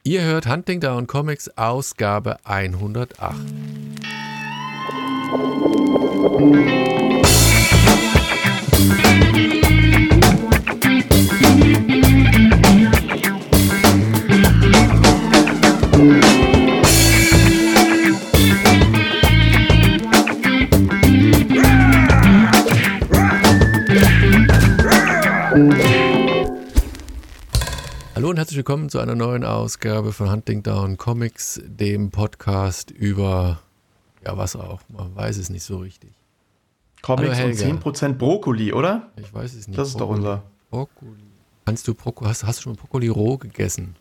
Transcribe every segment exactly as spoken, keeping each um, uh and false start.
Ihr hört Hunting Down Comics, Ausgabe hundertacht. Hallo und herzlich willkommen zu einer neuen Ausgabe von Hunting Down Comics, dem Podcast über, ja was auch, man weiß es nicht so richtig. Comics und zehn Prozent Brokkoli, oder? Ich weiß es nicht. Das ist Brokkoli. Doch unser. Brokkoli. Kannst du Brokkoli, hast, hast du schon mal Brokkoli roh gegessen?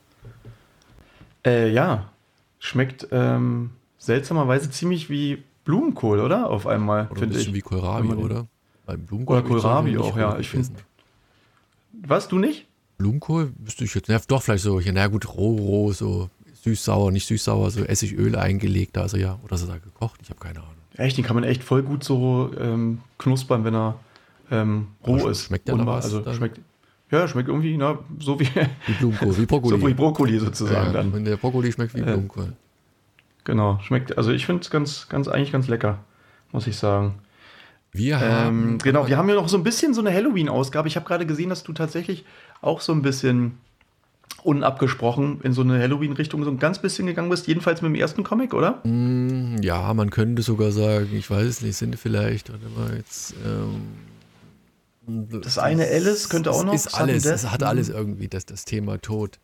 Äh, ja. Schmeckt ähm, seltsamerweise ziemlich wie Blumenkohl, oder? Auf einmal, finde ich. Oder ein bisschen wie Kohlrabi, oder? Weil Blumenkohl oder Kohlrabi auch, ja. Ich finde. Was, du nicht? Blumenkohl wüsste ich jetzt, ja, doch vielleicht so, na gut, roh, roh, so süß-sauer, nicht süß-sauer, so Essigöl eingelegt, also ja, oder so da gekocht, ich habe keine Ahnung. Echt, den kann man echt voll gut so ähm, knuspern, wenn er ähm, roh aber ist. Schmeckt der noch was? Also schmeckt, ja, schmeckt irgendwie, na, so wie, wie Blumenkohl, wie Brokkoli. So wie Brokkoli sozusagen ja, dann. Und der Brokkoli schmeckt wie äh, Blumenkohl. Genau, schmeckt, also ich finde es ganz, ganz, eigentlich ganz lecker, muss ich sagen. Wir haben... Ähm, genau, wir haben ja noch so ein bisschen so eine Halloween-Ausgabe. Ich habe gerade gesehen, dass du tatsächlich auch so ein bisschen unabgesprochen in so eine Halloween-Richtung so ein ganz bisschen gegangen bist. Jedenfalls mit dem ersten Comic, oder? Mm, ja, man könnte sogar sagen, ich weiß es nicht, sind vielleicht, warte mal jetzt... Ähm, das, das eine Alice könnte auch noch... Ist alles, es hat alles irgendwie das, das Thema Tod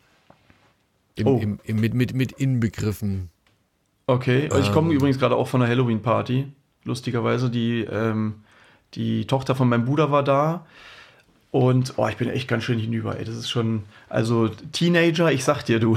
im, oh. im, im, mit, mit, mit inbegriffen. Okay, ich komme ähm, übrigens gerade auch von einer Halloween-Party. Lustigerweise, die, ähm, die Tochter von meinem Bruder war da und oh, ich bin echt ganz schön hinüber, ey. Das ist schon, also Teenager, ich sag dir, du,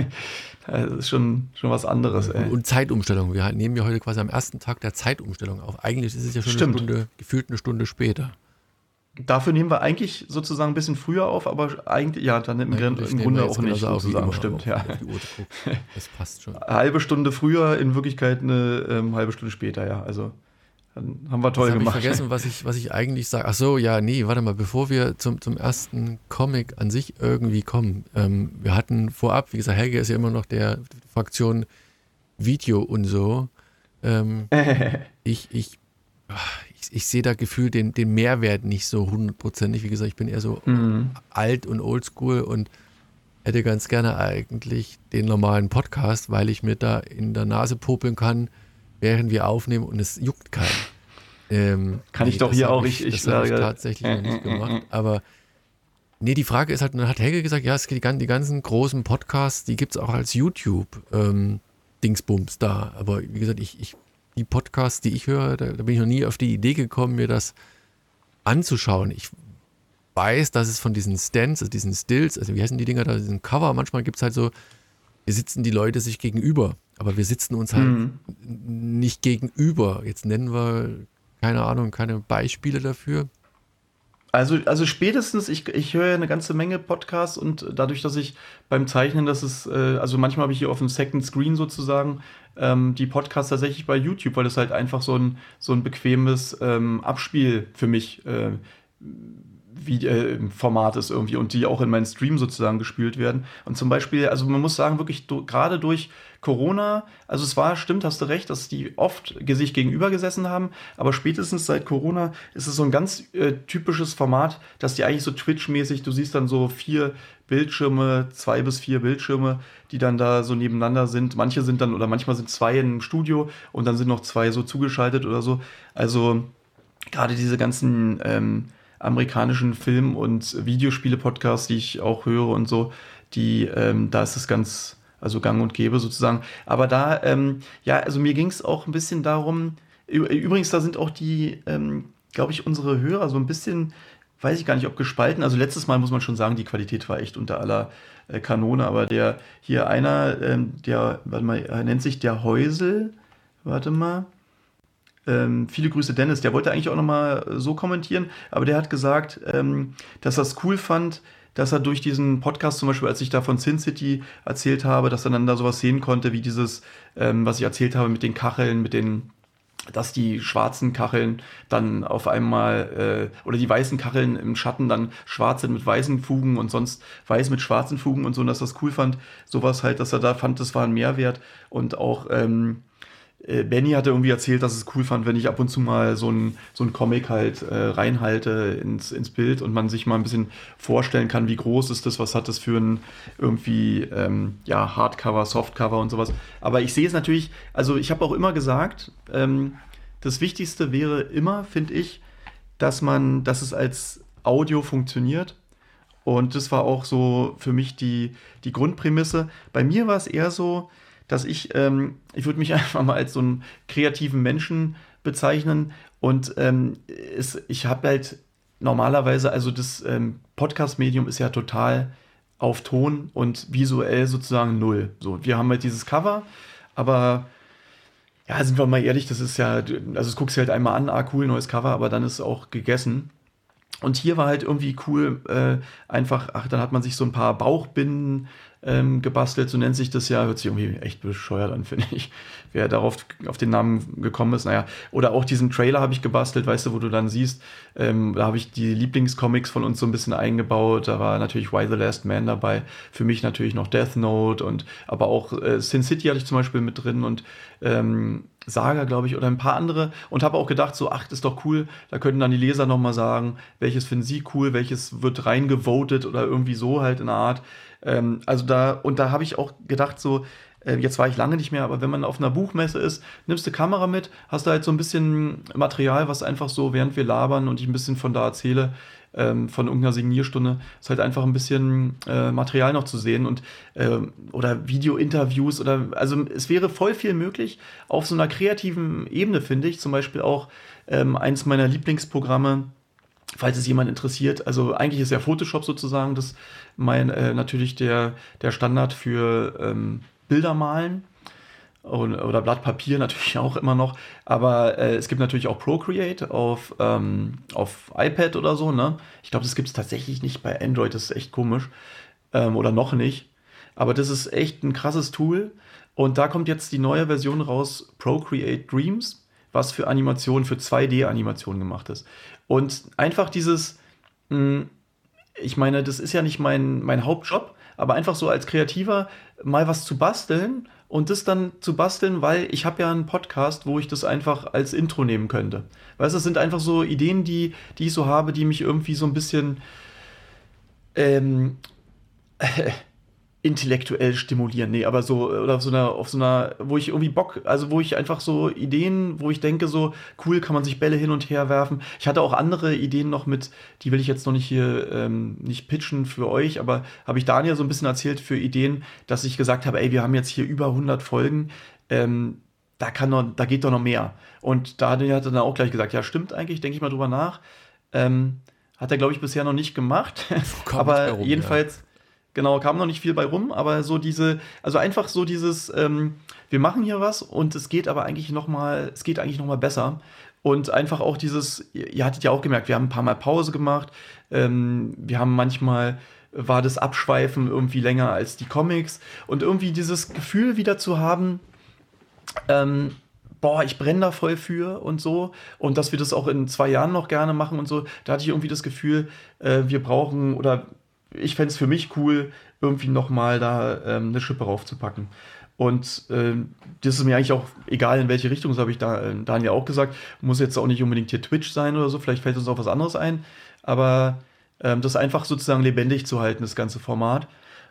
das ist schon, schon was anderes, ey. Und, und Zeitumstellung, wir nehmen ja heute quasi am ersten Tag der Zeitumstellung auf. Eigentlich ist es ja schon Stimmt. eine Stunde, gefühlt eine Stunde später. Dafür nehmen wir eigentlich sozusagen ein bisschen früher auf, aber eigentlich, ja, dann im, eigentlich im Grunde auch nicht sozusagen, immer, stimmt, ja. Auf die Uhr das passt schon. Eine halbe Stunde früher, in Wirklichkeit eine ähm, halbe Stunde später, ja, also dann haben wir toll Jetzt gemacht. Ich vergessen, was ich, was ich eigentlich sage. Ach so, ja, nee, warte mal, bevor wir zum, zum ersten Comic an sich irgendwie kommen. Ähm, wir hatten vorab, wie gesagt, Helge ist ja immer noch der Fraktion Video und so. Ähm, ich, ich, ich, ich sehe da gefühlt den, den Mehrwert nicht so hundertprozentig. Wie gesagt, ich bin eher so mhm. alt und oldschool und hätte ganz gerne eigentlich den normalen Podcast, weil ich mir da in der Nase popeln kann, während wir aufnehmen und es juckt keinen. Ähm, kann nee, ich doch hier auch, ich, ich, ich das habe ich tatsächlich noch nicht gemacht, aber nee, die Frage ist halt, dann hat Helge gesagt, ja, es gibt die, die ganzen großen Podcasts, die gibt es auch als YouTube-Dingsbums ähm, da, aber wie gesagt, ich, ich die Podcasts, die ich höre, da, da bin ich noch nie auf die Idee gekommen, mir das anzuschauen. Ich weiß, dass es von diesen Stands, also diesen Stills, also wie heißen die Dinger da, diesen Cover, manchmal gibt es halt so, wir sitzen die Leute sich gegenüber, aber wir sitzen uns halt mhm. nicht gegenüber. Jetzt nennen wir, keine Ahnung, keine Beispiele dafür. Also, also spätestens, ich, ich höre ja eine ganze Menge Podcasts und dadurch, dass ich beim Zeichnen, dass es, äh, also manchmal habe ich hier auf dem Second Screen sozusagen ähm, die Podcasts tatsächlich bei YouTube, weil das halt einfach so ein, so ein bequemes ähm, Abspiel für mich äh, wie äh, Format ist irgendwie und die auch in meinen Stream sozusagen gespielt werden. Und zum Beispiel, also man muss sagen, wirklich do, gerade durch Corona, also es war, stimmt, hast du recht, dass die oft sich gegenüber gesessen haben, aber spätestens seit Corona ist es so ein ganz äh, typisches Format, dass die eigentlich so Twitch-mäßig, du siehst dann so vier Bildschirme, zwei bis vier Bildschirme, die dann da so nebeneinander sind. Manche sind dann, oder manchmal sind zwei im Studio und dann sind noch zwei so zugeschaltet oder so. Also gerade diese ganzen ähm, amerikanischen Film- und Videospiele-Podcasts, die ich auch höre und so, die, ähm, da ist es ganz, also gang und gäbe sozusagen. Aber da, ähm, ja, also mir ging es auch ein bisschen darum, übrigens, da sind auch die, ähm, glaube ich, unsere Hörer so ein bisschen, weiß ich gar nicht, ob gespalten. Also letztes Mal muss man schon sagen, die Qualität war echt unter aller äh, Kanone, aber der, hier einer, ähm, der, warte mal, er nennt sich der Häusel, warte mal, Ähm, viele Grüße, Dennis. Der wollte eigentlich auch nochmal so kommentieren, aber der hat gesagt, ähm, dass er es cool fand, dass er durch diesen Podcast zum Beispiel, als ich da von Sin City erzählt habe, dass er dann da sowas sehen konnte, wie dieses, ähm, was ich erzählt habe mit den Kacheln, mit den dass die schwarzen Kacheln dann auf einmal, äh, oder die weißen Kacheln im Schatten dann schwarz sind mit weißen Fugen und sonst weiß mit schwarzen Fugen und so, und dass das cool fand. Sowas halt, dass er da fand, das war ein Mehrwert. Und auch ähm, äh, Benny hatte irgendwie erzählt, dass es cool fand, wenn ich ab und zu mal so ein, so ein Comic halt äh, reinhalte ins, ins Bild und man sich mal ein bisschen vorstellen kann, wie groß ist das, was hat das für ein irgendwie, ähm, ja, Hardcover, Softcover und sowas. Aber ich sehe es natürlich, also ich habe auch immer gesagt, ähm, das Wichtigste wäre immer, finde ich, dass man, dass es als Audio funktioniert. Und das war auch so für mich die, die Grundprämisse. Bei mir war es eher so, dass ich, ähm, ich würde mich einfach mal als so einen kreativen Menschen bezeichnen. Und ähm, es, ich habe halt normalerweise, also das ähm, Podcast-Medium ist ja total auf Ton und visuell sozusagen null. So, wir haben halt dieses Cover, aber ja, sind wir mal ehrlich, das ist ja, also das guckst du halt einmal an, ah cool, neues Cover, aber dann ist es auch gegessen. Und hier war halt irgendwie cool, äh, einfach, ach, dann hat man sich so ein paar Bauchbinden ähm, gebastelt, so nennt sich das ja, hört sich irgendwie echt bescheuert an, finde ich. Wer darauf auf den Namen gekommen ist, naja. Oder auch diesen Trailer habe ich gebastelt, weißt du, wo du dann siehst, ähm, da habe ich die Lieblingscomics von uns so ein bisschen eingebaut. Da war natürlich Why the Last Man dabei, für mich natürlich noch Death Note und aber auch äh, Sin City hatte ich zum Beispiel mit drin und ähm, Saga, glaube ich, oder ein paar andere und habe auch gedacht, so, ach, das ist doch cool, da könnten dann die Leser nochmal sagen, welches finden sie cool, welches wird reingevotet oder irgendwie so halt in der Art. Ähm, also da, und da habe ich auch gedacht, so, äh, jetzt war ich lange nicht mehr, aber wenn man auf einer Buchmesse ist, nimmst du Kamera mit, hast du halt so ein bisschen Material, was einfach so, während wir labern und ich ein bisschen von da erzähle, ähm, von irgendeiner Signierstunde, ist halt einfach ein bisschen äh, Material noch zu sehen und äh, oder Video-Interviews oder also es wäre voll viel möglich auf so einer kreativen Ebene, finde ich. Zum Beispiel auch ähm, eins meiner Lieblingsprogramme, falls es jemand interessiert. Also eigentlich ist ja Photoshop sozusagen das mein äh, natürlich der, der Standard für ähm, Bilder malen. Oder Blatt Papier natürlich auch immer noch, aber äh, es gibt natürlich auch Procreate auf, ähm, auf iPad oder so, ne? Ich glaube, das gibt es tatsächlich nicht bei Android, das ist echt komisch. Ähm, oder noch nicht. Aber das ist echt ein krasses Tool. Und da kommt jetzt die neue Version raus, Procreate Dreams, was für Animationen, für zwei D-Animationen gemacht ist. Und einfach dieses, mh, ich meine, das ist ja nicht mein, mein Hauptjob, aber einfach so als Kreativer mal was zu basteln und das dann zu basteln, weil ich habe ja einen Podcast, wo ich das einfach als Intro nehmen könnte. Weißt du, es sind einfach so Ideen, die, die ich so habe, die mich irgendwie so ein bisschen ähm, äh, intellektuell stimulieren. Nee, aber so, oder auf so einer, auf so einer, wo ich irgendwie Bock, also wo ich einfach so Ideen, wo ich denke, so cool, kann man sich Bälle hin und her werfen. Ich hatte auch andere Ideen noch mit, die will ich jetzt noch nicht hier ähm, nicht pitchen für euch, aber habe ich Daniel so ein bisschen erzählt für Ideen, dass ich gesagt habe, ey, wir haben jetzt hier über hundert Folgen, ähm, da kann noch, da geht doch noch mehr. Und Daniel hat dann auch gleich gesagt, ja, stimmt eigentlich, denke ich mal drüber nach. Ähm, hat er, glaube ich, bisher noch nicht gemacht. aber rum, jedenfalls ja. Genau, kam noch nicht viel bei rum, aber so diese, also einfach so dieses, ähm, wir machen hier was und es geht aber eigentlich noch mal, es geht eigentlich noch mal besser und einfach auch dieses, ihr hattet ja auch gemerkt, wir haben ein paar Mal Pause gemacht, ähm, wir haben manchmal, war das Abschweifen irgendwie länger als die Comics und irgendwie dieses Gefühl wieder zu haben, ähm, boah, ich brenne da voll für und so und dass wir das auch in zwei Jahren noch gerne machen und so, da hatte ich irgendwie das Gefühl, äh, wir brauchen oder ich fände es für mich cool, irgendwie nochmal da ähm, eine Schippe raufzupacken. Und ähm, das ist mir eigentlich auch egal, in welche Richtung, das habe ich da äh, Daniel auch gesagt. Muss jetzt auch nicht unbedingt hier Twitch sein oder so, vielleicht fällt uns auch was anderes ein. Aber ähm, das einfach sozusagen lebendig zu halten, das ganze Format.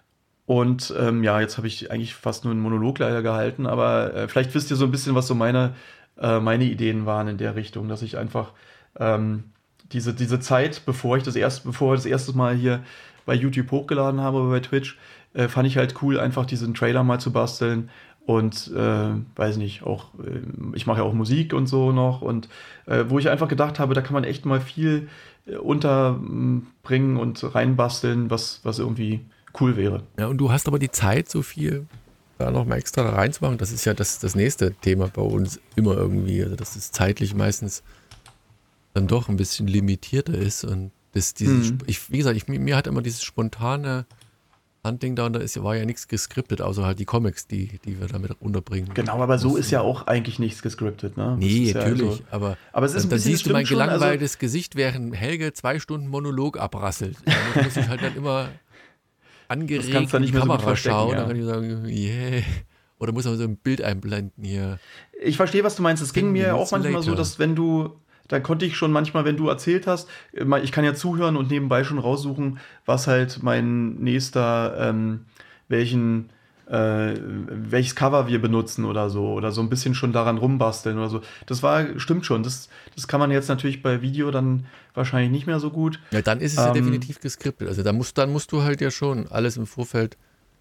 Und ähm, ja, jetzt habe ich eigentlich fast nur einen Monolog leider gehalten, aber äh, vielleicht wisst ihr so ein bisschen, was so meine, äh, meine Ideen waren in der Richtung, dass ich einfach ähm, diese, diese Zeit, bevor ich das erste, bevor ich das erste Mal hier bei YouTube hochgeladen habe oder bei Twitch, äh, fand ich halt cool, einfach diesen Trailer mal zu basteln und äh, weiß nicht, auch äh, ich mache ja auch Musik und so noch und äh, wo ich einfach gedacht habe, da kann man echt mal viel äh, unterbringen und reinbasteln, was, was irgendwie cool wäre. Ja, und du hast aber die Zeit, so viel da noch mal extra reinzumachen, das ist ja das, das nächste Thema bei uns immer irgendwie, also dass es zeitlich meistens dann doch ein bisschen limitierter ist und das, dieses, mhm. ich, wie gesagt, ich, mir hat immer dieses spontane Hunting Down, da ist, war ja nichts geskriptet, außer halt die Comics, die, die wir damit unterbringen. Genau, aber so ist ja auch eigentlich nichts gescriptet, ne? Nee, ja natürlich, also, aber, aber es ist dann, ein dann bisschen, siehst du mein schon, gelangweiltes also, Gesicht, während Helge zwei Stunden Monolog abrasselt. Da muss ich halt dann immer angeregt da in nicht die mehr so Kamera gut schauen, ja. dann kann ich sagen, yeah. Oder muss man so ein Bild einblenden hier. Ich verstehe, was du meinst. Es ging mir ja auch manchmal later. so, dass wenn du, da konnte ich schon manchmal, wenn du erzählt hast, ich kann ja zuhören und nebenbei schon raussuchen, was halt mein nächster, ähm, welchen, äh, welches Cover wir benutzen oder so, oder so ein bisschen schon daran rumbasteln oder so. Das war, stimmt schon. Das, das kann man jetzt natürlich bei Video dann wahrscheinlich nicht mehr so gut. Ja, dann ist es ähm, ja definitiv geskriptet. Also da musst, dann musst du halt ja schon alles im Vorfeld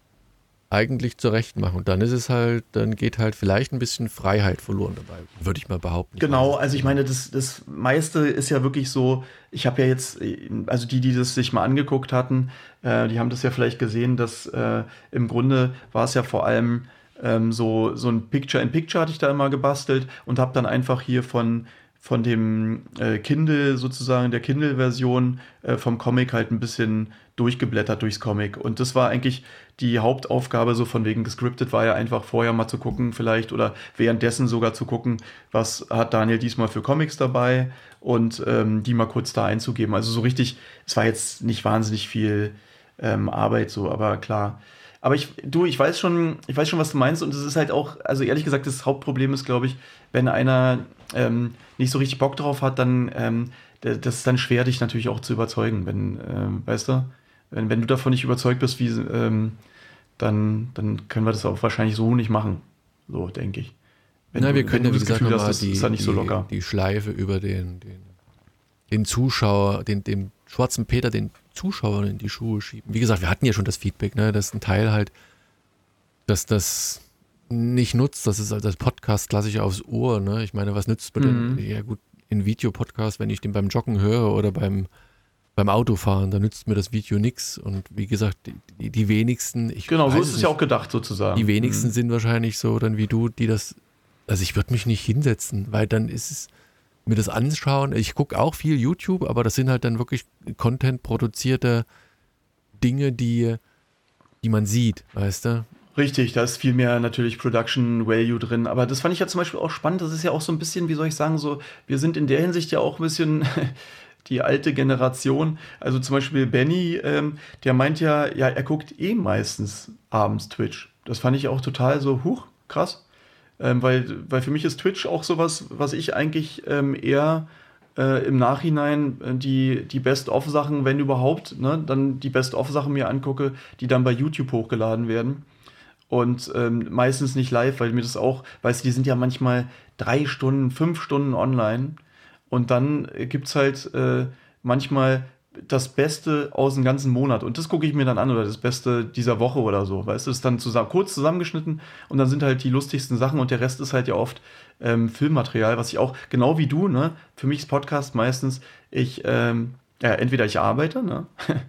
eigentlich zurecht machen. Und dann ist es halt, dann geht halt vielleicht ein bisschen Freiheit verloren dabei, würde ich mal behaupten. Genau, also ich meine, das, das meiste ist ja wirklich so, ich habe ja jetzt, also die, die das sich mal angeguckt hatten, äh, die haben das ja vielleicht gesehen, dass äh, im Grunde war es ja vor allem ähm, so, so ein Picture-in-Picture hatte ich da immer gebastelt und habe dann einfach hier von von dem äh, Kindle sozusagen, der Kindle-Version äh, vom Comic halt ein bisschen durchgeblättert durchs Comic. Und das war eigentlich die Hauptaufgabe, so von wegen gescriptet, war ja einfach vorher mal zu gucken vielleicht oder währenddessen sogar zu gucken, was hat Daniel diesmal für Comics dabei und ähm, die mal kurz da einzugeben. Also so richtig, es war jetzt nicht wahnsinnig viel ähm, Arbeit so, aber klar. Aber ich, du, ich weiß schon, ich weiß schon, was du meinst und es ist halt auch, also ehrlich gesagt, das Hauptproblem ist, glaube ich, wenn einer ähm, nicht so richtig Bock drauf hat, dann ähm, das ist dann schwer, dich natürlich auch zu überzeugen, wenn, ähm, weißt du, wenn, wenn du davon nicht überzeugt bist, wie, ähm, dann, dann können wir das auch wahrscheinlich so nicht machen, so denke ich. Wenn Na, du, wir können wenn ja, du wie das gesagt, Gefühl hast, nochmal das die, ist ja nicht die, so locker. die Schleife über den, den, den Zuschauer, den, dem schwarzen Peter, den Zuschauern in die Schuhe schieben. Wie gesagt, wir hatten ja schon das Feedback, ne, dass ein Teil halt, dass das nicht nutzt, das ist halt das Podcast klassisch aufs Ohr, ne? Ich meine, was nützt mir denn, Mhm. ja gut, in Videopodcast, wenn ich den beim Joggen höre oder beim, beim Autofahren, dann nützt mir das Video nichts. Und wie gesagt, die, die wenigsten, ich Genau, so weiß ist es nicht, ja auch gedacht sozusagen. die wenigsten Mhm. sind wahrscheinlich so dann wie du, die das, also ich würde mich nicht hinsetzen, weil dann ist es, mir das anschauen, ich gucke auch viel YouTube, aber das sind halt dann wirklich Content-produzierte Dinge, die, die man sieht, weißt du? Richtig, da ist viel mehr natürlich Production Value drin. Aber das fand ich ja zum Beispiel auch spannend. Das ist ja auch so ein bisschen, wie soll ich sagen, so, wir sind in der Hinsicht ja auch ein bisschen die alte Generation. Also zum Beispiel Benny, ähm, der meint ja, ja, er guckt eh meistens abends Twitch. Das fand ich auch total so, huch, krass. Ähm, weil, weil für mich ist Twitch auch sowas, was ich eigentlich ähm, eher äh, im Nachhinein äh, die, die Best-of-Sachen, wenn überhaupt, ne, dann die Best-of-Sachen mir angucke, die dann bei YouTube hochgeladen werden. Und ähm, meistens nicht live, weil mir das auch, weißt du, die sind ja manchmal drei Stunden, fünf Stunden online. Und dann gibt es halt äh, manchmal das Beste aus dem ganzen Monat. Und das gucke ich mir dann an, oder das Beste dieser Woche oder so. Weißt du, das ist dann zusammen, kurz zusammengeschnitten und dann sind halt die lustigsten Sachen und der Rest ist halt ja oft ähm, Filmmaterial, was ich auch, genau wie du, ne, für mich ist Podcast meistens, ich, ähm, ja, entweder ich arbeite, ne,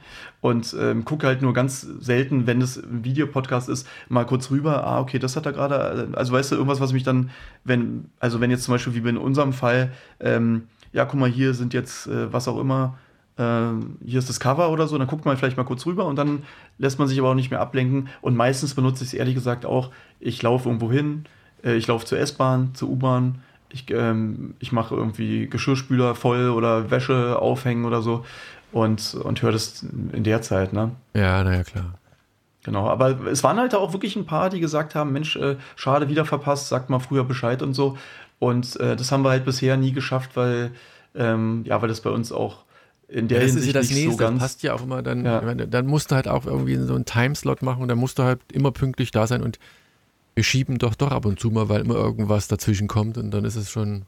und ähm, gucke halt nur ganz selten, wenn es ein Videopodcast ist, mal kurz rüber, ah, okay, das hat er gerade, also weißt du, irgendwas, was mich dann, wenn, also wenn jetzt zum Beispiel wie in unserem Fall, ähm, ja, guck mal, hier sind jetzt, äh, was auch immer, äh, hier ist das Cover oder so, dann guckt man vielleicht mal kurz rüber und dann lässt man sich aber auch nicht mehr ablenken und meistens benutze ich es ehrlich gesagt auch, ich laufe irgendwo hin, äh, ich laufe zur S-Bahn, zur U-Bahn, ich, ähm, ich mache irgendwie Geschirrspüler voll oder Wäsche aufhängen oder so und, und höre das in der Zeit, ne? Ja, naja, klar. Genau, aber es waren halt auch wirklich ein paar, die gesagt haben, Mensch, äh, schade, wieder verpasst, sagt mal früher Bescheid und so. Und äh, das haben wir halt bisher nie geschafft, weil, ähm, ja, weil das bei uns auch in der ja, das Hinsicht ist ja das nicht nächste, so ganz... Das passt ja auch immer dann, Ja. ich meine, dann musst du halt auch irgendwie so einen Timeslot machen und dann musst du halt immer pünktlich da sein und wir schieben doch doch ab und zu mal, weil immer irgendwas dazwischen kommt und dann ist es schon...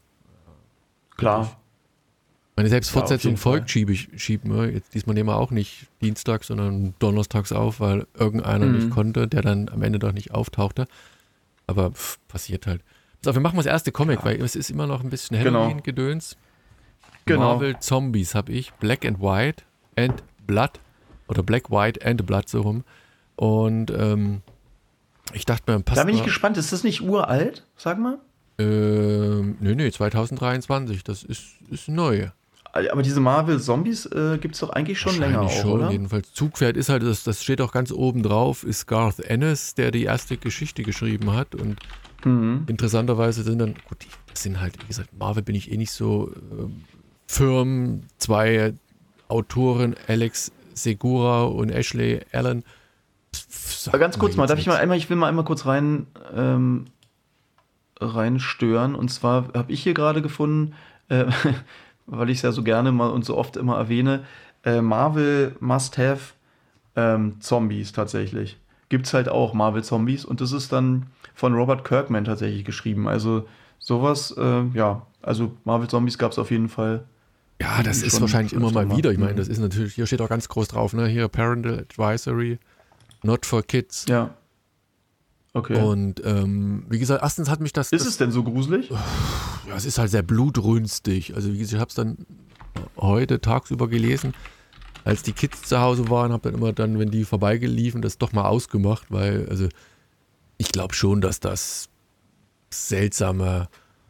Klar. Meine selbst Ja, auf Fortsetzung jeden folgt, Fall. schiebe ich, schieben wir. Jetzt diesmal nehmen wir auch nicht dienstags, sondern donnerstags auf, weil irgendeiner Mhm. nicht konnte, der dann am Ende doch nicht auftauchte. Aber pff, passiert halt. So, wir machen mal das erste Comic, Ja. weil es ist immer noch ein bisschen Genau. Halloween-Gedöns. Genau. Marvel Zombies habe ich. Black and White and Blood. Oder Black, White and Blood so rum. Und ähm, ich dachte mir, passt Da bin ich mal- gespannt, ist das nicht uralt, sag mal? Ähm, nee, nee, zwanzig dreiundzwanzig, das ist, ist neu. aber diese Marvel-Zombies äh, gibt es doch eigentlich schon länger auch, schon, oder? jedenfalls. Zugpferd ist halt, das, das steht auch ganz oben drauf, ist Garth Ennis, der die erste Geschichte geschrieben hat. Und mhm. interessanterweise sind dann, gut, das sind halt, wie gesagt, Marvel bin ich eh nicht so äh, firm. Zwei Autoren, Alex Segura und Ashley Allen. Aber ganz kurz mal, darf ich mal einmal, ich will mal einmal kurz rein ähm, reinstören. Und zwar habe ich hier gerade gefunden, äh, weil ich es ja so gerne mal und so oft immer erwähne, äh, Marvel Must Have ähm, Zombies tatsächlich. Gibt es halt auch Marvel Zombies und das ist dann von Robert Kirkman tatsächlich geschrieben. Also sowas, äh, ja, also Marvel Zombies gab es auf jeden Fall. Ja, das ist wahrscheinlich immer mal wieder. Ich meine, das ist natürlich, hier steht auch ganz groß drauf, ne? Hier Parental Advisory, not for kids. Ja. Okay. Und ähm, wie gesagt, erstens hat mich das... Ist das, es denn so gruselig? Ja, es ist halt sehr blutrünstig. Also wie gesagt, ich habe es dann heute tagsüber gelesen, als die Kids zu Hause waren, habe dann immer dann, wenn die vorbeigeliefen, das doch mal ausgemacht, weil, also ich glaube schon, dass das seltsame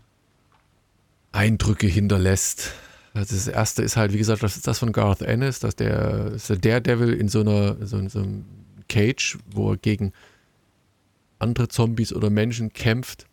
Eindrücke hinterlässt. Also das erste ist halt, wie gesagt, das ist das von Garth Ennis, dass der, ist der Daredevil in so einer so, in so einem Cage, wo er gegen andere Zombies oder Menschen kämpft.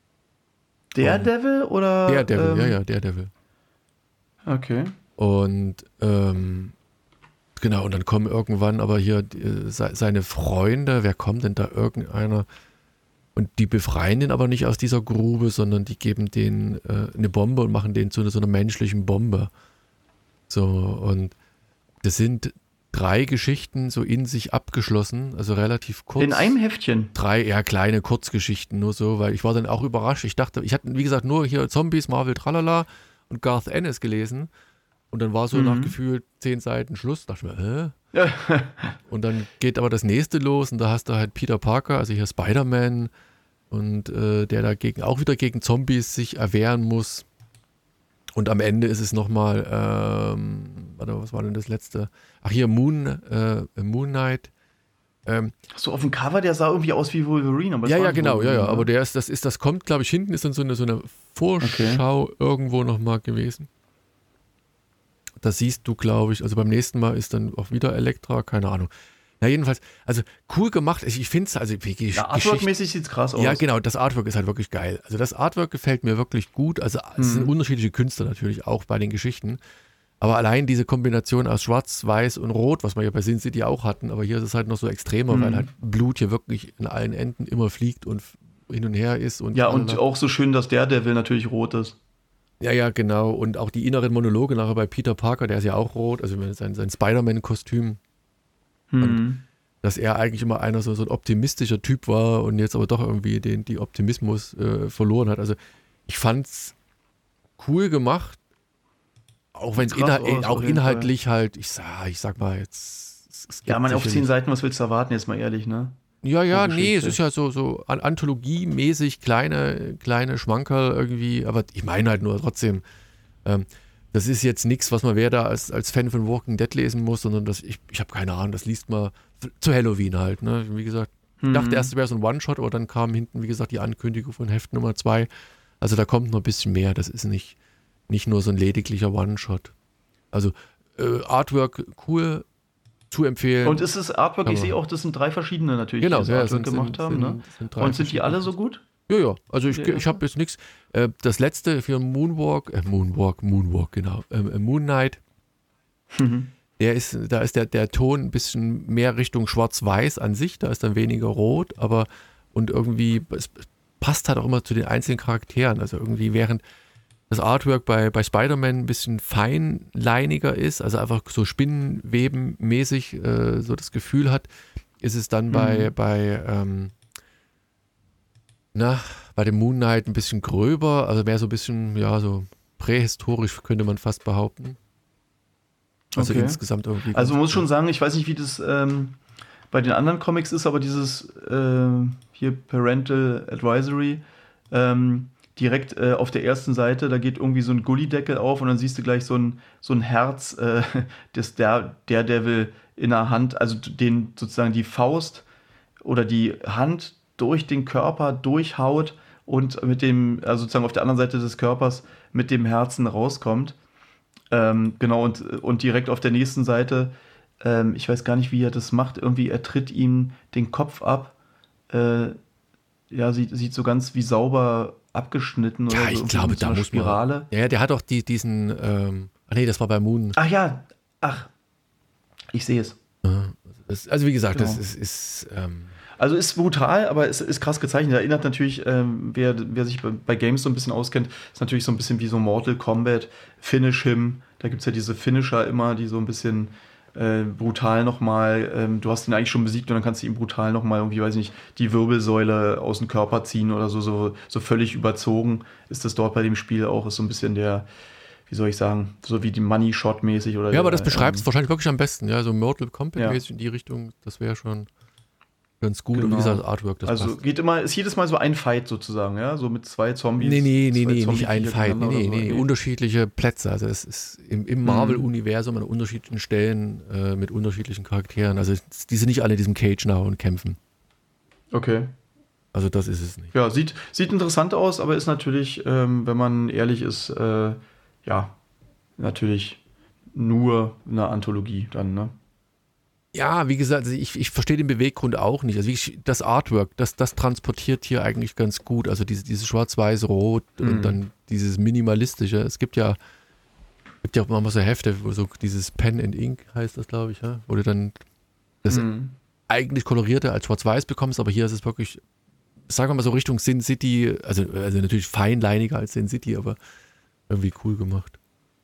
Daredevil oder? Daredevil, ähm, ja, ja, Daredevil. Okay. Und ähm, genau, und dann kommen irgendwann aber hier äh, seine Freunde, wer kommt denn da, irgendeiner? Und die befreien den aber nicht aus dieser Grube, sondern die geben denen äh, eine Bombe und machen den zu einer, so einer menschlichen Bombe. So, und das sind drei Geschichten so in sich abgeschlossen, also relativ kurz. In einem Heftchen? Drei eher kleine Kurzgeschichten, nur so, weil ich war dann auch überrascht. Ich dachte, ich hatte, wie gesagt, nur hier Zombies, Marvel, Tralala und Garth Ennis gelesen. Und dann war so mhm. nach gefühlt zehn Seiten Schluss. Da dachte ich mir, hä? Und dann geht aber das nächste los und da hast du halt Peter Parker, also hier Spider-Man, und äh, der dagegen auch wieder gegen Zombies sich erwehren muss. Und am Ende ist es nochmal, ähm, warte, was war denn das letzte? Ach hier, Moon, äh, Moon Knight. Ähm, so auf dem Cover, der sah irgendwie aus wie Wolverine. Aber ja, ja, genau, Wolverine, ja, ja. ne? Aber der ist, das ist, das kommt, glaube ich, hinten ist dann so eine, so eine Vorschau okay. irgendwo nochmal gewesen. Das siehst du, glaube ich, also beim nächsten Mal ist dann auch wieder Elektra, keine Ahnung. Na jedenfalls, also cool gemacht, ich finde es, also wie ja, Artwork-mäßig sieht es krass aus. Ja, genau, das Artwork ist halt wirklich geil. Also das Artwork gefällt mir wirklich gut, also es mhm. sind unterschiedliche Künstler natürlich auch bei den Geschichten, aber allein diese Kombination aus Schwarz, Weiß und Rot, was wir ja bei Sin City auch hatten, aber hier ist es halt noch so extremer, mhm. weil halt Blut hier wirklich in allen Enden immer fliegt und hin und her ist. Und ja, und auch so schön, dass der Daredevil natürlich rot ist. Ja, ja, genau. Und auch die inneren Monologe nachher bei Peter Parker, der ist ja auch rot, also sein, sein Spider-Man-Kostüm. Hm. Und dass er eigentlich immer einer so, so ein optimistischer Typ war und jetzt aber doch irgendwie den die Optimismus äh, verloren hat. Also ich fand's cool gemacht, auch wenn es inhal aus, auch inhaltlich Fall. halt, ich sag, ich sag mal jetzt. Ja, man auf zehn Seiten, was willst du erwarten, jetzt mal ehrlich, ne? Ja, ja, nee, es ist ja so, so Anthologie-mäßig kleine, kleine Schmankerl irgendwie, aber ich meine halt nur trotzdem, ähm, das ist jetzt nichts, was man wer da als, als Fan von Walking Dead lesen muss, sondern das, ich, ich habe keine Ahnung, das liest man zu Halloween halt, ne? Wie gesagt, ich hm. dachte erst, es wäre so ein One-Shot, aber dann kam hinten, wie gesagt, die Ankündigung von Heft Nummer zwei. Also da kommt noch ein bisschen mehr, das ist nicht, nicht nur so ein lediglicher One-Shot. Also äh, Artwork cool, zu empfehlen. Und ist es Artwork, ich sehe auch, das sind drei verschiedene natürlich, genau, die das ja, Artwork sind, gemacht sind, haben. sind, Ne? sind Und sind die alle so gut? Ja, ja, also ich, ich habe jetzt nichts. Äh, das letzte für Moonwalk, äh, Moonwalk, Moonwalk, genau, ähm, Moon Knight, mhm. der ist, da ist der, der Ton ein bisschen mehr Richtung Schwarz-Weiß an sich, da ist dann weniger Rot, aber und irgendwie, es passt halt auch immer zu den einzelnen Charakteren, also irgendwie während das Artwork bei, bei Spider-Man ein bisschen feinleiniger ist, also einfach so Spinnenweben-mäßig äh, so das Gefühl hat, ist es dann bei, mhm. bei, ähm, na, bei dem Moon Knight ein bisschen gröber, also mehr so ein bisschen, ja, so prähistorisch könnte man fast behaupten. Also okay. insgesamt irgendwie. Also man muss schon sagen, ich weiß nicht, wie das ähm, bei den anderen Comics ist, aber dieses äh, hier Parental Advisory, ähm, direkt äh, auf der ersten Seite, da geht irgendwie so ein Gullideckel auf und dann siehst du gleich so ein, so ein Herz, äh, das der Daredevil in der Hand, also den sozusagen die Faust oder die Hand durch den Körper durchhaut und mit dem, also sozusagen auf der anderen Seite des Körpers mit dem Herzen rauskommt. Ähm, genau, und, und direkt auf der nächsten Seite, ähm, ich weiß gar nicht, wie er das macht, irgendwie er tritt ihm den Kopf ab. Äh, ja, sieht, sieht so ganz wie sauber abgeschnitten oder Ja, so, ich irgendwie glaube, mit so da einer muss man. Spirale. Ja, der hat doch die, diesen. Ähm, ach nee, das war bei Moon. Ach ja, ach, ich sehe es. Ja, das, also, wie gesagt, Genau. das ist. ist ähm, Also ist brutal, aber es ist krass gezeichnet. Erinnert natürlich, ähm, wer, wer sich bei, bei Games so ein bisschen auskennt, ist natürlich so ein bisschen wie so Mortal Kombat, Finish Him. Da gibt es ja diese Finisher immer, die so ein bisschen äh, brutal nochmal, ähm, du hast ihn eigentlich schon besiegt und dann kannst du ihm brutal nochmal irgendwie, weiß nicht, die Wirbelsäule aus dem Körper ziehen oder so, so, so völlig überzogen ist das dort bei dem Spiel auch, ist so ein bisschen der, wie soll ich sagen, so wie die Money Shot mäßig oder ja, der, aber das beschreibt es ähm, wahrscheinlich wirklich am besten. Ja, so Mortal Kombat-mäßig ja. in die Richtung, das wäre schon ganz gut. Und Genau. wie gesagt, das Artwork, das Also passt. geht immer, ist jedes Mal so ein Fight sozusagen, ja, so mit zwei Zombies. Nee, nee, nee, zwei nee, nicht ein Zombie-Viecher Fight. Nee, gegeneinander nee, oder nee, so. nee, unterschiedliche Plätze. Also es ist im, im Marvel-Universum an unterschiedlichen Stellen äh, mit unterschiedlichen Charakteren. Also es- die sind nicht alle in diesem Cage nah und kämpfen. Okay. Also das ist es nicht. Ja, sieht, sieht interessant aus, aber ist natürlich, ähm, wenn man ehrlich ist, äh, ja, natürlich nur eine Anthologie dann, ne? Ja, wie gesagt, also ich, ich verstehe den Beweggrund auch nicht. Also wie ich, das Artwork, das, das transportiert hier eigentlich ganz gut. Also diese, dieses Schwarz-Weiß-Rot Mhm. und dann dieses Minimalistische. Es gibt ja, gibt ja auch manchmal so Hefte, wo so dieses Pen and Ink heißt das, glaube ich, ja? Wo du dann das Mhm. eigentlich kolorierte als Schwarz-Weiß bekommst, aber hier ist es wirklich, sagen wir mal so Richtung Sin City, also, also natürlich feinleiniger als Sin City, aber irgendwie cool gemacht.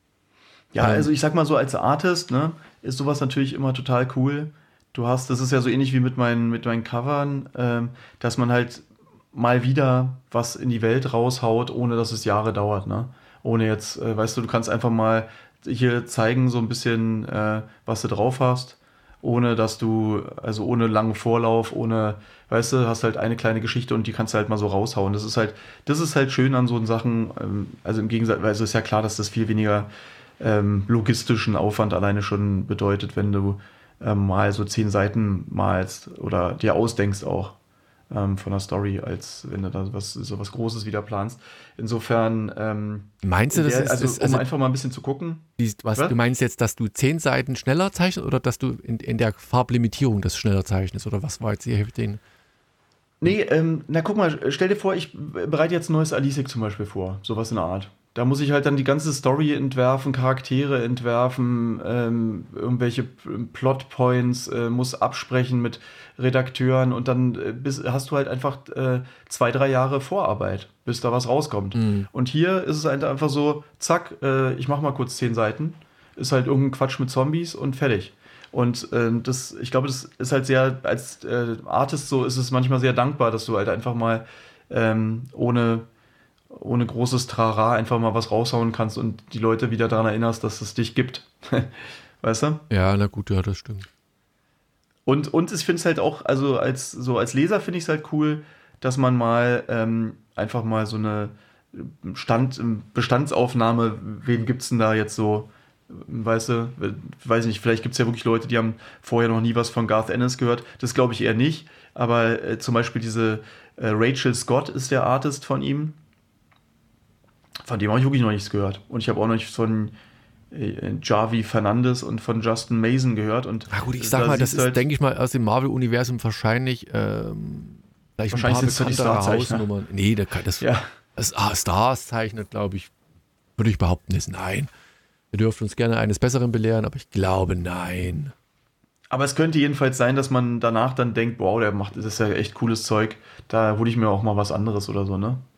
Ja, Ähm, also ich sag mal so, als Artist, ne, ist sowas natürlich immer total cool. Du hast, das ist ja so ähnlich wie mit meinen, mit meinen Covern, ähm, dass man halt mal wieder was in die Welt raushaut, ohne dass es Jahre dauert, ne? Ohne jetzt, äh, weißt du, du kannst einfach mal hier zeigen, so ein bisschen, äh, was du drauf hast, ohne dass du, also ohne langen Vorlauf, ohne, weißt du, hast halt eine kleine Geschichte und die kannst du halt mal so raushauen. Das ist halt, das ist halt schön an so Sachen, ähm, also im Gegensatz, also ist ja klar, dass das viel weniger ähm, logistischen Aufwand alleine schon bedeutet, wenn du ähm, mal so zehn Seiten malst oder dir ausdenkst auch ähm, von der Story, als wenn du da was, so was Großes wieder planst. Insofern, ähm, meinst du, in das der, ist, also ist um also einfach mal ein bisschen zu gucken. die, was, Was? du meinst jetzt, dass du zehn Seiten schneller zeichnest oder dass du in, in der Farblimitierung das schneller zeichnest oder was war jetzt hier den? Nee, ähm, na guck mal, stell dir vor, ich bereite jetzt ein neues Alisik zum Beispiel vor, sowas in der Art. Da muss ich halt dann die ganze Story entwerfen, Charaktere entwerfen, ähm, irgendwelche P- Plotpoints, äh, muss absprechen mit Redakteuren und dann äh, bis, hast du halt einfach äh, zwei, drei Jahre Vorarbeit, bis da was rauskommt. Mhm. Und hier ist es halt einfach so, zack, äh, ich mach mal kurz zehn Seiten, ist halt irgendein Quatsch mit Zombies und fertig. Und ähm, das, ich glaube, das ist halt sehr, als äh, Artist so ist es manchmal sehr dankbar, dass du halt einfach mal ähm, ohne, ohne großes Trara einfach mal was raushauen kannst und die Leute wieder daran erinnerst, dass es dich gibt. Weißt du? Ja, na gut, ja, das stimmt. Und, und ich finde es halt auch, also als, so als Leser finde ich es halt cool, dass man mal ähm, einfach mal so eine Stand, Bestandsaufnahme, wen gibt es denn da jetzt so, weißt du, weiß nicht, vielleicht gibt es ja wirklich Leute, die haben vorher noch nie was von Garth Ennis gehört. Das glaube ich eher nicht. Aber äh, zum Beispiel diese äh, Rachel Scott ist der Artist von ihm. Von dem habe ich wirklich noch nichts gehört. Und ich habe auch noch nichts von äh, Javi Fernandes und von Justin Mason gehört. Und Na gut, ich sag da mal, das siehst ist, du halt, denke ich mal, aus dem Marvel-Universum wahrscheinlich ähm, vielleicht ein Wahrscheinlich paar sind's doch die bekanntere Starzeichner. Hausnummern. Nee, das, kann- das, ja. das ah, Stars zeichnet, glaube ich, würde ich behaupten, ist nein. Ihr dürft uns gerne eines Besseren belehren, aber ich glaube, nein. Aber es könnte jedenfalls sein, dass man danach dann denkt, wow, der macht, das ist ja echt cooles Zeug. Da hole ich mir auch mal was anderes oder so, ne?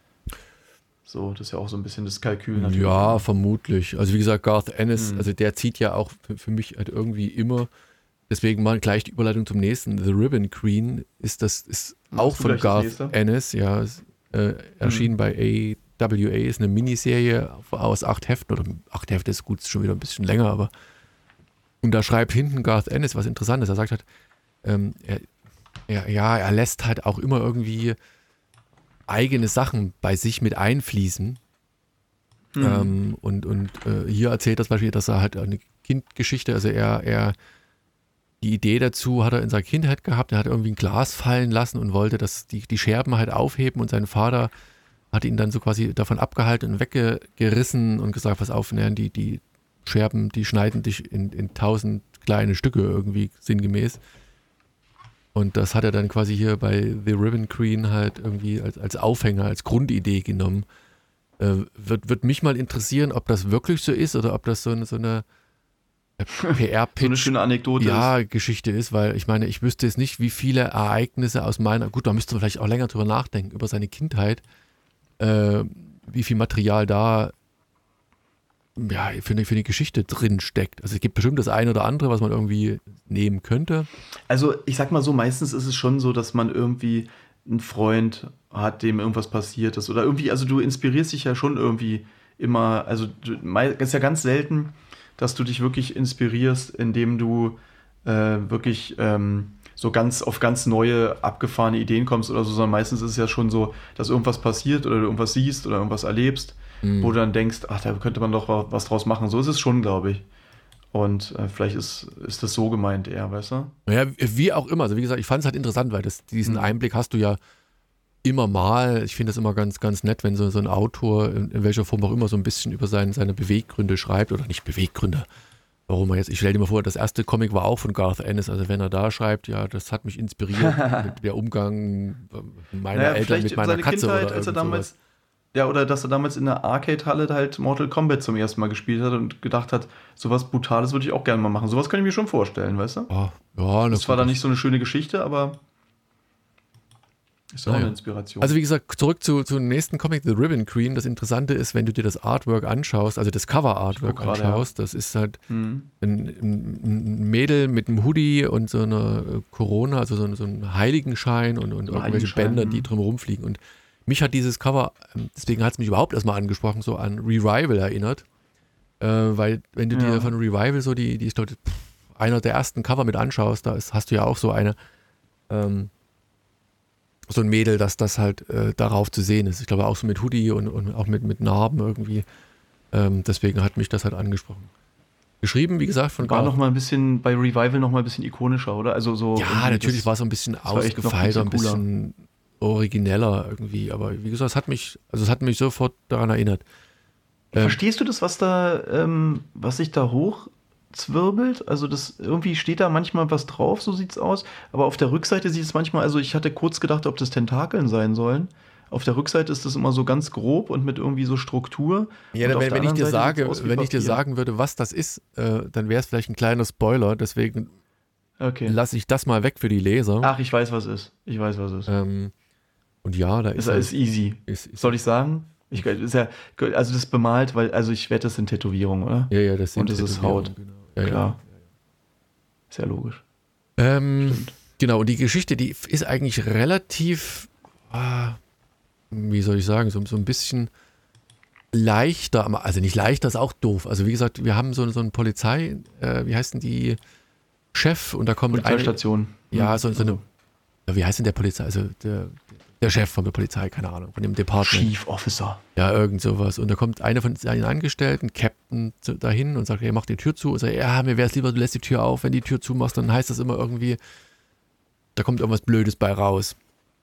So, das ist ja auch so ein bisschen das Kalkül natürlich. Ja, vermutlich. Also wie gesagt, Garth Ennis, Mhm. also der zieht ja auch für, für mich halt irgendwie immer, deswegen mal gleich die Überleitung zum nächsten. The Ribbon Queen ist das ist Machst auch du von gleich das Garth nächste? Ennis, ja, ist, äh, erschienen bei A W A, ist eine Miniserie aus acht Heften, oder acht Hefte ist gut, ist schon wieder ein bisschen länger, aber und da schreibt hinten Garth Ennis was Interessantes. Er sagt halt, ähm, er, er, ja, er lässt halt auch immer irgendwie eigene Sachen bei sich mit einfließen. Mhm. Ähm, und und äh, hier erzählt das Beispiel, dass er halt eine Kindgeschichte, also er, er die Idee dazu hat er in seiner Kindheit gehabt, er hat irgendwie ein Glas fallen lassen und wollte das, die, die Scherben halt aufheben und sein Vater hat ihn dann so quasi davon abgehalten und weggerissen und gesagt, pass auf, ne, die, die, Scherben, die schneiden dich in, in tausend kleine Stücke irgendwie sinngemäß. Und das hat er dann quasi hier bei The Ribbon Queen halt irgendwie als, als Aufhänger, als Grundidee genommen. Äh, wird, wird mich mal interessieren, ob das wirklich so ist oder ob das so eine, so eine P R-Pitch, so eine schöne Anekdote ja, ist. Geschichte ist, weil ich meine, ich wüsste jetzt nicht, wie viele Ereignisse aus meiner, gut, da müsste man vielleicht auch länger drüber nachdenken, über seine Kindheit, äh, wie viel Material da ja, für eine, für eine Geschichte drin steckt. Also es gibt bestimmt das eine oder andere, was man irgendwie nehmen könnte. Also ich sag mal so, meistens ist es schon so, dass man irgendwie einen Freund hat, dem irgendwas passiert ist oder irgendwie, also du inspirierst dich ja schon irgendwie immer, also es ist ja ganz selten, dass du dich wirklich inspirierst, indem du äh, wirklich ähm, so ganz auf ganz neue, abgefahrene Ideen kommst oder so, sondern meistens ist es ja schon so, dass irgendwas passiert oder du irgendwas siehst oder irgendwas erlebst, mhm. wo du dann denkst, ach, da könnte man doch was draus machen. So ist es schon, glaube ich. Und äh, vielleicht ist, ist das so gemeint eher, weißt du? Naja, wie auch immer. Also wie gesagt, ich fand es halt interessant, weil das, diesen mhm. Einblick hast du ja immer mal. Ich finde das immer ganz, ganz nett, wenn so, so ein Autor, in, in welcher Form auch immer, so ein bisschen über sein, seine Beweggründe schreibt. Oder nicht Beweggründe, warum er jetzt, ich stelle dir mal vor, das erste Comic war auch von Garth Ennis. Also wenn er da schreibt, ja, das hat mich inspiriert, mit der Umgang meiner naja, Eltern mit meiner seine Katze Kindheit, oder als er damals sowas. Ja, oder dass er damals in der Arcade-Halle halt Mortal Kombat zum ersten Mal gespielt hat und gedacht hat, sowas Brutales würde ich auch gerne mal machen. Sowas kann ich mir schon vorstellen, weißt du? Oh, ja, das war dann nicht so eine schöne Geschichte, aber ist ja auch eine Inspiration. Also wie gesagt, zurück zu, zu dem nächsten Comic, The Ribbon Queen. Das Interessante ist, wenn du dir das Artwork anschaust, also das Cover-Artwork anschaust, ja. Das ist halt mhm. ein, ein Mädel mit einem Hoodie und so einer Corona, also so, so einem Heiligenschein und, und irgendwelche Bänder, die drum rumfliegen. Und mich hat dieses Cover, deswegen hat es mich überhaupt erstmal angesprochen, so an Revival erinnert. Äh, weil, wenn du ja. dir von Revival so die, die ich glaube, einer der ersten Cover mit anschaust, da ist, hast du ja auch so eine, ähm, so ein Mädel, dass das halt äh, darauf zu sehen ist. Ich glaube auch so mit Hoodie und, und auch mit, mit Narben irgendwie. Ähm, deswegen hat mich das halt angesprochen. Geschrieben, wie gesagt, von War noch mal ein bisschen, bei Revival noch mal ein bisschen ikonischer, oder? Also so. Ja, natürlich war es so ein bisschen ausgefeilter, ein bisschen origineller irgendwie, aber wie gesagt, es hat mich, also es hat mich sofort daran erinnert. Verstehst du das, was da, ähm, was sich da hochzwirbelt? Also das, irgendwie steht da manchmal was drauf, so sieht's aus, aber auf der Rückseite sieht es manchmal, also ich hatte kurz gedacht, ob das Tentakeln sein sollen. Auf der Rückseite ist das immer so ganz grob und mit irgendwie so Struktur. Ja, wenn, wenn ich dir sage, wenn ich dir sagen würde, was das ist, äh, dann wäre es vielleicht ein kleiner Spoiler, deswegen okay. lasse ich das mal weg für die Leser. Ach, ich weiß, was ist. Ich weiß, was ist. Ähm, Und ja, da ist es. Ist easy. Ist, ist Soll ich sagen? Ich, ist ja, also das ist bemalt, weil, also ich wette, das sind Tätowierungen, oder? Ja, ja, das sind Und das ist Haut. Genau. Ja, klar. Ja. Ist ja logisch. Ähm, genau, und die Geschichte, die ist eigentlich relativ, ah, wie soll ich sagen, so, so ein bisschen leichter, also nicht leichter, ist auch doof. Also wie gesagt, wir haben so, so eine Polizei, äh, wie heißt denn die, Chef, und da kommt Polizeistation. Eine, ja, so, so eine, wie heißt denn der Polizei, also der, der Chef von der Polizei, keine Ahnung, von dem Department. Chief Officer. Ja, irgend sowas. Und da kommt einer von seinen Angestellten, Captain, zu, dahin und sagt, er macht die Tür zu. Und sagt, ja, mir wäre es lieber, du lässt die Tür auf. Wenn die Tür zumachst, dann heißt das immer irgendwie, da kommt irgendwas Blödes bei raus.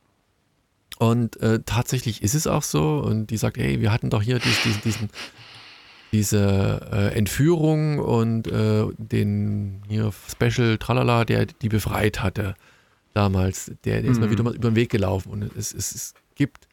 Und äh, tatsächlich ist es auch so. Und die sagt, ey, wir hatten doch hier dies, diesen, diesen, diese äh, Entführung und äh, den hier Special Tralala, der die befreit hatte. Damals, der, der ist mhm. mal wieder mal über den Weg gelaufen und es, es, es gibt,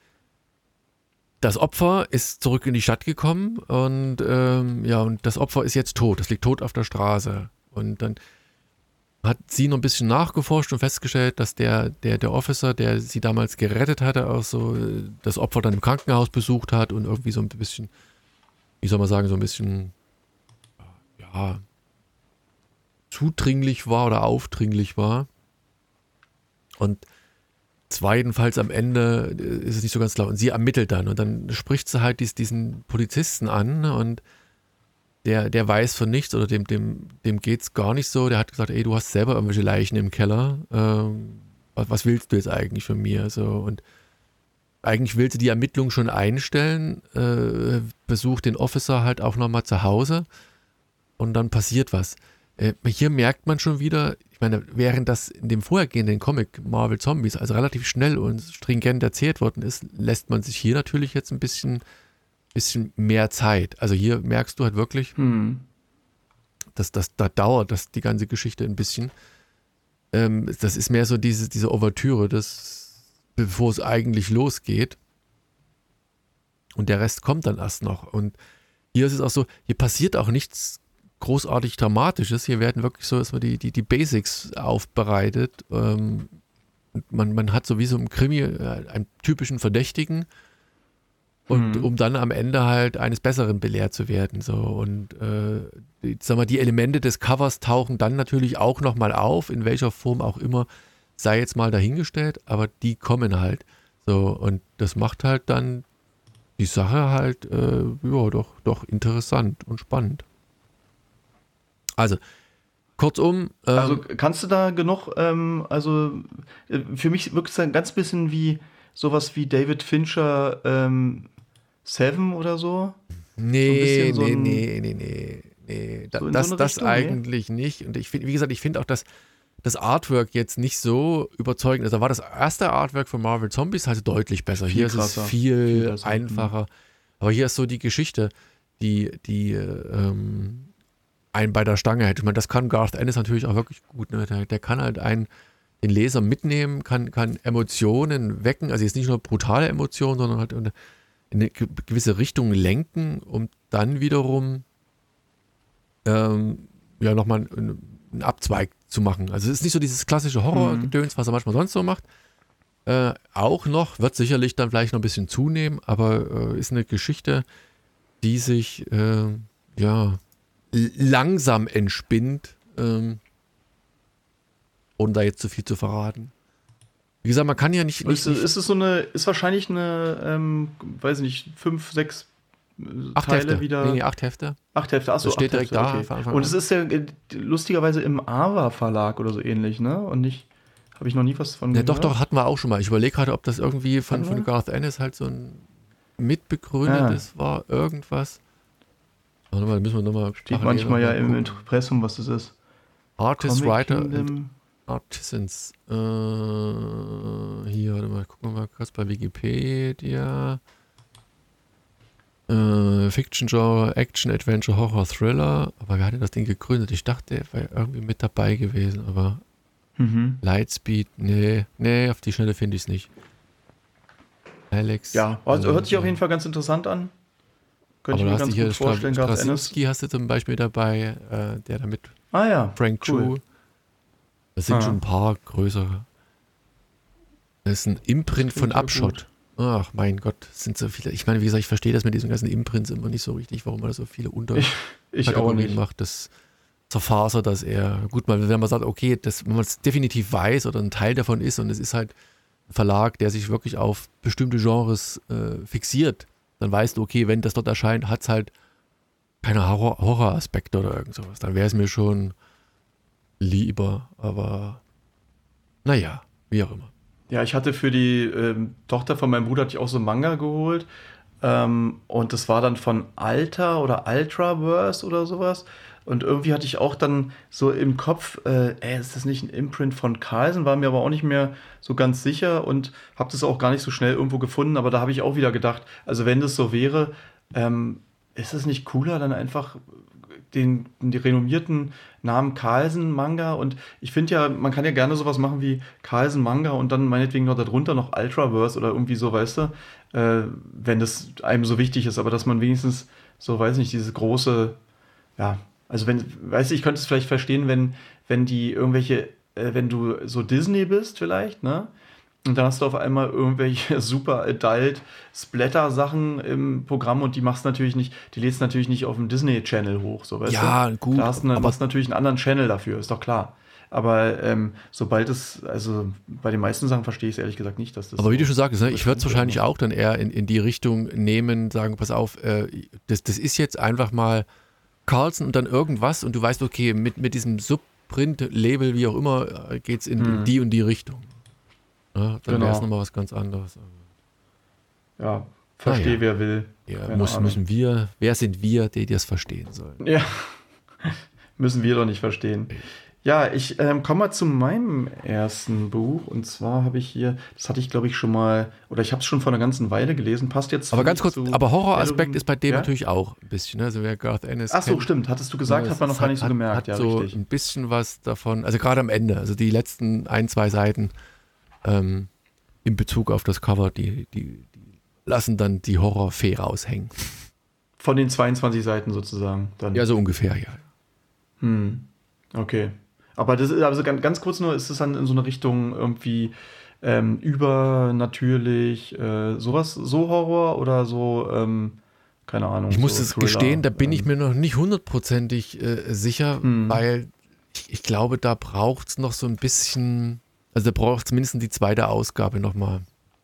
das Opfer ist zurück in die Stadt gekommen und ähm, ja, und das Opfer ist jetzt tot, das liegt tot auf der Straße und dann hat sie noch ein bisschen nachgeforscht und festgestellt, dass der, der, der Officer, der sie damals gerettet hatte, auch so das Opfer dann im Krankenhaus besucht hat und irgendwie so ein bisschen, wie soll man sagen, so ein bisschen, ja, zudringlich war oder aufdringlich war. Und zweitenfalls am Ende ist es nicht so ganz klar. Und sie ermittelt dann. Und dann spricht sie halt dies, diesen Polizisten an und der, der weiß von nichts oder dem, dem, dem geht es gar nicht so. Der hat gesagt, ey, du hast selber irgendwelche Leichen im Keller. Ähm, was, was willst du jetzt eigentlich von mir? So, und eigentlich will sie die Ermittlung schon einstellen, äh, besucht den Officer halt auch nochmal zu Hause und dann passiert was. Äh, hier merkt man schon wieder, ich meine, während das in dem vorhergehenden Comic Marvel Zombies also relativ schnell und stringent erzählt worden ist, lässt man sich hier natürlich jetzt ein bisschen, bisschen mehr Zeit. Also hier merkst du halt wirklich, hm. das, das, da dauert das die ganze Geschichte ein bisschen. Ähm, das ist mehr so diese, diese Ouvertüre, das, bevor es eigentlich losgeht. Und der Rest kommt dann erst noch. Und hier ist es auch so, hier passiert auch nichts großartig Dramatisches. Hier werden wirklich so, dass man die, die, die Basics aufbereitet. Ähm, man, man hat so wie so im Krimi äh, einen typischen Verdächtigen. Und mhm. um dann am Ende halt eines Besseren belehrt zu werden. So. Und äh, die, sag mal, die Elemente des Covers tauchen dann natürlich auch nochmal auf, in welcher Form auch immer, sei jetzt mal dahingestellt, aber die kommen halt. So, und das macht halt dann die Sache halt äh, ja, doch, doch interessant und spannend. Also, kurzum. Ähm, also kannst du da genug, ähm, also für mich wirkt es ein ganz bisschen wie sowas wie David Fincher ähm, Seven oder so? Nee, so nee, ein, nee, nee, nee, nee. Da, so das so das Richtung, eigentlich nee? nicht. Und ich finde, wie gesagt, ich finde auch, dass das Artwork jetzt nicht so überzeugend ist. Da war das erste Artwork von Marvel Zombies halt deutlich besser. Viel hier ist krasser, es viel, viel besser, einfacher. Aber hier ist so die Geschichte, die, die ähm, einen bei der Stange hält. Ich meine, das kann Garth Ennis natürlich auch wirklich gut. Ne? Der, der kann halt einen, den Leser mitnehmen, kann, kann Emotionen wecken. Also jetzt nicht nur brutale Emotionen, sondern halt eine, in eine gewisse Richtung lenken, um dann wiederum ähm, ja nochmal einen, einen Abzweig zu machen. Also es ist nicht so dieses klassische Horror-Gedöns, was er manchmal sonst so macht. Äh, auch noch, wird sicherlich dann vielleicht noch ein bisschen zunehmen, aber äh, ist eine Geschichte, die sich äh, ja l- langsam entspinnt, ähm, ohne da jetzt zu viel zu verraten. Wie gesagt, man kann ja nicht. nicht, ist, nicht ist es so eine, ist wahrscheinlich eine, ähm, weiß ich nicht, fünf, sechs äh, acht Teile Hefte. wieder. Nee, nee, acht Hefte. Acht Hefte, achso, Das steht acht direkt Hefte, da. okay. von Anfang Und an. es ist ja äh, lustigerweise im Ava Verlag oder so ähnlich, ne? Und nicht, habe ich noch nie was von Ja, gehört. doch, doch, hatten wir auch schon mal. Ich überlege gerade, ob das irgendwie von, Hatten wir? von Garth Ennis halt so ein mitbegründetes Ah. war, irgendwas. Warte mal, müssen wir nochmal. Steht manchmal ja im Impressum, was das ist. Artist, Comic Writer Kingdom. and Artisans. Äh, hier, warte mal, gucken wir mal kurz bei Wikipedia. Äh, Fiction Genre, Action, Adventure, Horror, Thriller. Aber wer hat denn das Ding gegründet? Ich dachte, er wäre irgendwie mit dabei gewesen, aber Mhm. Lightspeed, nee, nee, auf die Schnelle finde ich es nicht. Alex. Ja, also äh, hört sich auf jeden Fall ganz interessant an. Könnte aber ich du mir hast ganz hier gut vorstellen, Stra- Garth Ennis. Straczynski hast du zum Beispiel dabei, äh, der damit Ah ja, Frank cool. Chu. Das sind Ah. schon ein paar größere. Das ist ein Imprint Das von klingt ja Upshot. Ach mein Gott, das sind so viele. Ich meine, wie gesagt, ich verstehe das mit diesen ganzen Imprints immer nicht so richtig, warum man da so viele Ich, ich auch Unterkategorien nicht. macht. Das zerfasert das eher. Gut, mal, wenn man sagt, okay, das, wenn man es definitiv weiß oder ein Teil davon ist und es ist halt ein Verlag, der sich wirklich auf bestimmte Genres äh, fixiert, dann weißt du, okay, wenn das dort erscheint, hat es halt keine Horror- Horroraspekte oder irgend sowas. Dann wäre es mir schon lieber, aber naja, wie auch immer. Ja, ich hatte für die ähm, Tochter von meinem Bruder hatte ich auch so einen Manga geholt. Ähm, und das war dann von Alta oder Ultraverse oder sowas. Und irgendwie hatte ich auch dann so im Kopf, äh, ey, ist das nicht ein Imprint von Carlsen? War mir aber auch nicht mehr so ganz sicher und habe das auch gar nicht so schnell irgendwo gefunden. Aber da habe ich auch wieder gedacht, also wenn das so wäre, ähm, ist es nicht cooler, dann einfach den, den renommierten Namen Carlsen Manga, und ich finde ja, man kann ja gerne sowas machen wie Carlsen Manga und dann meinetwegen noch darunter noch Ultraverse oder irgendwie so, weißt du, äh, wenn das einem so wichtig ist, aber dass man wenigstens so, weiß nicht, diese große, ja, also wenn, weißt du, ich könnte es vielleicht verstehen, wenn, wenn die irgendwelche, äh, wenn du so Disney bist vielleicht, ne? Und dann hast du auf einmal irgendwelche super adult Splatter-Sachen im Programm und die machst natürlich nicht, die lädst natürlich nicht auf dem Disney-Channel hoch, so, weißt Ja, du? gut, Da hast du, aber- aber hast natürlich einen anderen Channel dafür, ist doch klar. Aber ähm, sobald es, also bei den meisten Sachen verstehe ich es ehrlich gesagt nicht, dass das. Aber wie so du schon sagst, ne, ich würde es bestimmt wahrscheinlich wird. auch dann eher in, in die Richtung nehmen, sagen, pass auf, äh, das, das ist jetzt einfach mal Carlsen und dann irgendwas und du weißt, okay, mit, mit diesem Subprint-Label, wie auch immer, äh, geht es in, in Hm. die und die Richtung. Ja, dann Genau. wäre es nochmal was ganz anderes. Ja, verstehe, Ah, ja. wer will. Ja, Keine muss, Ahnung. müssen wir, wer sind wir, die das verstehen sollen? Ja, müssen wir doch nicht verstehen. Ja, ich ähm, komme mal zu meinem ersten Buch. Und zwar habe ich hier, das hatte ich glaube ich schon mal, oder ich habe es schon vor einer ganzen Weile gelesen. Passt jetzt Aber finde ganz ich, kurz, zu aber Horroraspekt Halloween. ist bei dem Ja? natürlich auch ein bisschen. Ne? Also wer Garth Ennis Ach so, kennt, stimmt. Hattest du ne, gesagt, hat es, man noch es gar hat, nicht so hat, gemerkt. hat Ja, so richtig. ein bisschen was davon, also gerade am Ende, also die letzten ein, zwei Seiten ähm, in Bezug auf das Cover, die, die, die lassen dann die Horrorfee raushängen. Von den zweiundzwanzig Seiten sozusagen. Dann. Ja, so ungefähr, ja. Hm. Okay. Aber das ist also ganz, ganz kurz nur, ist es dann in so eine Richtung irgendwie ähm, übernatürlich, äh, sowas, so Horror oder so, ähm, keine Ahnung, Ich muss so es Thriller. gestehen, da bin ich ähm, mir noch nicht hundertprozentig äh, sicher, hm. weil ich, ich glaube, da braucht es noch so ein bisschen, also da braucht es zumindest die zweite Ausgabe nochmal.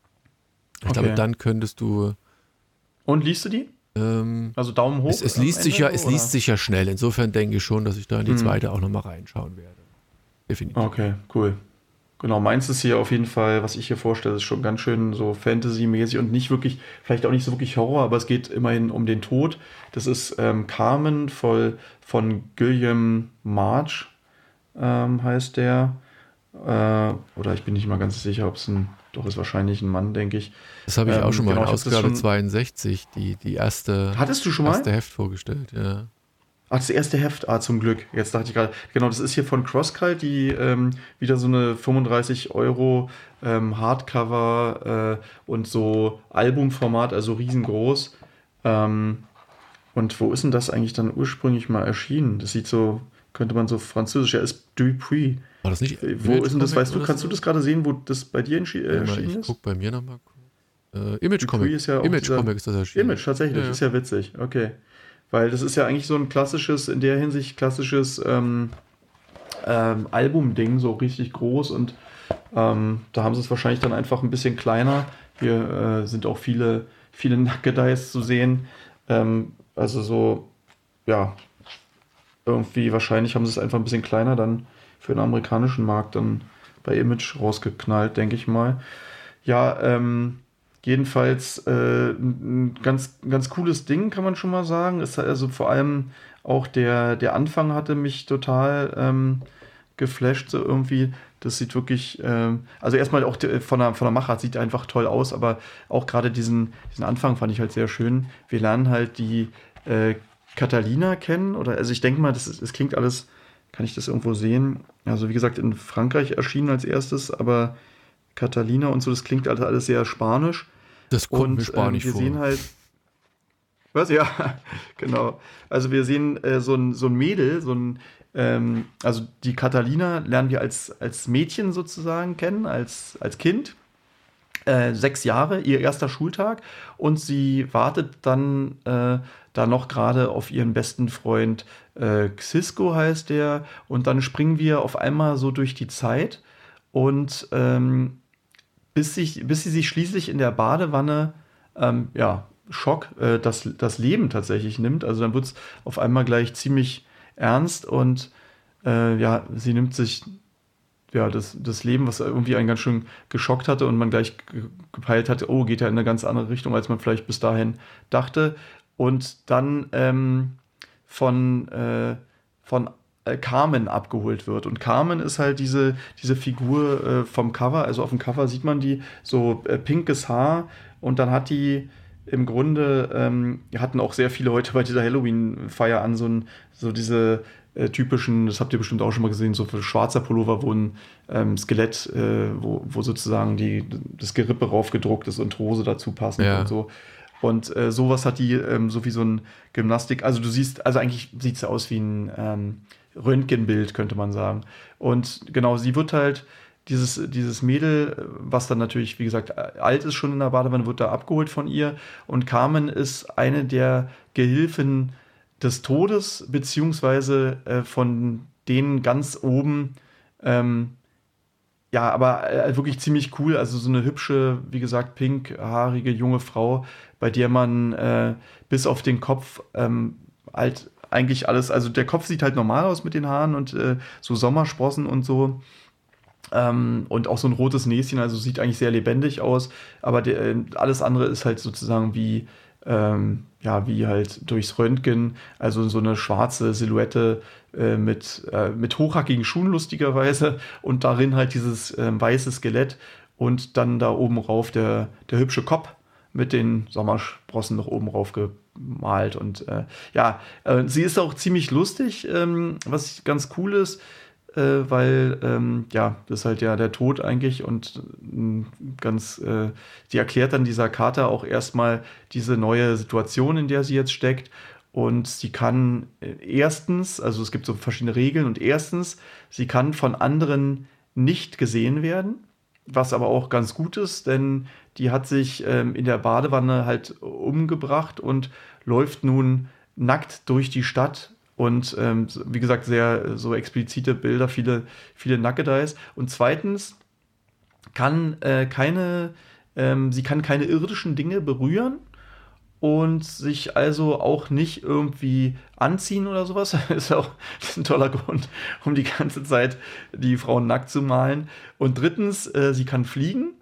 Ich Okay. glaube, dann könntest du Und liest du die? ähm, Also Daumen hoch? es, es, am liest sich Ende ja, so, es oder? liest sich ja schnell. Insofern denke ich schon, dass ich da in die Hm. zweite auch nochmal reinschauen werde. Definitiv. Okay, cool. Genau, meins ist hier auf jeden Fall, was ich hier vorstelle, ist schon ganz schön so Fantasy-mäßig und nicht wirklich, vielleicht auch nicht so wirklich Horror, aber es geht immerhin um den Tod. Das ist ähm, Carmen voll, von Guillaume March, ähm, heißt der. Äh, oder ich bin nicht mal ganz sicher, ob es ein, doch ist wahrscheinlich ein Mann, denke ich. Das habe ich Ähm, auch schon mal genau, in ich hab das Ausgabe schon- zweiundsechzig, die, die erste, Hattest du schon mal? erste Heft vorgestellt. Ja. Ach, das erste Heft, ah, zum Glück. Jetzt dachte ich gerade, genau, das ist hier von Crosscult, die ähm, wieder so eine fünfunddreißig Euro ähm, Hardcover äh, und so Albumformat, also riesengroß. Ähm, und wo ist denn das eigentlich dann ursprünglich mal erschienen? Das sieht so, könnte man so französisch, ja, ist Dupuis. War das nicht? Äh, Wo ist denn das, Image weißt du, Comic kannst du oder das gerade sehen, wo das bei dir entschi- so? äh, Warte mal, erschienen ich ist? guck bei mir nochmal. Äh, Image Dupuis Comic. ist ja auch Image dieser- Comic ist das erschienen. Image, tatsächlich, Ja, ja. ist ja witzig, okay. Weil das ist ja eigentlich so ein klassisches, in der Hinsicht klassisches ähm, ähm, Album-Ding, so richtig groß und ähm, da haben sie es wahrscheinlich dann einfach ein bisschen kleiner. Hier äh, sind auch viele, viele Nackedeis zu sehen. Ähm, also so, ja, irgendwie wahrscheinlich haben sie es einfach ein bisschen kleiner dann für den amerikanischen Markt dann bei Image rausgeknallt, denke ich mal. Ja, ähm, jedenfalls äh, ein, ein ganz, ein ganz cooles Ding, kann man schon mal sagen. Ist also vor allem auch der, der Anfang hatte mich total ähm, geflasht, so irgendwie. Das sieht wirklich, ähm, also erstmal auch de, von, der, von der Machart sieht einfach toll aus, aber auch gerade diesen, diesen Anfang fand ich halt sehr schön. Wir lernen halt die äh, Catalina kennen, oder also ich denke mal, das, ist, das klingt alles, kann ich das irgendwo sehen? Also wie gesagt, in Frankreich erschienen als erstes, aber Catalina und so, das klingt alles, alles sehr spanisch. Das kommt Und mir spanisch ähm, wir vor. sehen halt. Was? Ja, genau. Also wir sehen äh, so, ein, so ein Mädel, so ein, ähm, also die Catalina lernen wir als, als Mädchen sozusagen kennen, als, als Kind. Äh, sechs Jahre, ihr erster Schultag. Und sie wartet dann äh, da noch gerade auf ihren besten Freund äh, Xisco heißt der. Und dann springen wir auf einmal so durch die Zeit. Und ähm, bis, sich, bis sie sich schließlich in der Badewanne, ähm, ja, Schock, äh, das, das Leben tatsächlich nimmt. Also dann wird es auf einmal gleich ziemlich ernst und äh, ja, sie nimmt sich ja, das, das Leben, was irgendwie einen ganz schön geschockt hatte und man gleich ge- gepeilt hatte, oh, geht ja in eine ganz andere Richtung, als man vielleicht bis dahin dachte. Und dann ähm, von, äh, von äh, Carmen abgeholt wird. Und Carmen ist halt diese, diese Figur äh, vom Cover, also auf dem Cover sieht man die, so äh, pinkes Haar und dann hat die im Grunde, ähm, hatten auch sehr viele heute bei dieser Halloween-Feier an, so, ein, so diese äh, typischen, das habt ihr bestimmt auch schon mal gesehen, so für schwarzer Pullover, wo ein ähm, Skelett, äh, wo, wo sozusagen die, das Gerippe raufgedruckt ist und Hose dazu passen Ja. und so. Und äh, sowas hat die, ähm, so wie so ein Gymnastik, also du siehst, also eigentlich sieht es aus wie ein ähm, Röntgenbild, könnte man sagen. Und genau, sie wird halt, dieses, dieses Mädel, was dann natürlich, wie gesagt, alt ist schon in der Badewanne, wird da abgeholt von ihr. Und Carmen ist eine der Gehilfen des Todes, beziehungsweise äh, von denen ganz oben, ähm, ja, aber äh, wirklich ziemlich cool. Also so eine hübsche, wie gesagt, pinkhaarige junge Frau, bei der man äh, bis auf den Kopf ähm, halt eigentlich alles, also der Kopf sieht halt normal aus mit den Haaren und äh, so Sommersprossen und so. Ähm, und auch so ein rotes Näschen, also sieht eigentlich sehr lebendig aus, aber der, äh, alles andere ist halt sozusagen wie ähm, ja, wie halt durchs Röntgen, also so eine schwarze Silhouette äh, mit, äh, mit hochhackigen Schuhen lustigerweise und darin halt dieses äh, weiße Skelett und dann da oben rauf der, der hübsche Kopf mit den Sommersprossen noch oben rauf gemalt. Und äh, ja, äh, sie ist auch ziemlich lustig, ähm, was ganz cool ist, äh, weil ähm, ja, das ist halt ja der Tod eigentlich und äh, ganz, äh, die erklärt dann dieser Kater auch erstmal diese neue Situation, in der sie jetzt steckt. Und sie kann äh, erstens, also es gibt so verschiedene Regeln, und erstens, sie kann von anderen nicht gesehen werden, was aber auch ganz gut ist, denn die hat sich ähm, in der Badewanne halt umgebracht und läuft nun nackt durch die Stadt. Und ähm, wie gesagt, sehr so explizite Bilder, viele, viele Nackedeis. Und zweitens kann äh, keine, ähm, sie kann keine irdischen Dinge berühren und sich also auch nicht irgendwie anziehen oder sowas. Das ist auch ein toller Grund, um die ganze Zeit die Frauen nackt zu malen. Und drittens, äh, sie kann fliegen,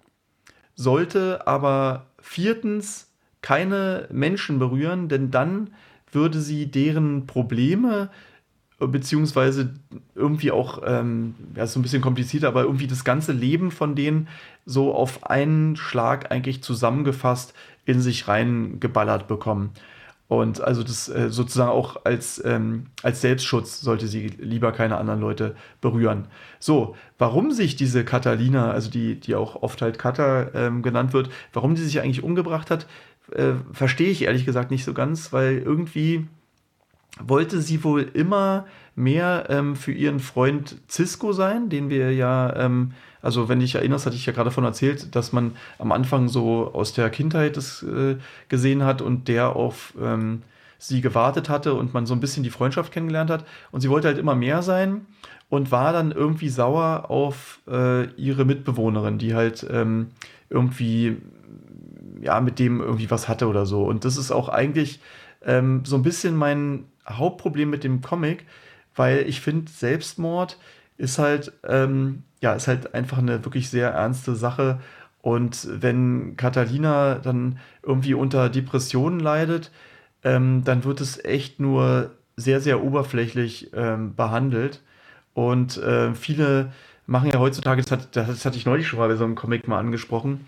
sollte aber viertens keine Menschen berühren, denn dann würde sie deren Probleme äh, beziehungsweise irgendwie auch, ähm, ja, ist so ein bisschen komplizierter, aber irgendwie das ganze Leben von denen so auf einen Schlag eigentlich zusammengefasst in sich reingeballert bekommen. Und also das äh, sozusagen auch als, ähm, als Selbstschutz sollte sie lieber keine anderen Leute berühren. So, warum sich diese Catalina, also die, die auch oft halt Kata ähm, genannt wird, warum die sich eigentlich umgebracht hat, äh, verstehe ich ehrlich gesagt nicht so ganz, weil irgendwie wollte sie wohl immer mehr ähm, für ihren Freund Cisco sein, den wir ja, ähm, also wenn dich erinnerst, hatte ich ja gerade davon erzählt, dass man am Anfang so aus der Kindheit das äh, gesehen hat und der auf ähm, sie gewartet hatte und man so ein bisschen die Freundschaft kennengelernt hat. Und sie wollte halt immer mehr sein und war dann irgendwie sauer auf äh, ihre Mitbewohnerin, die halt ähm, irgendwie, ja, mit dem irgendwie was hatte oder so. Und das ist auch eigentlich ähm, so ein bisschen mein Hauptproblem mit dem Comic, weil ich finde, Selbstmord ist halt, ähm, ja, ist halt einfach eine wirklich sehr ernste Sache. Und wenn Catalina dann irgendwie unter Depressionen leidet, ähm, dann wird es echt nur sehr, sehr oberflächlich ähm, behandelt. Und äh, viele machen ja heutzutage, das, hat, das hatte ich neulich schon mal bei so einem Comic mal angesprochen,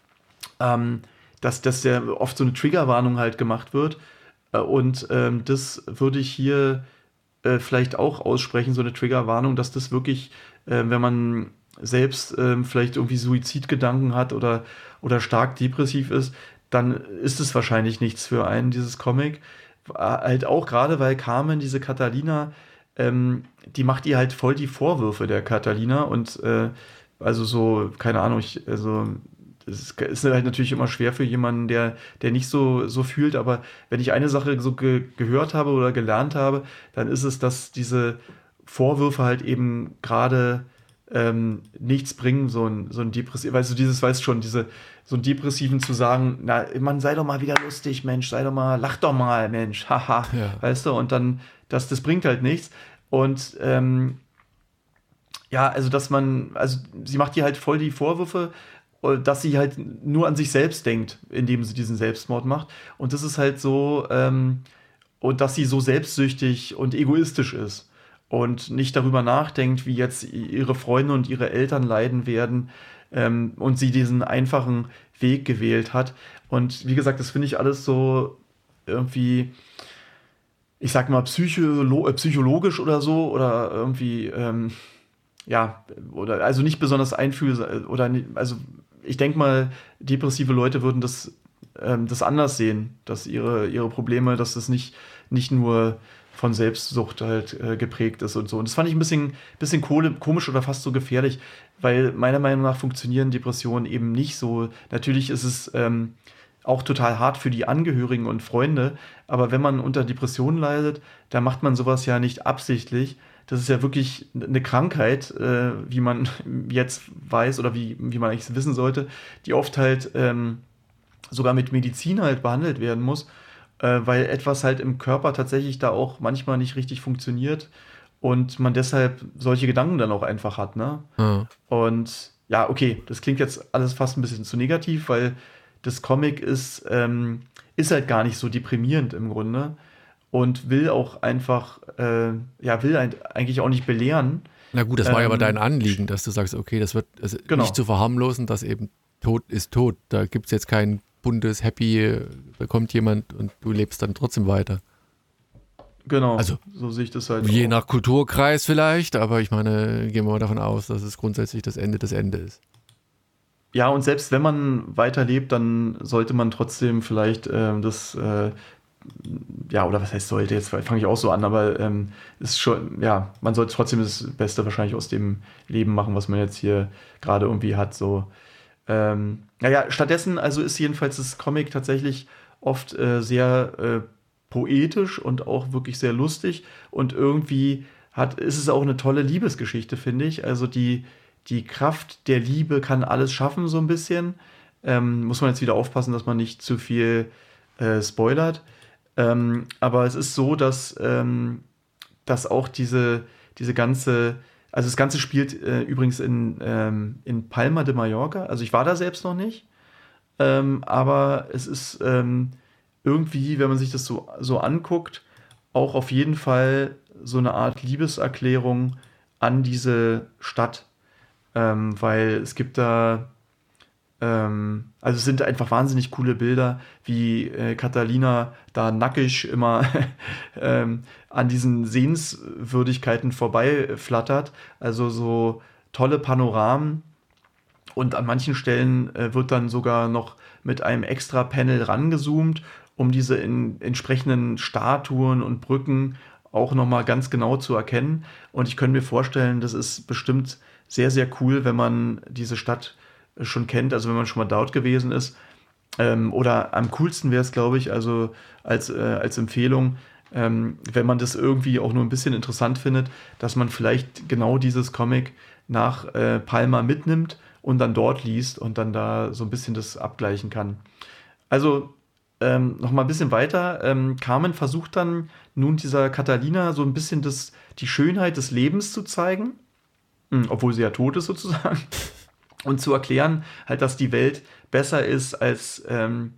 ähm, dass, dass ja oft so eine Triggerwarnung halt gemacht wird. Äh, Und ähm, das würde ich hier äh, vielleicht auch aussprechen, so eine Triggerwarnung, dass das wirklich, äh, wenn man selbst ähm, vielleicht irgendwie Suizidgedanken hat oder, oder stark depressiv ist, dann ist es wahrscheinlich nichts für einen, dieses Comic. Äh, Halt auch gerade, weil Carmen, diese Catalina, ähm, die macht ihr halt voll die Vorwürfe der Catalina und äh, also so, keine Ahnung, ich, also es ist halt natürlich immer schwer für jemanden, der, der nicht so, so fühlt, aber wenn ich eine Sache so ge gehört habe oder gelernt habe, dann ist es, dass diese Vorwürfe halt eben gerade ähm, nichts bringen, so ein, so ein depressiv, weißt du, dieses, weißt schon, diese, so einen Depressiven zu sagen, na, Mann, sei doch mal wieder lustig, Mensch, sei doch mal, lach doch mal, Mensch, haha, Ja. weißt du, und dann, das, das bringt halt nichts. Und ähm, ja, also dass man, also sie macht ihr halt voll die Vorwürfe, äh, dass sie halt nur an sich selbst denkt, indem sie diesen Selbstmord macht. Und das ist halt so, ähm, und dass sie so selbstsüchtig und egoistisch ist und nicht darüber nachdenkt, wie jetzt ihre Freunde und ihre Eltern leiden werden, ähm, und sie diesen einfachen Weg gewählt hat. Und wie gesagt, das finde ich alles so irgendwie, ich sag mal, psycholo äh, psychologisch oder so oder irgendwie, ähm, ja, oder also nicht besonders einfühlsam oder ni- also ich denke mal, depressive Leute würden das, ähm, das anders sehen, dass ihre, ihre Probleme, dass das nicht, nicht nur von Selbstsucht halt äh, geprägt ist und so. Und das fand ich ein bisschen, bisschen kohle- komisch oder fast so gefährlich, weil meiner Meinung nach funktionieren Depressionen eben nicht so. Natürlich ist es ähm, auch total hart für die Angehörigen und Freunde, aber wenn man unter Depressionen leidet, dann macht man sowas ja nicht absichtlich. Das ist ja wirklich eine Krankheit, äh, wie man jetzt weiß oder wie, wie man eigentlich wissen sollte, die oft halt ähm, sogar mit Medizin halt behandelt werden muss, äh, weil etwas halt im Körper tatsächlich da auch manchmal nicht richtig funktioniert und man deshalb solche Gedanken dann auch einfach hat, ne? Ja. Und ja, okay, das klingt jetzt alles fast ein bisschen zu negativ, weil das Comic ist, ähm, ist halt gar nicht so deprimierend im Grunde und will auch einfach, äh, ja, will eigentlich auch nicht belehren. Na gut, das war ja aber dein Ähm, Anliegen, dass du sagst, okay, das wird also genau, nicht zu verharmlosen, dass eben Tod ist tot. Da gibt es jetzt kein buntes Happy, da kommt jemand und du lebst dann trotzdem weiter. genau, Also so sehe ich das halt je auch. nach Kulturkreis vielleicht, aber ich meine, gehen wir mal davon aus, dass es grundsätzlich das Ende das Ende ist. Ja, und selbst wenn man weiterlebt, dann sollte man trotzdem vielleicht ähm, das, äh, ja, oder was heißt sollte, jetzt fange ich auch so an, aber ähm, ist schon, ja, man sollte trotzdem das Beste wahrscheinlich aus dem Leben machen, was man jetzt hier gerade irgendwie hat, so. Ähm, naja, stattdessen, also ist jedenfalls das Comic tatsächlich oft äh, sehr äh, poetisch und auch wirklich sehr lustig und irgendwie hat, ist es auch eine tolle Liebesgeschichte, finde ich. Also die, die Kraft der Liebe kann alles schaffen, so ein bisschen. Ähm, muss man jetzt wieder aufpassen, dass man nicht zu viel äh, spoilert. Ähm, aber es ist so, dass, ähm, dass auch diese, diese ganze, also das Ganze spielt äh, übrigens in, ähm, in Palma de Mallorca. Also ich war da selbst noch nicht, ähm, aber es ist ähm, irgendwie, wenn man sich das so, so anguckt, auch auf jeden Fall so eine Art Liebeserklärung an diese Stadt, ähm, weil es gibt da ähm, also es sind einfach wahnsinnig coole Bilder, wie äh, Catalina da nackig immer ähm, an diesen Sehenswürdigkeiten vorbeiflattert. Also so tolle Panoramen und an manchen Stellen äh, wird dann sogar noch mit einem extra Panel rangezoomt, um diese in, entsprechenden Statuen und Brücken auch nochmal ganz genau zu erkennen. Und ich könnte mir vorstellen, das ist bestimmt sehr, sehr cool, wenn man diese Stadt schon kennt, also wenn man schon mal dort gewesen ist. Ähm, oder am coolsten wäre es, glaube ich, also als, äh, als Empfehlung, ähm, wenn man das irgendwie auch nur ein bisschen interessant findet, dass man vielleicht genau dieses Comic nach äh, Palma mitnimmt und dann dort liest und dann da so ein bisschen das abgleichen kann. Also ähm, noch mal ein bisschen weiter. Ähm, Carmen versucht dann nun dieser Catalina so ein bisschen das, die Schönheit des Lebens zu zeigen, hm, obwohl sie ja tot ist sozusagen. Und zu erklären, halt, dass die Welt besser ist, als ähm,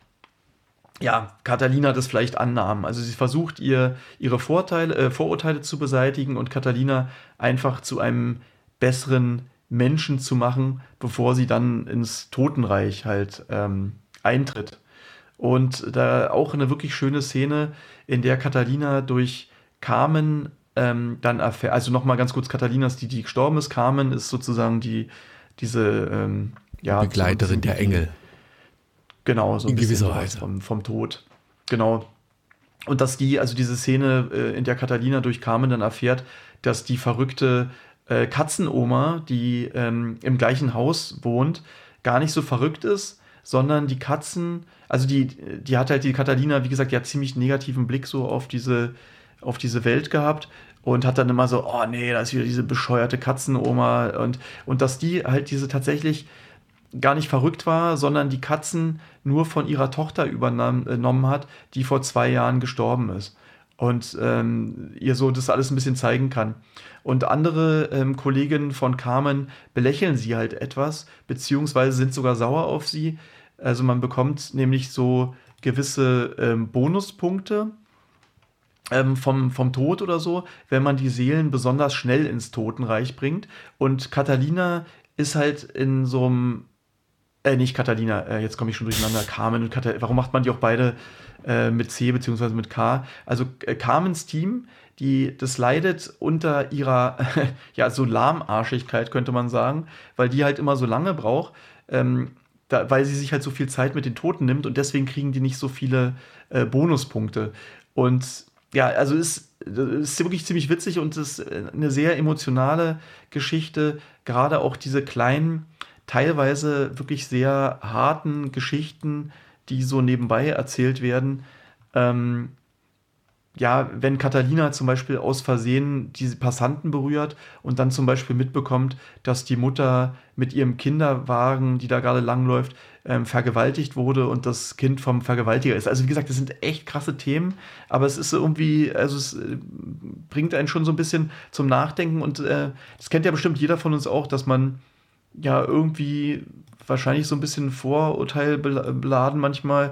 ja, Catalina das vielleicht annahm. Also sie versucht, ihr, ihre Vorteile, äh, Vorurteile zu beseitigen und Catalina einfach zu einem besseren Menschen zu machen, bevor sie dann ins Totenreich halt ähm, eintritt. Und da auch eine wirklich schöne Szene, in der Catalina durch Carmen ähm, dann erfährt, also nochmal ganz kurz, Catalina ist die, die gestorben ist. Carmen ist sozusagen die, diese, ähm, Die ja, so ein Begleiterin bisschen der die, Engel. genau, so ein In bisschen gewisser sowas Weise. vom, vom Tod. Genau. Und dass die, also diese Szene, äh, in der Catalina durch Carmen dann erfährt, dass die verrückte äh, Katzenoma, die ähm, im gleichen Haus wohnt, gar nicht so verrückt ist, sondern die Katzen, also die, die hat halt die Catalina, wie gesagt, die hat ziemlich negativen Blick so auf diese, auf diese Welt gehabt und hat dann immer so, oh nee, da ist wieder diese bescheuerte Katzenoma und, und dass die halt diese tatsächlich gar nicht verrückt war, sondern die Katzen nur von ihrer Tochter übernommen hat, die vor zwei Jahren gestorben ist. Und ähm, ihr so das alles ein bisschen zeigen kann. Und andere ähm, Kolleginnen von Carmen belächeln sie halt etwas, beziehungsweise sind sogar sauer auf sie. Also man bekommt nämlich so gewisse ähm, Bonuspunkte ähm, vom, vom Tod oder so, wenn man die Seelen besonders schnell ins Totenreich bringt. Und Catalina ist halt in so einem äh, nicht Catalina, äh, jetzt komme ich schon durcheinander. Carmen und Catalina. Warum macht man die auch beide äh, mit C beziehungsweise mit K? Also äh, Carmens Team, die, das leidet unter ihrer ja, so Lahmarschigkeit, könnte man sagen, weil die halt immer so lange braucht, ähm, da, weil sie sich halt so viel Zeit mit den Toten nimmt und deswegen kriegen die nicht so viele äh, Bonuspunkte. Und ja, also ist, ist wirklich ziemlich witzig und ist eine sehr emotionale Geschichte, gerade auch diese kleinen teilweise wirklich sehr harten Geschichten, die so nebenbei erzählt werden. Ähm, ja, wenn Catalina zum Beispiel aus Versehen diese Passanten berührt und dann zum Beispiel mitbekommt, dass die Mutter mit ihrem Kinderwagen, die da gerade langläuft, ähm, vergewaltigt wurde und das Kind vom Vergewaltiger ist. Also wie gesagt, das sind echt krasse Themen, aber es ist so irgendwie, also es äh, bringt einen schon so ein bisschen zum Nachdenken und äh, das kennt ja bestimmt jeder von uns auch, dass man ja irgendwie wahrscheinlich so ein bisschen vorurteilbeladen manchmal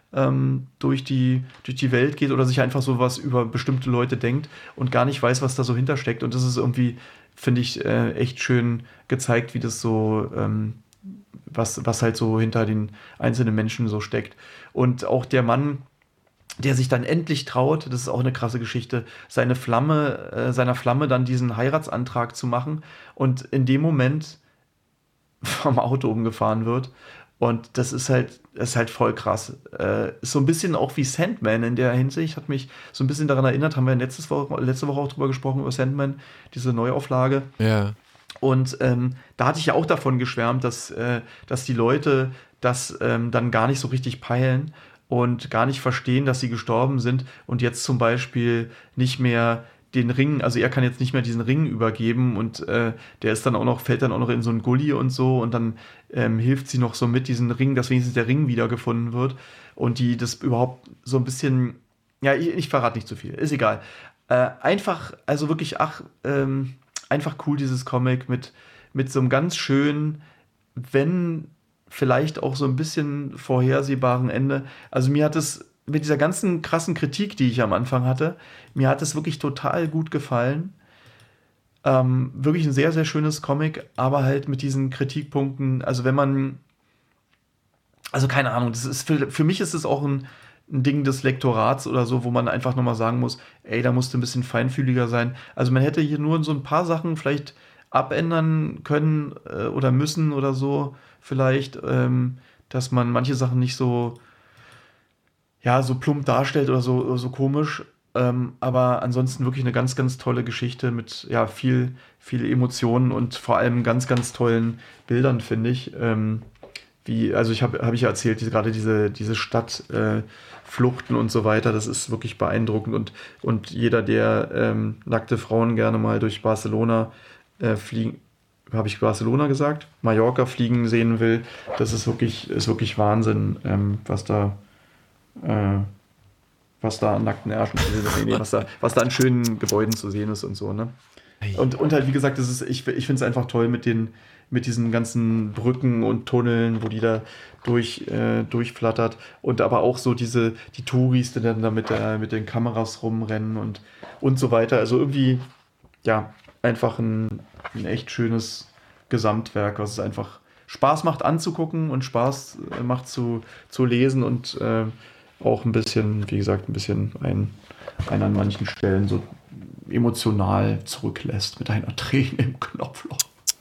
ähm, durch die, durch die Welt geht oder sich einfach so was über bestimmte Leute denkt und gar nicht weiß, was da so hintersteckt. Und das ist irgendwie, finde ich, äh, echt schön gezeigt, wie das so, ähm, was, was halt so hinter den einzelnen Menschen so steckt. Und auch der Mann, der sich dann endlich traut, das ist auch eine krasse Geschichte, seine Flamme, äh, seiner Flamme dann diesen Heiratsantrag zu machen und in dem Moment vom Auto umgefahren wird. Und das ist halt, das ist halt voll krass. Äh, ist so ein bisschen auch wie Sandman in der Hinsicht, hat mich so ein bisschen daran erinnert, haben wir letztes Woche, letzte Woche auch drüber gesprochen, über Sandman, diese Neuauflage. Ja. Und ähm, da hatte ich ja auch davon geschwärmt, dass, äh, dass die Leute das ähm, dann gar nicht so richtig peilen und gar nicht verstehen, dass sie gestorben sind und jetzt zum Beispiel nicht mehr den Ring, also er kann jetzt nicht mehr diesen Ring übergeben und äh, der ist dann auch noch, fällt dann auch noch in so einen Gully und so und dann ähm, hilft sie noch so mit diesen Ring, dass wenigstens der Ring wiedergefunden wird und die das überhaupt so ein bisschen, ja, ich, ich verrate nicht zu viel, ist egal. Äh, einfach, also wirklich, ach, ähm, einfach cool, dieses Comic mit, mit so einem ganz schönen, wenn vielleicht auch so ein bisschen vorhersehbaren Ende. Also mir hat es mit dieser ganzen krassen Kritik, die ich am Anfang hatte, mir hat es wirklich total gut gefallen. Ähm, wirklich ein sehr, sehr schönes Comic, aber halt mit diesen Kritikpunkten, also wenn man, also keine Ahnung, das ist für, für mich ist es auch ein, ein Ding des Lektorats oder so, wo man einfach nochmal sagen muss, ey, da musst du ein bisschen feinfühliger sein. Also man hätte hier nur so ein paar Sachen vielleicht abändern können äh, oder müssen oder so, vielleicht, ähm, dass man manche Sachen nicht so, ja, so plump darstellt oder so, oder so komisch. Ähm, aber ansonsten wirklich eine ganz, ganz tolle Geschichte mit ja, viel, viel Emotionen und vor allem ganz, ganz tollen Bildern, finde ich. Ähm, wie, also ich habe hab ich ja erzählt, diese, gerade diese, diese Stadtfluchten äh, und so weiter, das ist wirklich beeindruckend. Und, und jeder, der ähm, nackte Frauen gerne mal durch Barcelona äh, fliegen, habe ich Barcelona gesagt, Mallorca fliegen sehen will, das ist wirklich, ist wirklich Wahnsinn, ähm, was da äh, was da an nackten Ärschen zu sehen ist, nee, was da, was da an schönen Gebäuden zu sehen ist und so, ne? Und, und halt, wie gesagt, das ist, ich, ich finde es einfach toll mit den, mit diesen ganzen Brücken und Tunneln, wo die da durch, äh, durchflattert. Und aber auch so diese, die Touris, die dann da mit, der, mit den Kameras rumrennen und, und so weiter. Also irgendwie, ja, einfach ein, ein echt schönes Gesamtwerk, was es einfach Spaß macht anzugucken und Spaß macht zu, zu lesen und äh, auch ein bisschen, wie gesagt, ein bisschen ein, ein an manchen Stellen so emotional zurücklässt mit einer Träne im Knopfloch.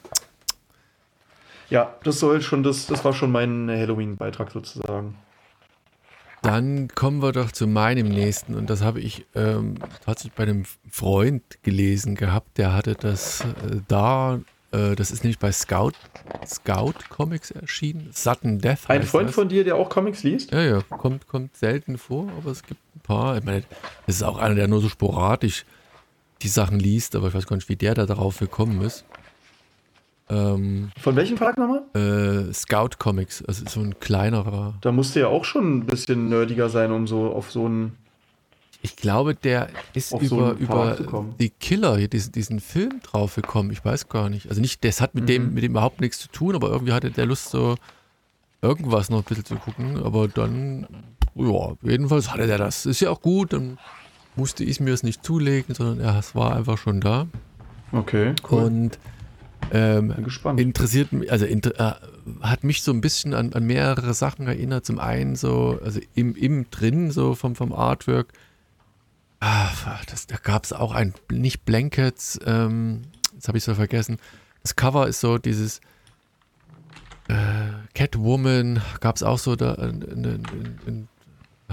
Ja, das soll schon, das, das war schon mein Halloween-Beitrag sozusagen. Dann kommen wir doch zu meinem nächsten und das habe ich ähm, tatsächlich bei einem Freund gelesen gehabt, der hatte das äh, da, äh, das ist nämlich bei Scout, Scout Comics erschienen, Sudden Death. Ein Freund das. von dir, der auch Comics liest? Ja, ja, kommt, kommt selten vor, aber es gibt ein paar. Ich meine, das ist auch einer, der nur so sporadisch die Sachen liest, aber ich weiß gar nicht, wie der da darauf gekommen ist. Ähm, Von welchem Verlag nochmal? Äh, Scout Comics, also so ein kleinerer. Da musste ja auch schon ein bisschen nerdiger sein, um so auf so einen. Ich glaube, der ist Auf über, so einen Verlag zu über kommen. die Killer, hier, diesen, diesen Film drauf gekommen. Ich weiß gar nicht. Also nicht, das hat mit Mhm. dem, mit dem überhaupt nichts zu tun, aber irgendwie hatte der Lust, so irgendwas noch ein bisschen zu gucken. Aber dann, ja, jedenfalls hatte der das. Ist ja auch gut, dann musste ich mir es nicht zulegen, sondern ja, es war einfach schon da. Okay, cool. Und ähm, Bin gespannt. interessiert mich, also inter, äh, hat mich so ein bisschen an, an mehrere Sachen erinnert. Zum einen so, also im, im drin, so vom, vom Artwork. Ah, das, da gab es auch ein, nicht Blankets, ähm, jetzt habe ich es so vergessen. Das Cover ist so dieses äh, Catwoman, gab es auch so da, in, in, in, in, äh,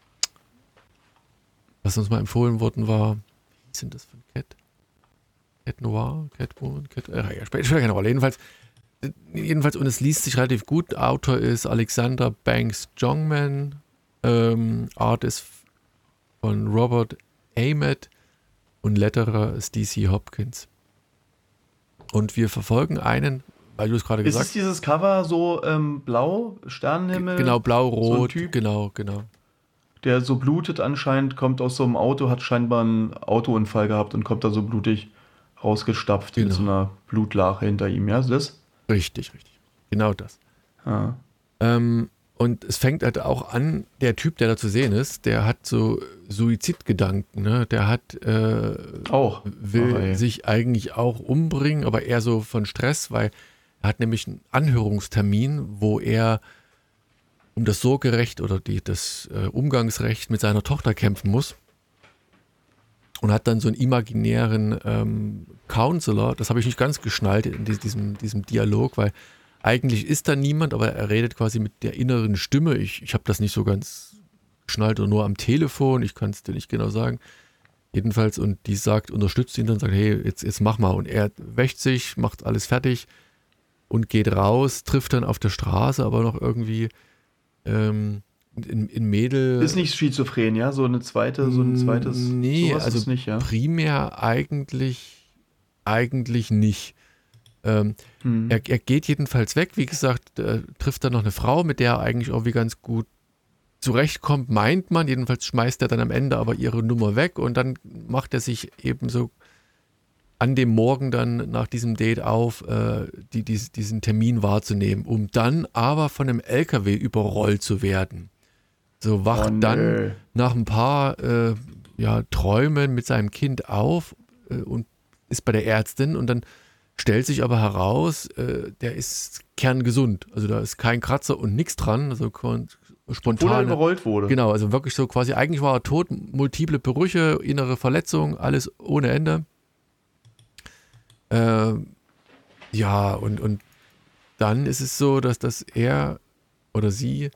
was uns mal empfohlen worden war. Wie hieß denn das von Cat? Cat Noir, Catwoman, Cat, äh, ja, spielt keine Rolle. Jedenfalls, jedenfalls, und es liest sich relativ gut. Autor ist Alexander Banks Jongman. Ähm, Art ist von Robert Ahmed und Letterer ist D C Hopkins. Und wir verfolgen einen, weil du es gerade gesagt hast. Ist es dieses Cover so ähm, blau, Sternenhimmel? Genau, blau-rot, so ein Typ, genau, genau. der so blutet anscheinend, kommt aus so einem Auto, hat scheinbar einen Autounfall gehabt und kommt da so blutig rausgestapft Genau. mit so einer Blutlache hinter ihm. Ja, ist das? Richtig, richtig. Genau das. Ah. Ähm, Und es fängt halt auch an, der Typ, der da zu sehen ist, der hat so Suizidgedanken, ne? Der hat, äh, Auch. will Oh, sich eigentlich auch umbringen, aber eher so von Stress, weil er hat nämlich einen Anhörungstermin, wo er um das Sorgerecht oder die, das äh, Umgangsrecht mit seiner Tochter kämpfen muss. Und hat dann so einen imaginären ähm, Counselor, das habe ich nicht ganz geschnallt in diesem, diesem Dialog, weil eigentlich ist da niemand, aber er redet quasi mit der inneren Stimme. Ich, ich habe das nicht so ganz geschnallt oder nur am Telefon, ich kann es dir nicht genau sagen. Jedenfalls, und die sagt, unterstützt ihn dann, sagt, hey, jetzt, jetzt mach mal. Und er wäscht sich, macht alles fertig und geht raus, trifft dann auf der Straße aber noch irgendwie ähm, in, in Mädel. Ist nicht schizophren, ja? So eine zweite, so ein zweites. Nee, sowas also ist nicht, ja? primär eigentlich, eigentlich nicht. Ähm, Hm. er, er geht jedenfalls weg, wie gesagt, äh, trifft dann noch eine Frau, mit der er eigentlich irgendwie ganz gut zurechtkommt, meint man. Jedenfalls schmeißt er dann am Ende aber ihre Nummer weg und dann macht er sich eben so an dem Morgen dann nach diesem Date auf, äh, die, die, diesen Termin wahrzunehmen, um dann aber von einem L K W überrollt zu werden. So wacht Oh, dann nö. nach ein paar äh, ja, Träumen mit seinem Kind auf äh, und ist bei der Ärztin und dann stellt sich aber heraus, äh, der ist kerngesund. Also da ist kein Kratzer und nichts dran. Also kon- spontan. Obwohl er überrollt wurde. Genau, also wirklich so quasi, eigentlich war er tot, multiple Brüche, innere Verletzungen, alles ohne Ende. Äh, ja, und, und dann ist es so, dass, dass er oder sie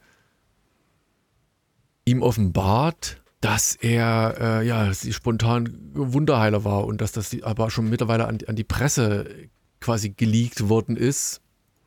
ihm offenbart, dass er äh, ja sie spontan Wunderheiler war und dass das aber schon mittlerweile an, an die Presse quasi geleakt worden ist.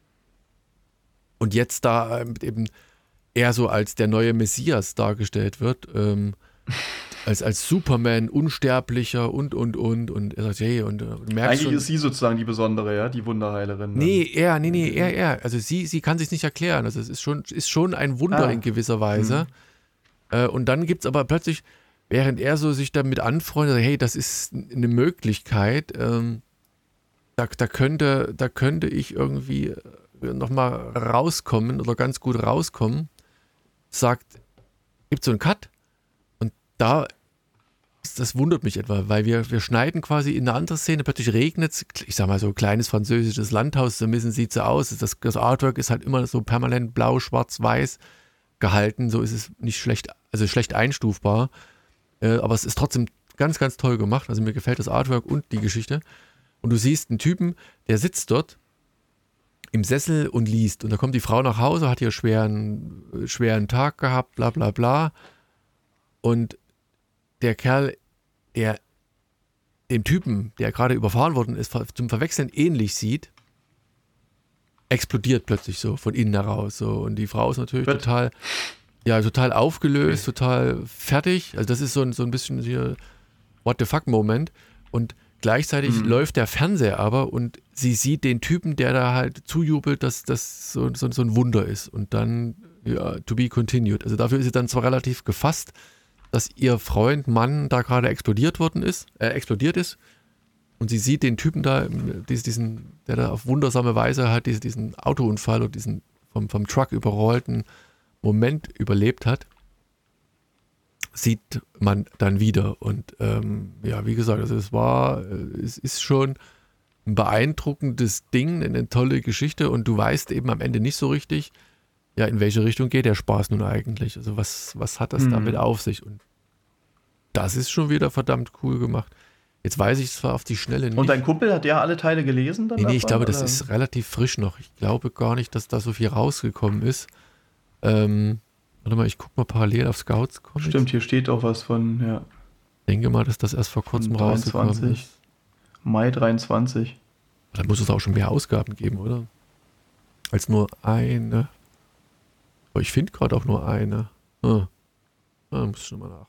Und jetzt da ähm, eben er so als der neue Messias dargestellt wird, ähm, als, als Superman, Unsterblicher und, und, und. Und er sagt, hey, und, und merkst Eigentlich schon, ist sie sozusagen die Besondere, ja? Die Wunderheilerin. Dann. nee, er, nee, nee, er, er. Also sie, sie kann sich nicht erklären. Also es ist schon, ist schon ein Wunder Ah. in gewisser Weise. Äh, und dann gibt es aber plötzlich, während er so sich damit anfreundet, hey, das ist eine Möglichkeit, ähm, da, da, könnte, da könnte ich irgendwie nochmal rauskommen oder ganz gut rauskommen, sagt, gibt so einen Cut und da, das wundert mich etwa, weil wir, wir schneiden quasi in eine andere Szene, plötzlich regnet es, ich sag mal so kleines französisches Landhaus, so ein bisschen sieht so aus, das, das Artwork ist halt immer so permanent blau, schwarz, weiß gehalten, so ist es nicht schlecht, also schlecht einstufbar, äh, aber es ist trotzdem ganz, ganz toll gemacht, also mir gefällt das Artwork und die Geschichte und du siehst einen Typen, der sitzt dort im Sessel und liest und da kommt die Frau nach Hause, hat hier schweren, schweren Tag gehabt, bla bla bla und der Kerl, der dem Typen, der gerade überfahren worden ist, zum Verwechseln ähnlich sieht, explodiert plötzlich so von innen heraus. So. Und die Frau ist natürlich Wird. total, ja, total aufgelöst, total fertig. Also das ist so ein, so ein bisschen hier What the fuck-Moment. Und gleichzeitig Mhm. läuft der Fernseher aber und sie sieht den Typen, der da halt zujubelt, dass das so, so, so ein Wunder ist. Und dann, ja, to be continued. Also dafür ist sie dann zwar relativ gefasst, dass ihr Freund, Mann, da gerade explodiert worden ist, äh, explodiert ist. Und sie sieht den Typen da, diesen, der da auf wundersame Weise halt diesen, diesen Autounfall oder diesen vom, vom Truck überrollten Moment überlebt hat, sieht man dann wieder. Und ähm, ja, wie gesagt, also es war, es ist schon ein beeindruckendes Ding, eine tolle Geschichte und du weißt eben am Ende nicht so richtig, ja, in welche Richtung geht der Spaß nun eigentlich? Also was, was hat das Mhm. damit auf sich? Und das ist schon wieder verdammt cool gemacht. Jetzt weiß ich zwar auf die Schnelle nicht. Und dein Kumpel hat ja alle Teile gelesen dann? Nee, nee, ich davon, glaube, das oder? ist relativ frisch noch. Ich glaube gar nicht, dass da so viel rausgekommen ist. Ähm, warte mal, ich gucke mal parallel auf Scouts Comics. Stimmt, hier steht auch was von, ja, Ich denke mal, dass das erst vor kurzem Von rausgekommen dreiundzwanzig. ist. Mai dreiundzwanzig. Da muss es auch schon mehr Ausgaben geben, oder? Als nur eine. Aber ich finde gerade auch nur eine. Ah. Da muss ich schon mal nachhaken.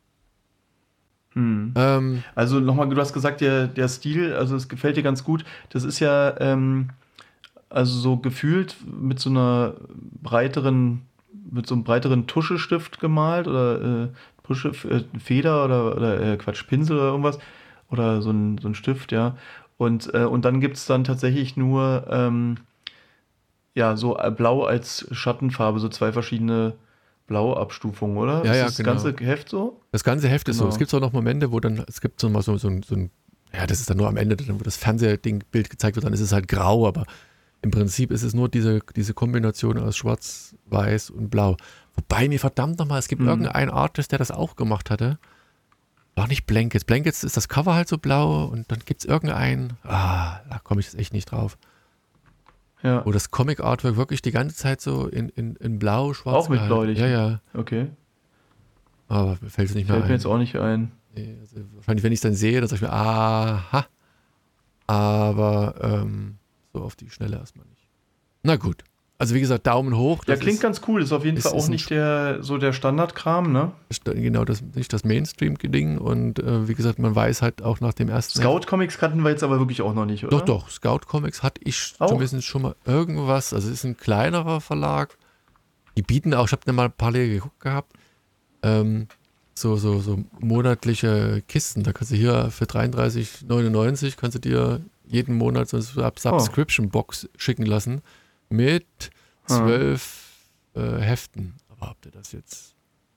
Hm. Ähm, Also nochmal, du hast gesagt, der, der Stil, also es gefällt dir ganz gut. Das ist ja, ähm, also so gefühlt mit so einer breiteren, mit so einem breiteren Tuschestift gemalt oder äh, Tusche, äh, Feder oder, oder äh, Quatsch, Pinsel oder irgendwas. Oder so ein, so ein Stift, ja. Und, äh, und dann gibt es dann tatsächlich nur, ähm, ja, so äh, blau als Schattenfarbe, so zwei verschiedene Blauabstufungen, oder? Ja, ist ja, das genau. ganze Heft so? Das ganze Heft ist so. Genau. Es gibt auch noch Momente, wo dann, es gibt so mal so, so, ein- so ein, ja, das ist dann nur am Ende, dann, wo das Fernsehding-Bild gezeigt wird, dann ist es halt grau, aber im Prinzip ist es nur diese, diese Kombination aus Schwarz, Weiß und Blau. Wobei mir verdammt nochmal, es gibt Mhm. irgendeinen Artist, der das auch gemacht hatte. War nicht Blankets. Blankets ist das Cover halt so blau und dann gibt es irgendeinen, ah, da komme ich jetzt echt nicht drauf, Ja, wo das Comic-Artwork wirklich die ganze Zeit so in, in, in Blau, Schwarz auch mit gehalten- Blaulicht. Ja, ja. Okay. Aber mir fällt es nicht mehr Fällt mir ein. jetzt auch nicht ein. Nee, also wahrscheinlich, wenn ich es dann sehe, dann sage ich mir, aha. Aber ähm, so auf die Schnelle erstmal nicht. Na gut. Also wie gesagt, Daumen hoch. Ja, Das klingt ist, ganz cool. Ist auf jeden ist- Fall ist auch ein nicht der, so der Standardkram, ne? ist genau das, nicht das Mainstream-Ding. Und äh, wie gesagt, man weiß halt auch nach dem ersten... Scout-Comics kannten wir jetzt aber wirklich auch noch nicht, oder? Doch, doch. Scout Comics hatte ich Auch? zumindest schon mal irgendwas. Also es ist ein kleinerer Verlag. Die bieten auch, ich habe mal parallel geguckt gehabt, ähm, so, so, so monatliche Kisten. Da kannst du hier für dreiunddreißig neunundneunzig kannst du dir jeden Monat so eine Subscription-Box schicken lassen mit zwölf äh, Heften. Aber ob du das jetzt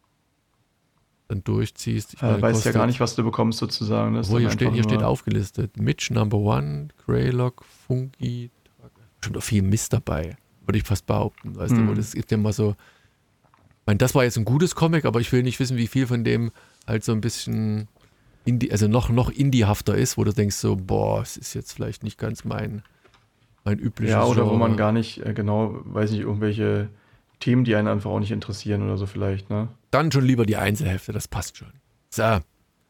dann durchziehst, ich Äh, meine, weißt ja kostet- gar nicht, was du bekommst, sozusagen. Das ist Obwohl, dann hier steht, einfach hier steht nur- aufgelistet. Mitch Number One, Greylock, Funky, bestimmt auch viel Mist dabei, würde ich fast behaupten. Weißt Hm. du, wo das gibt ja mal so. Ich meine, das war jetzt ein gutes Comic, aber ich will nicht wissen, wie viel von dem halt so ein bisschen Indie, also noch, noch indiehafter ist, wo du denkst so, boah, es ist jetzt vielleicht nicht ganz mein, mein übliches Ja, oder wo Genre. man gar nicht äh, genau, weiß nicht, irgendwelche Themen, die einen einfach auch nicht interessieren oder so vielleicht, ne? Dann schon lieber die Einzelhefte, das passt schon. So. Jetzt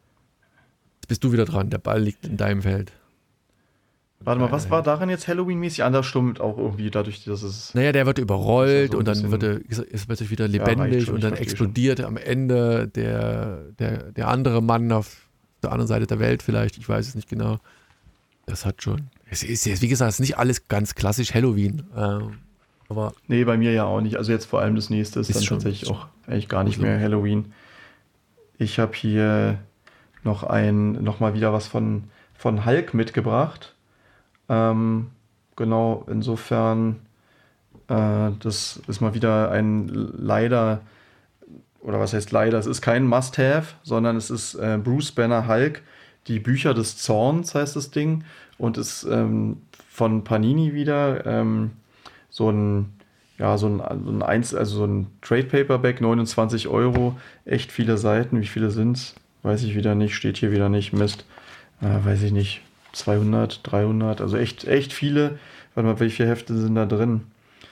bist du wieder dran, der Ball liegt in deinem Feld. Warte mal, was war daran jetzt Halloween-mäßig? Anders stimmt auch irgendwie dadurch, dass es. Naja, der wird überrollt so ein und dann bisschen- wird er, ist, ist plötzlich wieder reicht lebendig schon, und ich dann verstehe explodiert am Ende der, der, der andere Mann auf der anderen Seite der Welt vielleicht, ich weiß es nicht genau. Das hat schon. Es ist jetzt, wie gesagt, es ist nicht alles ganz klassisch Halloween. Ähm, aber Nee, bei mir ja auch nicht. Also jetzt vor allem das nächste ist, Ist dann schon- tatsächlich auch eigentlich gar nicht Also- mehr Halloween. Ich habe hier noch ein, noch mal wieder was von, von Hulk mitgebracht. Ähm, genau, insofern, äh, das ist mal wieder ein leider, oder was heißt leider, es ist kein Must-Have, sondern es ist äh, Bruce Banner Hulk, die Bücher des Zorns heißt das Ding und ist ähm, von Panini wieder ähm, so ein, ja, so ein, so ein, Einz-, also so ein Trade Paperback, neunundzwanzig Euro, echt viele Seiten, wie viele sind's? Weiß ich wieder nicht, steht hier wieder nicht, Mist, äh, weiß ich nicht, zweihundert, dreihundert, also echt, echt viele. Warte mal, welche Hefte sind da drin?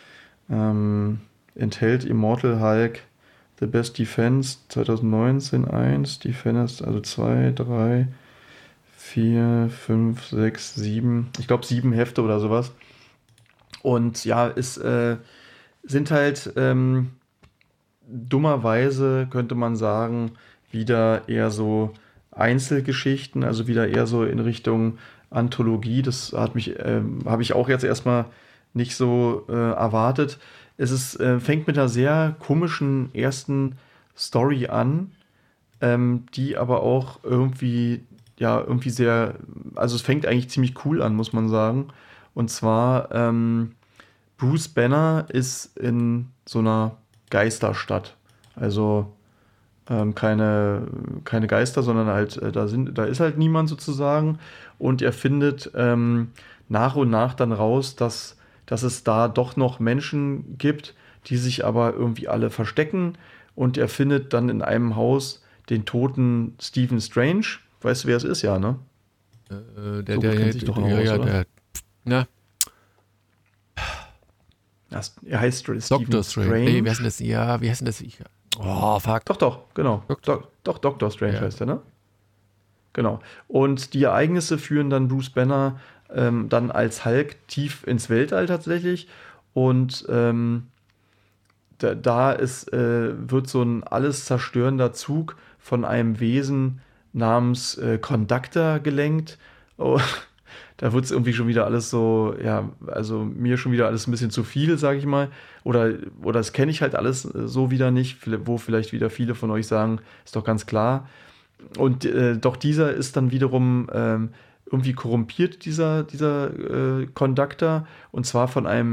Ähm, enthält Immortal Hulk, The Best Defense zwanzig neunzehn eins, Defenders, also zwei, drei, vier, fünf, sechs, sieben, ich glaube sieben Hefte oder sowas. Und ja, es äh, sind halt ähm, dummerweise, könnte man sagen, wieder eher so Einzelgeschichten, also wieder eher so in Richtung Anthologie. Das hat mich, ähm, habe ich auch jetzt erstmal nicht so äh, erwartet. Es ist, äh, fängt mit einer sehr komischen ersten Story an, ähm, die aber auch irgendwie, ja, irgendwie sehr, also es fängt eigentlich ziemlich cool an, muss man sagen. Und zwar, ähm, Bruce Banner ist in so einer Geisterstadt. Also ähm, keine, keine Geister, sondern halt, äh, da sind, da ist halt niemand sozusagen. Und er findet ähm, nach und nach dann raus, dass, dass es da doch noch Menschen gibt, die sich aber irgendwie alle verstecken. Und er findet dann in einem Haus den toten Stephen Strange. Weißt du, wer es ist, ja, ne? äh, der, So der, gut kennt der, sich doch der, noch ja, aus, ja, oder? der, na, Das, er heißt Stephen Doctor Strange. Nee, wie heißt denn das? Ja, wie heißt denn das? Ich, oh, fuck. Doch, doch, genau. Doktor. Doch, doch, Doctor Strange Ja. heißt er, ne? Genau. Und die Ereignisse führen dann Bruce Banner ähm, dann als Hulk tief ins Weltall tatsächlich. Und ähm, da, da ist, äh, wird so ein alles zerstörender Zug von einem Wesen namens äh, Conductor gelenkt. Oh, da wird es irgendwie schon wieder alles so, ja, also mir schon wieder alles ein bisschen zu viel, sage ich mal. Oder, oder das kenne ich halt alles äh, so wieder nicht, wo vielleicht wieder viele von euch sagen, ist doch ganz klar. Und äh, doch dieser ist dann wiederum ähm, irgendwie korrumpiert, dieser, dieser äh, Conductor, und zwar von einem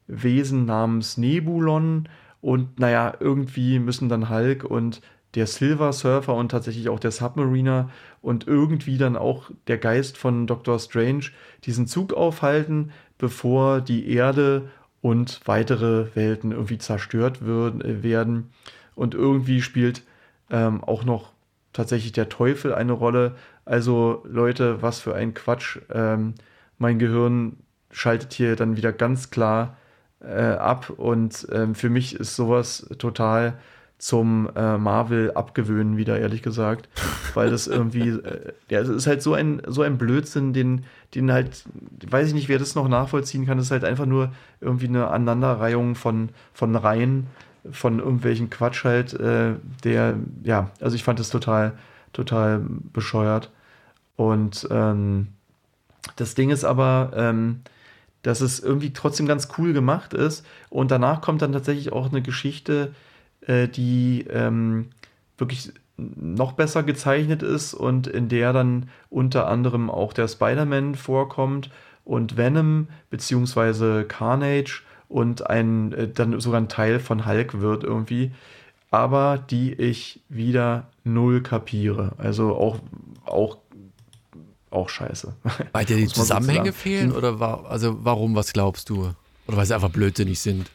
Wesen namens Nebulon und naja, irgendwie müssen dann Hulk und der Silver Surfer und tatsächlich auch der Submariner und irgendwie dann auch der Geist von Doctor Strange diesen Zug aufhalten, bevor die Erde und weitere Welten irgendwie zerstört würden, äh, werden. Und irgendwie spielt ähm, auch noch tatsächlich der Teufel eine Rolle. Also Leute, was für ein Quatsch. Ähm, mein Gehirn schaltet hier dann wieder ganz klar äh, ab und ähm, für mich ist sowas total zum äh, Marvel abgewöhnen wieder, ehrlich gesagt, weil das irgendwie, äh, ja, es ist halt so ein, so ein Blödsinn, den, den halt, weiß ich nicht, wer das noch nachvollziehen kann, das ist halt einfach nur irgendwie eine Aneinanderreihung von, von Reihen, von irgendwelchen Quatsch halt, äh, der, ja, also ich fand das total, total bescheuert und ähm, das Ding ist aber, ähm, dass es irgendwie trotzdem ganz cool gemacht ist und danach kommt dann tatsächlich auch eine Geschichte, äh, die ähm, wirklich noch besser gezeichnet ist und in der dann unter anderem auch der Spider-Man vorkommt und Venom beziehungsweise Carnage und ein äh, dann sogar ein Teil von Hulk wird irgendwie, aber die ich wieder null kapiere. Also auch, auch, auch scheiße. Weil dir die Muss man so Zusammenhänge sagen. fehlen oder war, also warum, was glaubst du? Oder weil sie einfach blödsinnig sind?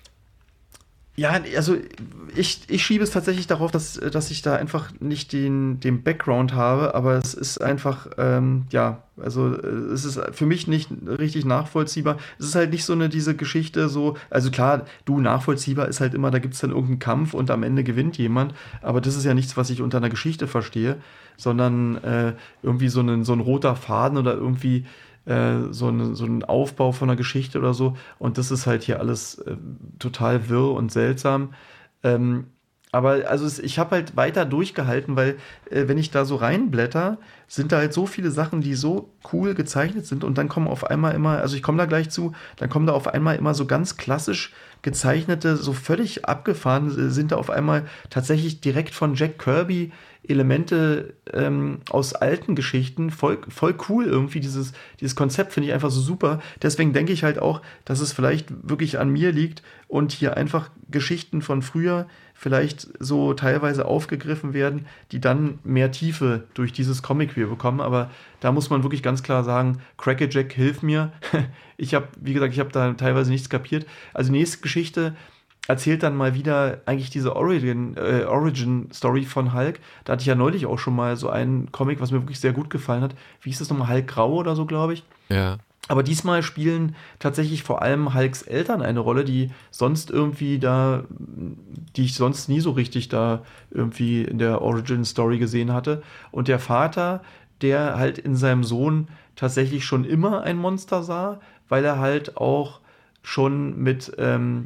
Ja, also ich, ich schiebe es tatsächlich darauf, dass, dass ich da einfach nicht den, den Background habe, aber es ist einfach, ähm, ja, also äh, es ist für mich nicht richtig nachvollziehbar. Es ist halt nicht so eine diese Geschichte so, also klar, du nachvollziehbar ist halt immer, da gibt es dann irgendeinen Kampf und am Ende gewinnt jemand, aber das ist ja nichts, was ich unter einer Geschichte verstehe, sondern äh, irgendwie so ein, so ein roter Faden oder irgendwie äh, so, eine, so ein Aufbau von einer Geschichte oder so. Und das ist halt hier alles äh, total wirr und seltsam. Ähm, aber also es, ich habe halt weiter durchgehalten, weil äh, wenn ich da so reinblätter, sind da halt so viele Sachen, die so cool gezeichnet sind und dann kommen auf einmal immer, also ich komme da gleich zu, dann kommen da auf einmal immer so ganz klassisch gezeichnete, so völlig abgefahren äh, sind da auf einmal tatsächlich direkt von Jack Kirby Elemente ähm, aus alten Geschichten, voll, voll cool irgendwie, dieses, dieses Konzept finde ich einfach so super. Deswegen denke ich halt auch, dass es vielleicht wirklich an mir liegt und hier einfach Geschichten von früher vielleicht so teilweise aufgegriffen werden, die dann mehr Tiefe durch dieses Comic wir bekommen. Aber da muss man wirklich ganz klar sagen, Crackerjack, hilf mir. Ich habe, wie gesagt, ich habe da teilweise nichts kapiert. Also nächste Geschichte erzählt dann mal wieder eigentlich diese Origin, äh, Origin-Story von Hulk. Da hatte ich ja neulich auch schon mal so einen Comic, was mir wirklich sehr gut gefallen hat. Wie hieß das nochmal? Hulk Grau oder so, glaube ich. Ja. Aber diesmal spielen tatsächlich vor allem Hulks Eltern eine Rolle, die sonst irgendwie da, die ich sonst nie so richtig da irgendwie in der Origin-Story gesehen hatte. Und der Vater, der halt in seinem Sohn tatsächlich schon immer ein Monster sah, weil er halt auch schon mit, ähm,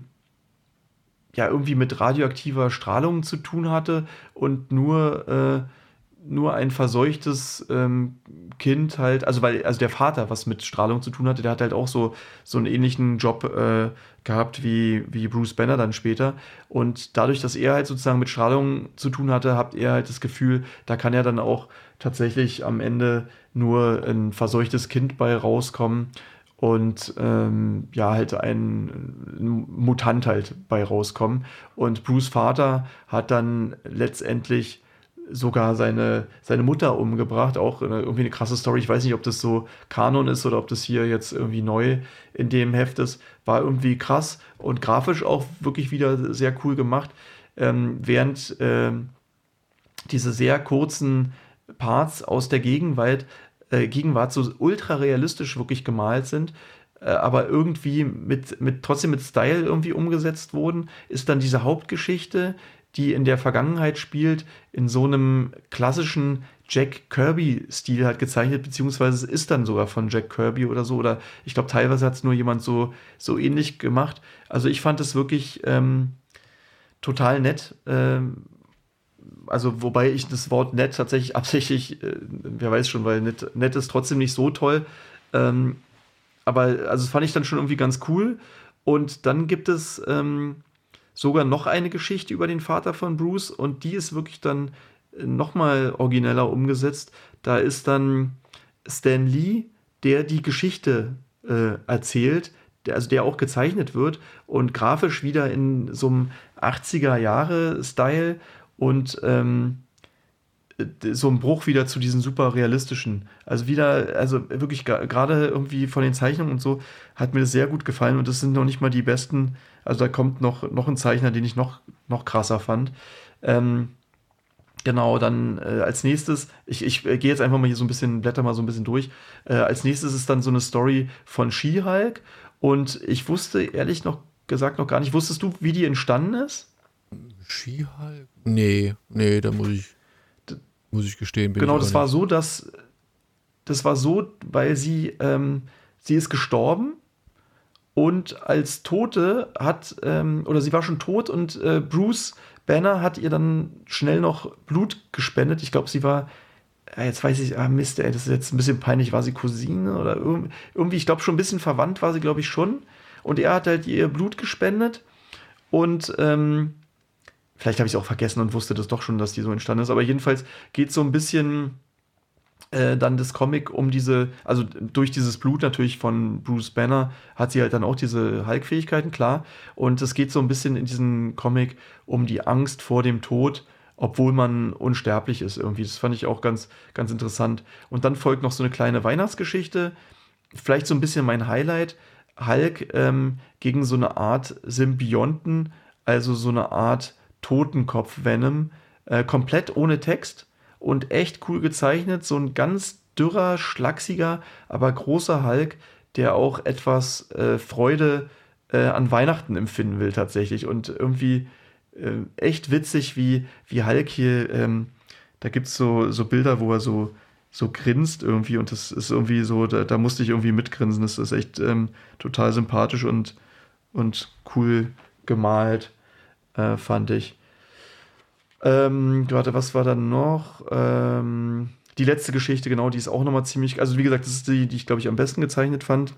ja, irgendwie mit radioaktiver Strahlung zu tun hatte und nur, äh, nur ein verseuchtes ähm, Kind halt, also weil, also der Vater was mit Strahlung zu tun hatte, der hat halt auch so, so einen ähnlichen Job äh, gehabt wie, wie Bruce Banner dann später. Und dadurch, dass er halt sozusagen mit Strahlung zu tun hatte, habt ihr halt das Gefühl, da kann ja dann auch tatsächlich am Ende nur ein verseuchtes Kind bei rauskommen und ähm, ja, halt ein, ein Mutant halt bei rauskommen. Und Bruce Vater hat dann letztendlich sogar seine, seine Mutter umgebracht. Auch eine, irgendwie eine krasse Story. Ich weiß nicht, ob das so Kanon ist oder ob das hier jetzt irgendwie neu in dem Heft ist. War irgendwie krass und grafisch auch wirklich wieder sehr cool gemacht. Ähm, während ähm, diese sehr kurzen Parts aus der Gegenwart, äh, Gegenwart so ultra realistisch wirklich gemalt sind, äh, aber irgendwie mit, mit, trotzdem mit Style irgendwie umgesetzt wurden, ist dann diese Hauptgeschichte, die in der Vergangenheit spielt, in so einem klassischen Jack Kirby-Stil halt gezeichnet, beziehungsweise es ist dann sogar von Jack Kirby oder so, oder ich glaube, teilweise hat es nur jemand so, so ähnlich gemacht. Also ich fand es wirklich ähm, total nett. Ähm, also wobei ich das Wort nett tatsächlich absichtlich, äh, wer weiß schon, weil nett, nett ist trotzdem nicht so toll. Ähm, aber also das fand ich dann schon irgendwie ganz cool. Und dann gibt es ähm, sogar noch eine Geschichte über den Vater von Bruce und die ist wirklich dann noch mal origineller umgesetzt. Da ist dann Stan Lee, der die Geschichte äh, erzählt, der, also der auch gezeichnet wird und grafisch wieder in so einem achtziger-Jahre-Style und ähm, so ein Bruch wieder zu diesen super realistischen. Also wieder, also wirklich gerade irgendwie von den Zeichnungen und so hat mir das sehr gut gefallen und das sind noch nicht mal die besten. Also da kommt noch, noch ein Zeichner, den ich noch, noch krasser fand. Ähm, genau, dann äh, als nächstes, ich, ich äh, gehe jetzt einfach mal hier so ein bisschen, blätter mal so ein bisschen durch. Äh, als nächstes ist dann so eine Story von She-Hulk und ich wusste ehrlich noch gesagt noch gar nicht, wusstest du, wie die entstanden ist? She-Hulk? Nee, nee, da muss ich Muss ich gestehen, bin Genau, ich auch das war nicht. so, dass das war so, weil sie ähm, sie ist gestorben und als Tote hat ähm, oder sie war schon tot und äh, Bruce Banner hat ihr dann schnell noch Blut gespendet. Ich glaube, sie war ja, jetzt weiß ich, ah Mist, ey, das ist jetzt ein bisschen peinlich. War sie Cousine oder irg- irgendwie? Ich glaube schon ein bisschen verwandt war sie, glaube ich schon. Und er hat halt ihr Blut gespendet und ähm, vielleicht habe ich es auch vergessen und wusste das doch schon, dass die so entstanden ist. Aber jedenfalls geht so ein bisschen äh, dann das Comic um diese, also durch dieses Blut natürlich von Bruce Banner hat sie halt dann auch diese Hulk-Fähigkeiten, klar. Und es geht so ein bisschen in diesem Comic um die Angst vor dem Tod, obwohl man unsterblich ist irgendwie. Das fand ich auch ganz, ganz interessant. Und dann folgt noch so eine kleine Weihnachtsgeschichte. Vielleicht so ein bisschen mein Highlight. Hulk ähm, gegen so eine Art Symbionten, also so eine Art Totenkopf-Venom, äh, komplett ohne Text und echt cool gezeichnet. So ein ganz dürrer, schlachsiger, aber großer Hulk, der auch etwas äh, Freude äh, an Weihnachten empfinden will tatsächlich. Und irgendwie äh, echt witzig, wie, wie Hulk hier, ähm, da gibt es so, so Bilder, wo er so, so grinst irgendwie und das ist irgendwie so, da, da musste ich irgendwie mitgrinsen. Das ist echt ähm, total sympathisch und, und cool gemalt. Äh, fand ich. Ähm, warte, was war da noch? Ähm, die letzte Geschichte, genau, die ist auch nochmal ziemlich, also wie gesagt, das ist die, die ich, glaube ich, am besten gezeichnet fand.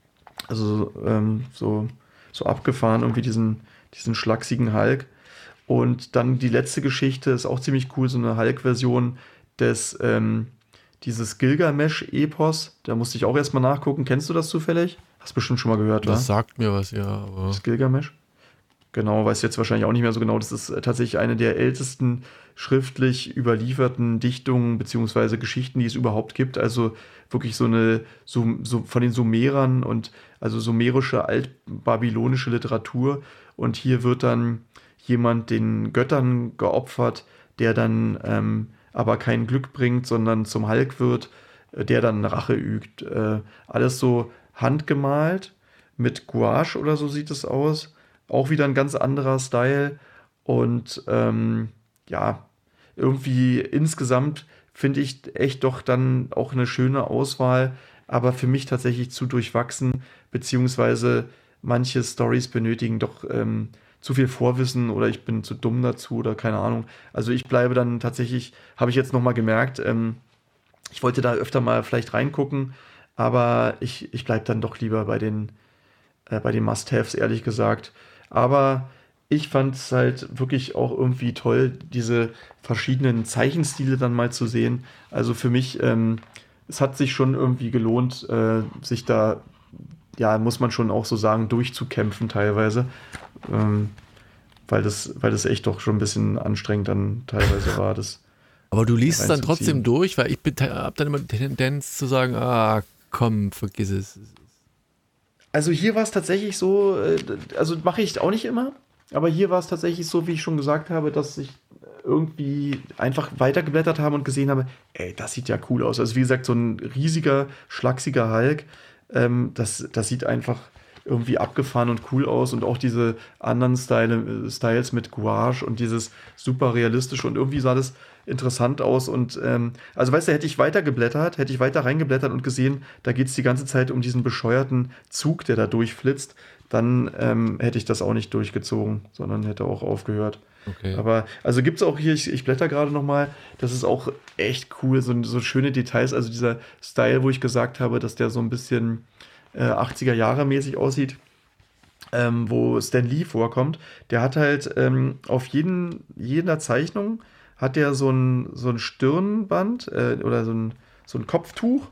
Also ähm, so, so abgefahren, irgendwie diesen, diesen schlachsigen Hulk. Und dann die letzte Geschichte ist auch ziemlich cool, so eine Hulk-Version des, ähm, dieses Gilgamesch-Epos. Da musste ich auch erstmal nachgucken. Kennst du das zufällig? Hast bestimmt schon mal gehört, Das oder? sagt mir was, ja, aber Das Gilgamesch? Genau, weiß jetzt wahrscheinlich auch nicht mehr so genau. Das ist äh, tatsächlich eine der ältesten schriftlich überlieferten Dichtungen beziehungsweise Geschichten, die es überhaupt gibt. Also wirklich so eine, so, so von den Sumerern und also sumerische, altbabylonische Literatur. Und hier wird dann jemand den Göttern geopfert, der dann ähm, aber kein Glück bringt, sondern zum Hulk wird, äh, der dann Rache übt. Äh, alles so handgemalt mit Gouache oder so sieht es aus. Auch wieder ein ganz anderer Style. Und ähm, ja, irgendwie insgesamt finde ich echt doch dann auch eine schöne Auswahl, aber für mich tatsächlich zu durchwachsen, beziehungsweise manche Stories benötigen doch ähm, zu viel Vorwissen oder ich bin zu dumm dazu oder keine Ahnung. Also ich bleibe dann tatsächlich, habe ich jetzt nochmal gemerkt, ähm, ich wollte da öfter mal vielleicht reingucken, aber ich, ich bleibe dann doch lieber bei den, äh, bei den Must-Haves, ehrlich gesagt. Aber ich fand es halt wirklich auch irgendwie toll, diese verschiedenen Zeichenstile dann mal zu sehen. Also für mich, ähm, es hat sich schon irgendwie gelohnt, äh, sich da, ja, muss man schon auch so sagen, durchzukämpfen teilweise. Ähm, weil das, weil das echt doch schon ein bisschen anstrengend dann teilweise war, das aber du liest es dann reinzuziehen. trotzdem durch, weil ich habe dann immer die Tendenz zu sagen, ah, komm, vergiss es. Also hier war es tatsächlich so, äh, also mache ich auch nicht immer, aber hier war es tatsächlich so, wie ich schon gesagt habe, dass ich irgendwie einfach weitergeblättert habe und gesehen habe, ey, das sieht ja cool aus. Also wie gesagt, so ein riesiger, schlachsiger Hulk, ähm, das, das sieht einfach irgendwie abgefahren und cool aus und auch diese anderen Style, Styles mit Gouache und dieses super realistische und irgendwie sah das interessant aus und ähm, also weißt du, hätte ich weiter geblättert, hätte ich weiter reingeblättert und gesehen, da geht es die ganze Zeit um diesen bescheuerten Zug, der da durchflitzt, dann ähm, hätte ich das auch nicht durchgezogen, sondern hätte auch aufgehört. Okay. Aber also gibt es auch hier, ich, ich blätter gerade noch mal, das ist auch echt cool, so, so schöne Details, also dieser Style, wo ich gesagt habe, dass der so ein bisschen äh, achtziger Jahre mäßig aussieht, ähm, wo Stan Lee vorkommt, der hat halt ähm, auf jeden, jeder Zeichnung hat der so ein, so ein Stirnband äh, oder so ein, so ein Kopftuch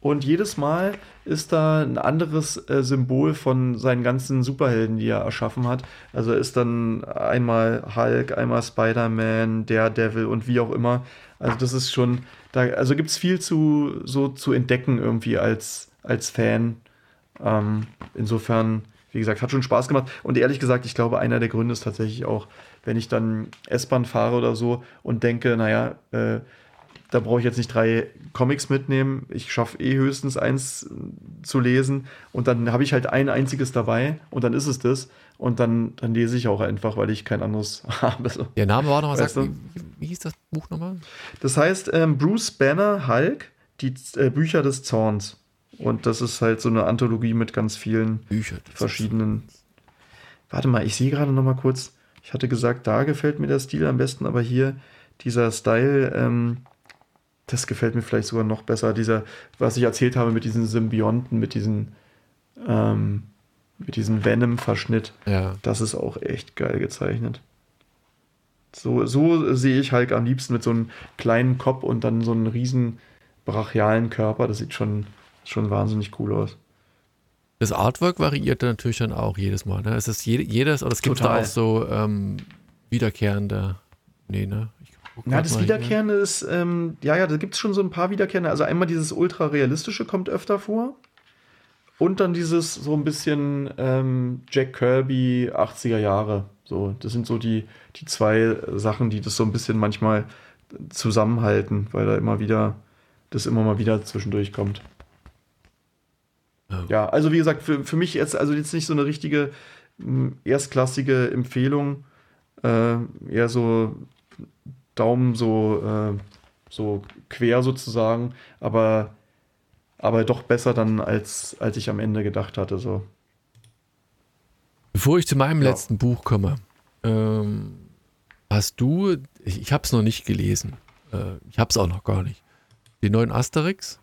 Und jedes Mal ist da ein anderes äh, Symbol von seinen ganzen Superhelden, die er erschaffen hat. Also ist dann einmal Hulk, einmal Spider-Man, Daredevil und wie auch immer. Also das ist schon, da, also gibt es viel zu, so zu entdecken irgendwie als, als Fan. Ähm, insofern, wie gesagt, hat schon Spaß gemacht. Und ehrlich gesagt, ich glaube, einer der Gründe ist tatsächlich auch, wenn ich dann S-Bahn fahre oder so und denke, naja, äh, da brauche ich jetzt nicht drei Comics mitnehmen. Ich schaffe eh höchstens eins zu lesen. Und dann habe ich halt ein einziges dabei und dann ist es das. Und dann, dann lese ich auch einfach, weil ich kein anderes habe. So. Der Name war nochmal, Weißt sag, du? wie, wie hieß das Buch nochmal? Das heißt ähm, Bruce Banner Hulk, die äh, Bücher des Zorns. Und das ist halt so eine Anthologie mit ganz vielen Bücher. verschiedenen. Warte mal, ich sehe gerade noch mal kurz. Ich hatte gesagt, da gefällt mir der Stil am besten, aber hier dieser Style, ähm, das gefällt mir vielleicht sogar noch besser. Dieser, was ich erzählt habe mit diesen Symbionten, mit diesen, ähm, mit diesem Venom-Verschnitt. Ja. Das ist auch echt geil gezeichnet. So, so sehe ich Hulk am liebsten mit so einem kleinen Kopf und dann so einem riesen brachialen Körper. Das sieht schon, schon wahnsinnig cool aus. Das Artwork variiert natürlich dann auch jedes Mal. Ne? Es ist je, jedes, oder es gibt da Total. auch so ähm, wiederkehrende. Nee, ne? Ich guck Ja, grad das mal hier. Wiederkehrende ist, ähm, ja, ja, da gibt es schon so ein paar Wiederkehrende. Also einmal dieses ultra-realistische kommt öfter vor. Und dann dieses so ein bisschen ähm, Jack Kirby achtziger Jahre. So, das sind so die, die zwei Sachen, die das so ein bisschen manchmal zusammenhalten, weil da immer wieder, das immer mal wieder zwischendurch kommt. Oh. Ja, also wie gesagt, für, für mich jetzt, also jetzt nicht so eine richtige mh, erstklassige Empfehlung. Äh, eher so Daumen so, äh, so quer sozusagen, aber, aber doch besser dann, als, als ich am Ende gedacht hatte. So. Bevor ich zu meinem Ja. letzten Buch komme, ähm, hast du, ich, ich habe es noch nicht gelesen, äh, ich habe es auch noch gar nicht, den neuen Asterix,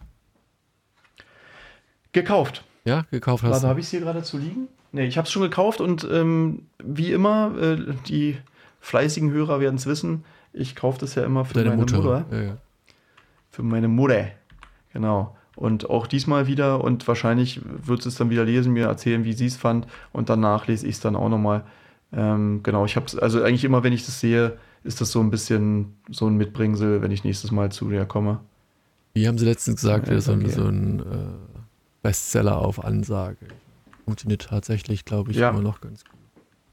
Gekauft. ja, gekauft hast Warte, du? habe ich es hier gerade zu liegen? Nee, ich habe es schon gekauft und ähm, wie immer, äh, die fleißigen Hörer werden es wissen, ich kaufe das ja immer für Deine meine Mutter. Mutter. Ja, ja. Für meine Mutter. Genau. Und auch diesmal wieder und wahrscheinlich wird es dann wieder lesen, mir erzählen, wie sie es fand und danach lese ich es dann auch nochmal. Ähm, genau, ich habe es, also eigentlich immer, wenn ich das sehe, ist das so ein bisschen so ein Mitbringsel, wenn ich nächstes Mal zu dir komme. Wie haben sie letztens gesagt, Ja, wieder so ein, danke. so ein äh, Bestseller auf Ansage. Funktioniert tatsächlich, glaube ich, Ja. immer noch ganz gut.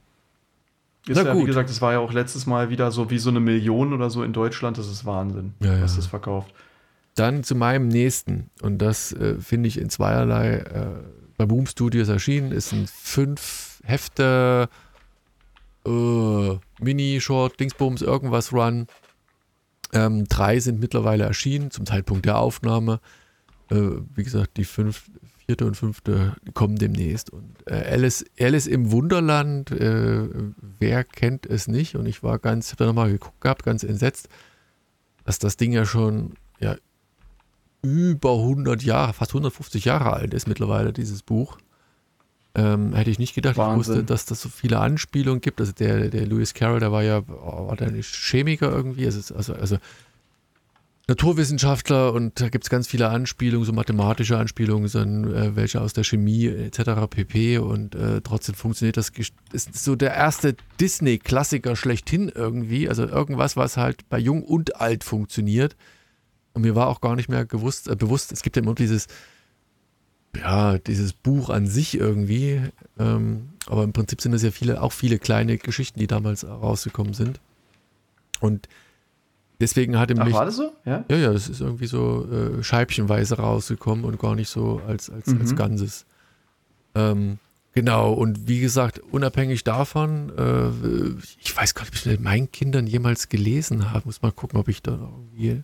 Ist Na ja, wie gut. gesagt, es war ja auch letztes Mal wieder so wie so eine Million oder so in Deutschland. Das ist Wahnsinn, Ja, was ja. das verkauft. Dann zu meinem nächsten, und das äh, finde ich in zweierlei, äh, bei Boom Studios erschienen, ist ein fünf Hefte äh, Mini-Short, Dingsbums, irgendwas Run. Ähm, drei sind mittlerweile erschienen zum Zeitpunkt der Aufnahme. Äh, wie gesagt, die fünf, vierte und fünfte kommen demnächst. Und äh, Alice, Alice im Wunderland, äh, wer kennt es nicht? Und ich war ganz, ich habe da nochmal geguckt gehabt, ganz entsetzt, dass das Ding ja schon ja, über hundert Jahre, fast hundertfünfzig Jahre alt ist mittlerweile, dieses Buch. Ähm, hätte ich nicht gedacht. Wahnsinn. Ich wusste, dass das so viele Anspielungen gibt. Also der, der Lewis Carroll, der war ja, oh, war der nicht Chemiker irgendwie? Also, also, also Naturwissenschaftler, und da gibt es ganz viele Anspielungen, so mathematische Anspielungen, dann äh, welche aus der Chemie et cetera pp. Und äh, trotzdem funktioniert das, ges- ist so der erste Disney-Klassiker schlechthin irgendwie. Also irgendwas, was halt bei Jung und Alt funktioniert. Und mir war auch gar nicht mehr gewusst, äh, bewusst, es gibt ja immer dieses, ja, dieses Buch an sich irgendwie. Ähm, aber im Prinzip sind das ja viele, auch viele kleine Geschichten, die damals rausgekommen sind. Und deswegen hatte Ach, mich. war das so? Ja? Ja, ja, das ist irgendwie so äh, scheibchenweise rausgekommen und gar nicht so als, als, Mhm. als Ganzes. Ähm, genau, und wie gesagt, unabhängig davon, äh, ich weiß gar nicht, ob ich das mit meinen Kindern jemals gelesen habe. Muss mal gucken, ob ich da irgendwie.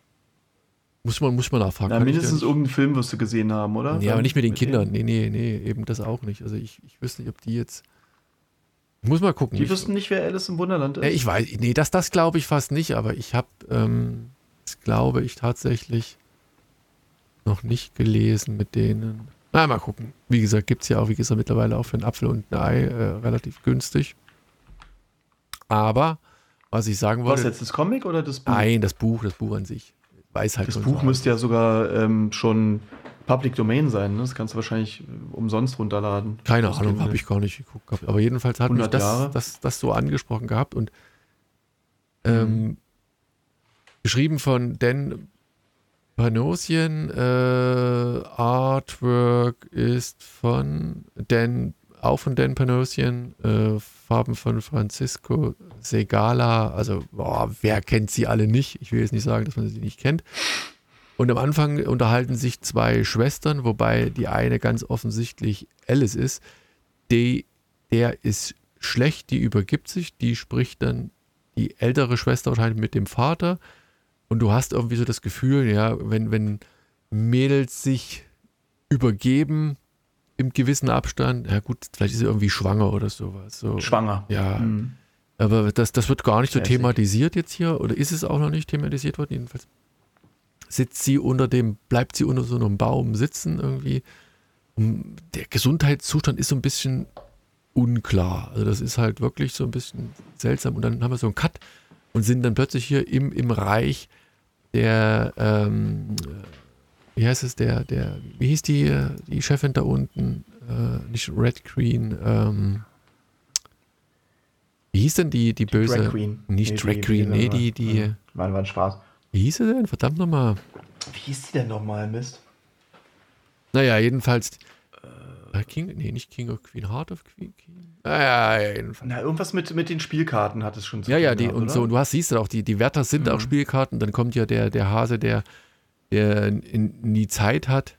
Muss man, muss man nachfragen. Na, Kann ich mindestens ja nicht. irgendeinen Film wirst du gesehen haben, oder? Nee, aber nicht mit den Kindern. denen? Nee, nee, nee, eben das auch nicht. Also ich, ich wüsste nicht, ob die jetzt. Ich muss mal gucken. Die Ich, wüssten nicht, wer Alice im Wunderland ist. äh, ich weiß, nee, das, das glaube ich fast nicht, aber ich habe, ähm, das glaube ich tatsächlich noch nicht gelesen mit denen. Na, mal gucken. Wie gesagt, gibt es ja auch, wie gesagt, mittlerweile auch für einen Apfel und ein Ei äh, relativ günstig. Aber, was ich sagen Was wollte, jetzt, das Comic oder das Buch? nein, das Buch, das Buch an sich. Weiß halt Das schon Buch so müsste ja alt. sogar ähm, schon Public Domain sein, ne? Das kannst du wahrscheinlich umsonst runterladen. Keine Ahnung, habe ich gar nicht geguckt gehabt. Aber jedenfalls hat mich das, das, das so angesprochen gehabt und ähm, mhm. geschrieben von Dan Panosian, äh, Artwork ist von Dan, auch von Dan Panosian, äh, Farben von Francisco Segala, also boah, wer kennt sie alle nicht? Ich will jetzt nicht sagen, dass man sie nicht kennt. Und am Anfang unterhalten sich zwei Schwestern, wobei die eine ganz offensichtlich Alice ist. Die, der ist schlecht, die übergibt sich, die spricht dann die ältere Schwester wahrscheinlich mit dem Vater. Und du hast irgendwie so das Gefühl, ja, wenn, wenn Mädels sich übergeben im gewissen Abstand, ja gut, vielleicht ist sie irgendwie schwanger oder sowas. So, schwanger. Ja. Mhm. Aber das, das wird gar nicht so Classic. thematisiert jetzt hier, oder ist es auch noch nicht thematisiert worden, jedenfalls. Sitzt sie unter dem, bleibt sie unter so einem Baum sitzen irgendwie. Und der Gesundheitszustand ist so ein bisschen unklar. Also das ist halt wirklich so ein bisschen seltsam. Und dann haben wir so einen Cut und sind dann plötzlich hier im, im Reich der, ähm, wie heißt es, der, der, wie hieß die, die Chefin da unten? Äh, nicht Red Queen, ähm, wie hieß denn die, die, die böse? Drag Queen. Nicht nee, Drag die, Queen, die, nee, die, die. Ja. War, war ein Spaß. Wie hieß sie denn? Verdammt nochmal. Wie hieß die denn nochmal, Mist? Naja, jedenfalls. Äh, King, nee, nicht King of Queen, Heart of Queen. King. Naja, jedenfalls. Na, irgendwas mit, mit den Spielkarten hat es schon zu Ja, tun. ja, die, gehabt, und oder? so, und du hast, siehst du auch, die, die Wärter sind Mhm. auch Spielkarten, dann kommt ja der, der Hase, der, der in, nie Zeit hat,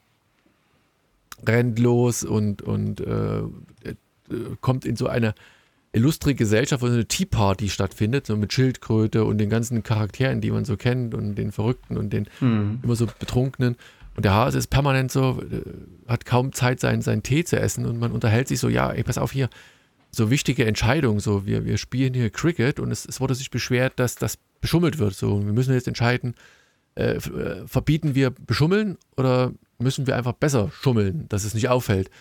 rennt los und, und äh, kommt in so eine illustre Gesellschaft, wo so eine Tea Party stattfindet, so mit Schildkröte und den ganzen Charakteren, die man so kennt und den Verrückten und den Mhm. immer so Betrunkenen. Und der Hase ist permanent so, äh, hat kaum Zeit, seinen, seinen Tee zu essen und man unterhält sich so, ja, ey, pass auf hier, so wichtige Entscheidungen, so, wir, wir spielen hier Cricket und es, es wurde sich beschwert, dass das beschummelt wird, so, wir müssen jetzt entscheiden, äh, f- äh, verbieten wir Beschummeln oder müssen wir einfach besser schummeln, dass es nicht auffällt.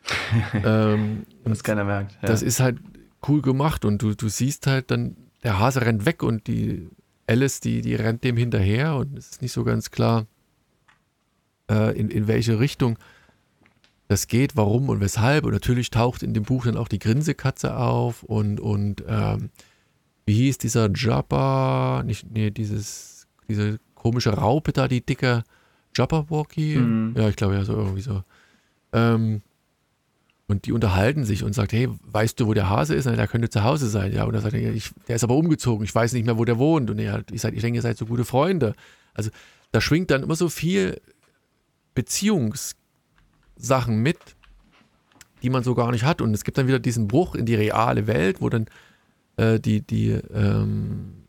ähm, Dass keiner merkt. Ja. Das ist halt cool gemacht und du, du siehst halt dann, der Hase rennt weg und die Alice, die, die rennt dem hinterher und es ist nicht so ganz klar, äh, in, in welche Richtung das geht, warum und weshalb. Und natürlich taucht in dem Buch dann auch die Grinsekatze auf und, und ähm, wie hieß dieser Jabba, nicht, nee, dieses, diese komische Raupe da, die dicke Jabberwocky? Mhm. Ja, ich glaube ja, so irgendwie so. Ähm, Und die unterhalten sich und sagt, hey, weißt du, wo der Hase ist? Na, der könnte zu Hause sein. Ja, und er sagt, ja, ich, der ist aber umgezogen, ich weiß nicht mehr, wo der wohnt. Und er, ich, sag, ich denke, ihr seid so gute Freunde. Also da schwingt dann immer so viel Beziehungssachen mit, die man so gar nicht hat. Und es gibt dann wieder diesen Bruch in die reale Welt, wo dann äh, die, die, ähm,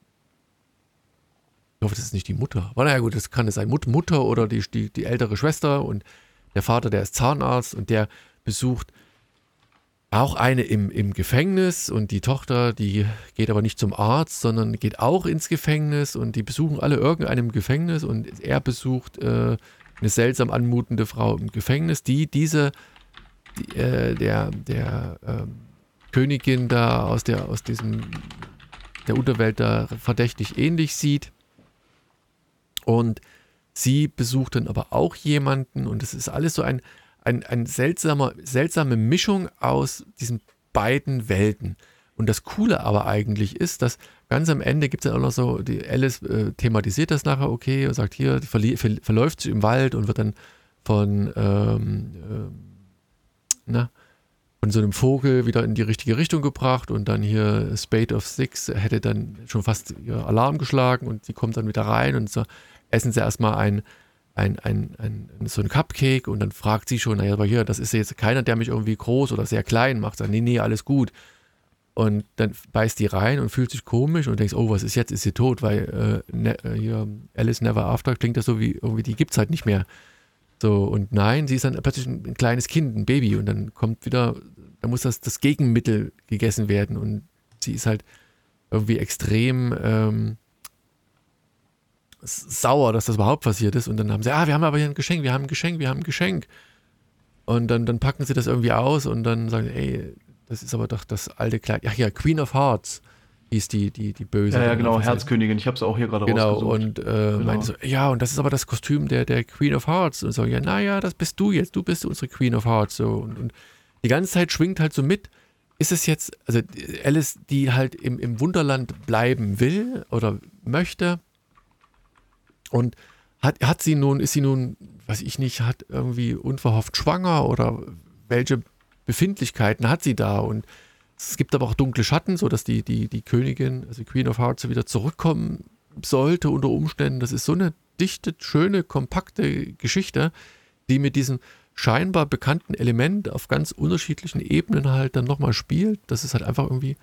ich hoffe, das ist nicht die Mutter. Aber naja gut, das kann es sein, Mut, Mutter oder die, die, die ältere Schwester und der Vater, der ist Zahnarzt und der besucht auch eine im, im Gefängnis und die Tochter, die geht aber nicht zum Arzt, sondern geht auch ins Gefängnis und die besuchen alle irgendeinem Gefängnis und er besucht äh, eine seltsam anmutende Frau im Gefängnis, die diese, die, äh, der, der ähm, Königin da aus der, aus diesem, der Unterwelt da verdächtig ähnlich sieht und sie besucht dann aber auch jemanden und es ist alles so ein Ein, ein seltsamer, seltsame Mischung aus diesen beiden Welten. Und das Coole aber eigentlich ist, dass ganz am Ende gibt es dann auch noch so, die Alice äh, thematisiert das nachher, okay, und sagt hier, die verlie- ver- verläuft sich im Wald und wird dann von, ähm, ähm, na, von so einem Vogel wieder in die richtige Richtung gebracht und dann hier Spade of Six hätte dann schon fast ihr Alarm geschlagen und sie kommt dann wieder rein und so essen sie erstmal ein Ein, ein, ein, so ein Cupcake und dann fragt sie schon, naja, aber hier, das ist ja jetzt keiner, der mich irgendwie groß oder sehr klein macht. Sagt, nee, nee, alles gut. Und dann beißt die rein und fühlt sich komisch und denkst, oh, was ist jetzt? Ist sie tot? Weil äh, ne, hier Alice Never After klingt das so wie, irgendwie, die gibt's halt nicht mehr. So, und nein, sie ist dann plötzlich ein, ein kleines Kind, ein Baby und dann kommt wieder, da muss das, das Gegenmittel gegessen werden und sie ist halt irgendwie extrem ähm, sauer, dass das überhaupt passiert ist und dann haben sie, ah, wir haben aber hier ein Geschenk, wir haben ein Geschenk, wir haben ein Geschenk und dann, dann packen sie das irgendwie aus und dann sagen, ey, das ist aber doch das alte Kleid, ach ja, Queen of Hearts hieß die, die, die Böse. Ja, ja, genau, Herzkönigin, ich habe es auch hier gerade genau, rausgesucht. Und äh, genau, meinte so, ja, und das ist aber das Kostüm der, der Queen of Hearts. Und so, ja, naja, das bist du jetzt, du bist unsere Queen of Hearts. So. Und, und die ganze Zeit schwingt halt so mit, ist es jetzt, also Alice, die halt im, im Wunderland bleiben will oder möchte und hat, hat sie nun, ist sie nun, weiß ich nicht, hat irgendwie unverhofft schwanger oder welche Befindlichkeiten hat sie da? Und es gibt aber auch dunkle Schatten, sodass die, die, die Königin, also Queen of Hearts, wieder zurückkommen sollte unter Umständen. Das ist so eine dichte, schöne, kompakte Geschichte, die mit diesem scheinbar bekannten Element auf ganz unterschiedlichen Ebenen halt dann nochmal spielt, dass es halt einfach irgendwie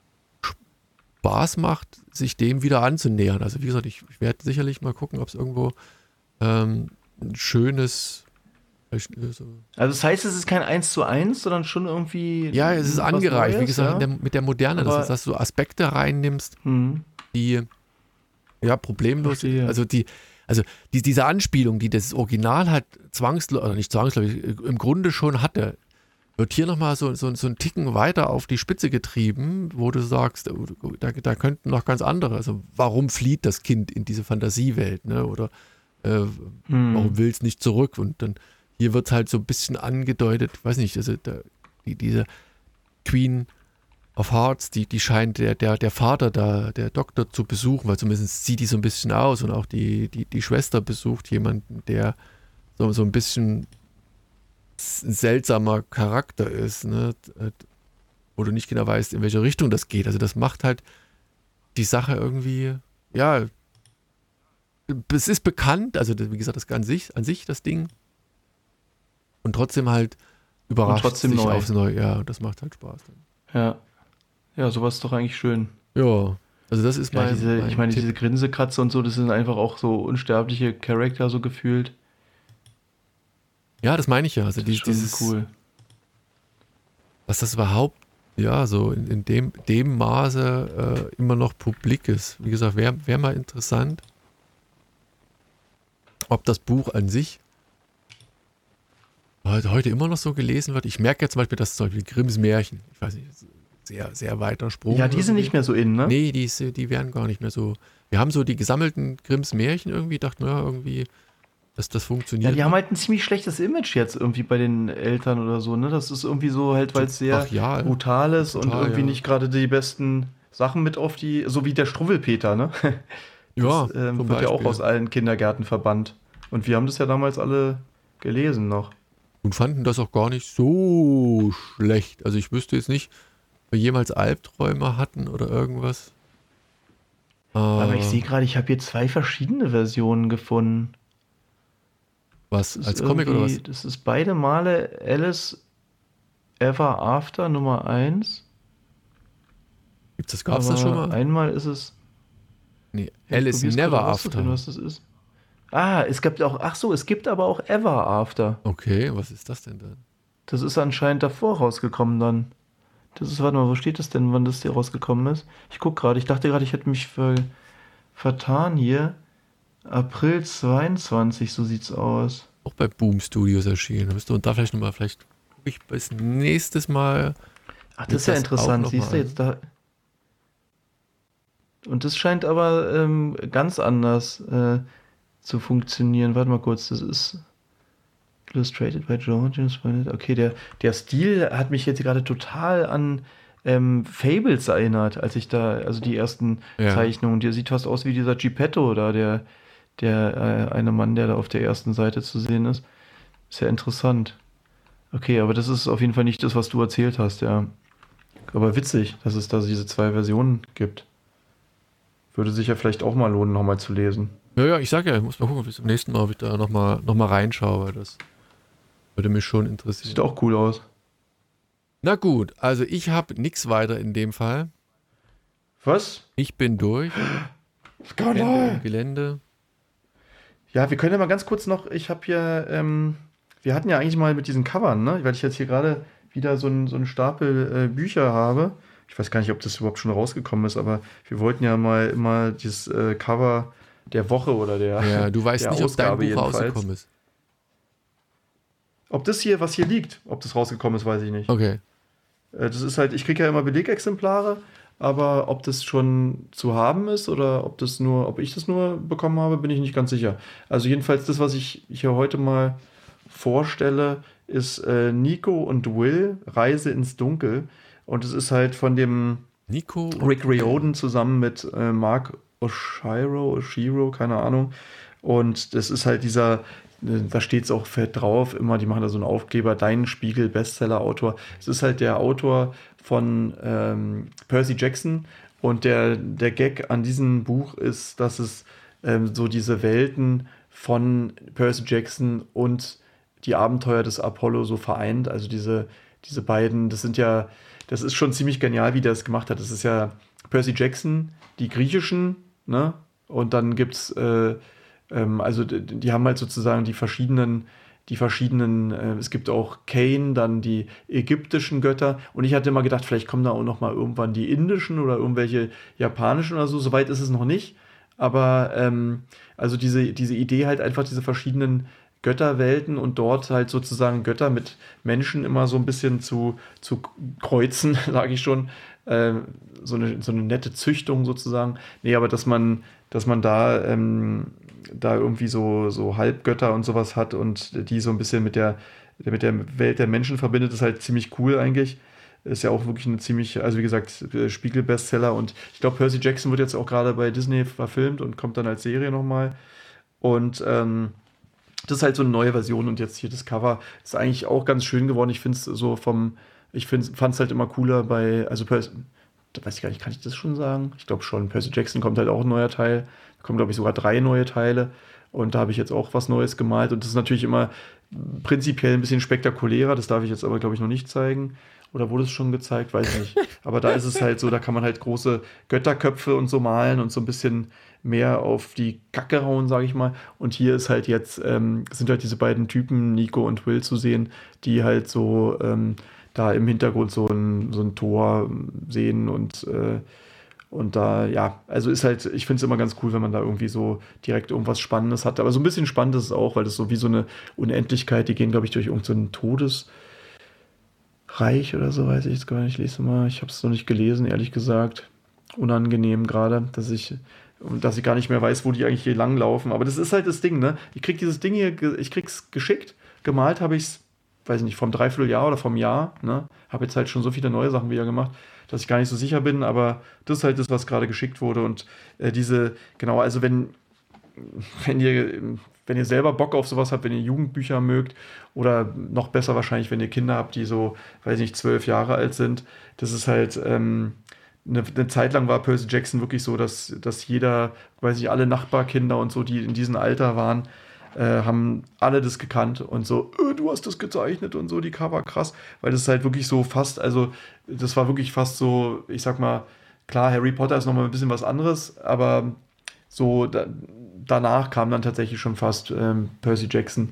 Spaß macht, sich dem wieder anzunähern. Also wie gesagt, ich, ich werde sicherlich mal gucken, ob es irgendwo ähm, ein schönes Also das heißt, es ist kein eins zu eins, sondern schon irgendwie ja, es ist angereicht, Neues, wie gesagt, ja? in der, mit der Moderne, Aber, das heißt, dass du Aspekte reinnimmst, hm. die ja problemlos, Verstehe. also die Also die, diese Anspielung, die das Original halt zwangsläufig, oder nicht zwangsläufig, im Grunde schon hatte, wird hier nochmal so, so, so ein Ticken weiter auf die Spitze getrieben, wo du sagst, da, da könnten noch ganz andere, also warum flieht das Kind in diese Fantasiewelt, ne? Oder äh, hm. warum will es nicht zurück? Und dann hier wird halt so ein bisschen angedeutet, weiß nicht, also da, die, diese Queen of Hearts, die, die scheint der, der, der Vater da, der Doktor zu besuchen, weil zumindest sieht die so ein bisschen aus und auch die, die, die Schwester besucht jemanden, der so, so ein bisschen ein seltsamer Charakter ist, ne? Wo du nicht genau weißt, in welche Richtung das geht. Also das macht halt die Sache irgendwie, ja, es ist bekannt, also wie gesagt, das an sich, an sich das Ding und trotzdem halt überrascht und trotzdem sich neu. aufs Neue. Ja, das macht halt Spaß dann. Ja. Ja, sowas ist doch eigentlich schön. Ja, also das ist ja, mein, diese, mein ich meine, Tipp. diese Grinsekratzer und so, das sind einfach auch so unsterbliche Charakter so gefühlt. Ja, das meine ich ja. Also das die, ist schon dieses, cool. Was das überhaupt, ja, so in, in dem, dem Maße äh, immer noch publik ist. Wie gesagt, wäre wär mal interessant, ob das Buch an sich heute immer noch so gelesen wird. Ich merke ja zum Beispiel, dass zum Beispiel Grimms Märchen, ich weiß nicht, sehr, sehr weiter Sprung. Ja, die irgendwie. sind nicht mehr so in, ne? Nee, die, die werden gar nicht mehr so. Wir haben so die gesammelten Grimms Märchen irgendwie, dachten wir ja, irgendwie, dass das funktioniert. Ja, die haben halt ein ziemlich schlechtes Image jetzt irgendwie bei den Eltern oder so, ne? Das ist irgendwie so halt, weil es sehr Brachial. brutal ist Total, und irgendwie ja. nicht gerade die besten Sachen mit auf die, so wie der Struwwelpeter, ne? Das, ja, ähm, zum wird ja auch Beispiel. aus allen Kindergärten verbannt. Und wir haben das ja damals alle gelesen noch. Und fanden das auch gar nicht so schlecht. Also ich wüsste jetzt nicht, ob wir jemals Albträume hatten oder irgendwas. Aber äh, ich sehe gerade, ich habe hier zwei verschiedene Versionen gefunden. Was, Das als ist Comic oder was? irgendwie- Das ist beide Male Alice Ever After Nummer eins. Gibt's das, gab's das schon mal? Einmal ist es. Nee, Ja, ich Alice probier's Never gerade rauszufinden, After. Was das ist. Ah, es gibt auch. Ach so, es gibt aber auch Ever After. Okay, was ist das denn dann? Das ist anscheinend davor rausgekommen dann. Das ist, warte mal, wo steht das denn, wann das hier rausgekommen ist? Ich guck gerade, ich dachte gerade, ich hätte mich ver, vertan hier. April zweiundzwanzig, so sieht's aus. Auch bei Boom Studios erschienen. Da müsst du und da vielleicht nochmal, vielleicht gucke ich bis nächstes Mal. Ach, Wird das ist ja das interessant, auch noch siehst du mal- jetzt da. Und das scheint aber ähm, ganz anders äh, zu funktionieren. Warte mal kurz, das ist illustrated by Georgius. Okay, der, der Stil hat mich jetzt gerade total an ähm, Fables erinnert, als ich da, also die ersten Ja. Zeichnungen. Der sieht fast aus wie dieser Geppetto da, der, der äh, eine Mann, der da auf der ersten Seite zu sehen ist. Ist ja interessant. Okay, aber das ist auf jeden Fall nicht das, was du erzählt hast, ja. Aber witzig, dass es da diese zwei Versionen gibt. Würde sich ja vielleicht auch mal lohnen, nochmal zu lesen. Ja, ja, ich sag ja, ich muss mal gucken, ob ich zum nächsten Mal wieder nochmal noch mal reinschaue, weil das würde mich schon interessieren. Sieht auch cool aus. Na gut, also ich habe nichts weiter in dem Fall. Was? Ich bin durch. Skandal! Gelände. Ja, wir können ja mal ganz kurz noch, ich habe hier, ähm, wir hatten ja eigentlich mal mit diesen Covern, ne? Weil ich jetzt hier gerade wieder so einen so einen Stapel äh, Bücher habe. Ich weiß gar nicht, ob das überhaupt schon rausgekommen ist, aber wir wollten ja mal immer dieses äh, Cover der Woche oder der Ja, du weißt der nicht, ob dein Ausgabe Buch jedenfalls. rausgekommen ist. Ob das hier, was hier liegt, ob das rausgekommen ist, weiß ich nicht. Okay. Äh, Das ist halt, ich kriege ja immer Belegexemplare, aber ob das schon zu haben ist oder ob das nur, ob ich das nur bekommen habe, bin ich nicht ganz sicher. Also jedenfalls das, was ich hier heute mal vorstelle, ist äh, Nico und Will, Reise ins Dunkel. Und es ist halt von dem Nico Rick Riordan zusammen mit äh, Mark Oshiro, Oshiro, keine Ahnung. Und das ist halt dieser, äh, da steht es auch fett drauf, immer, die machen da so einen Aufkleber, Dein Spiegel, Bestseller-Autor. Es ist halt der Autor von ähm, Percy Jackson. Und der, der Gag an diesem Buch ist, dass es ähm, so diese Welten von Percy Jackson und die Abenteuer des Apollo so vereint. Also diese, diese beiden, das sind ja, das ist schon ziemlich genial, wie der es gemacht hat. Das ist ja Percy Jackson, die griechischen, ne? Und dann gibt's, äh, ähm, also die, die haben halt sozusagen die verschiedenen, die verschiedenen, äh, es gibt auch Kane, dann die ägyptischen Götter. Und ich hatte immer gedacht, vielleicht kommen da auch noch mal irgendwann die indischen oder irgendwelche japanischen oder so. Soweit ist es noch nicht. Aber ähm, also diese, diese Idee halt einfach diese verschiedenen Götterwelten und dort halt sozusagen Götter mit Menschen immer so ein bisschen zu, zu kreuzen, sage ich schon. Äh, so, eine, so eine nette Züchtung sozusagen. Nee, aber dass man, dass man da, ähm, da irgendwie so, so Halbgötter und sowas hat und die so ein bisschen mit der, mit der Welt der Menschen verbindet, ist halt ziemlich cool eigentlich. Ist ja auch wirklich eine ziemlich, also wie gesagt, Spiegel-Bestseller. Und ich glaube, Percy Jackson wird jetzt auch gerade bei Disney verfilmt und kommt dann als Serie nochmal. Und ähm, das ist halt so eine neue Version und jetzt hier das Cover ist eigentlich auch ganz schön geworden. Ich finde es so vom, ich fand es halt immer cooler bei, also Percy, da weiß ich gar nicht, kann ich das schon sagen? Ich glaube schon, Percy Jackson kommt halt auch ein neuer Teil. Da kommen, glaube ich, sogar drei neue Teile und da habe ich jetzt auch was Neues gemalt und das ist natürlich immer prinzipiell ein bisschen spektakulärer. Das darf ich jetzt aber, glaube ich, noch nicht zeigen. Oder wurde es schon gezeigt? Weiß ich nicht. Aber da ist es halt so, da kann man halt große Götterköpfe und so malen und so ein bisschen mehr auf die Kacke hauen, sage ich mal. Und hier ist halt jetzt, ähm, sind halt diese beiden Typen, Nico und Will, zu sehen, die halt so ähm, da im Hintergrund so ein, so ein Tor sehen und, äh, und da, ja, also ist halt, ich finde es immer ganz cool, wenn man da irgendwie so direkt irgendwas Spannendes hat. Aber so ein bisschen spannend ist es auch, weil das so wie so eine Unendlichkeit, die gehen, glaube ich, durch irgendeinen so Todes- Reich oder so, weiß ich jetzt gar nicht. Ich lese mal, ich habe es noch nicht gelesen, ehrlich gesagt. Unangenehm gerade, dass ich, dass ich gar nicht mehr weiß, wo die eigentlich hier langlaufen. Aber das ist halt das Ding, ne? Ich krieg dieses Ding hier, ich krieg's geschickt. Gemalt habe ich es, weiß ich nicht, vom Dreivierteljahr oder vom Jahr, ne? Habe jetzt halt schon so viele neue Sachen wieder gemacht, dass ich gar nicht so sicher bin. Aber das ist halt das, was gerade geschickt wurde. Und äh, diese, genau, also wenn, wenn ihr, wenn ihr selber Bock auf sowas habt, wenn ihr Jugendbücher mögt oder noch besser wahrscheinlich, wenn ihr Kinder habt, die so, weiß ich nicht, zwölf Jahre alt sind, das ist halt, ähm, eine, eine Zeit lang war Percy Jackson wirklich so, dass, dass jeder, weiß ich, alle Nachbarkinder und so, die in diesem Alter waren, äh, haben alle das gekannt und so, äh, du hast das gezeichnet und so, die Cover krass, weil das ist halt wirklich so fast, also das war wirklich fast so, ich sag mal, klar, Harry Potter ist nochmal ein bisschen was anderes, aber so, da, danach kam dann tatsächlich schon fast ähm, Percy Jackson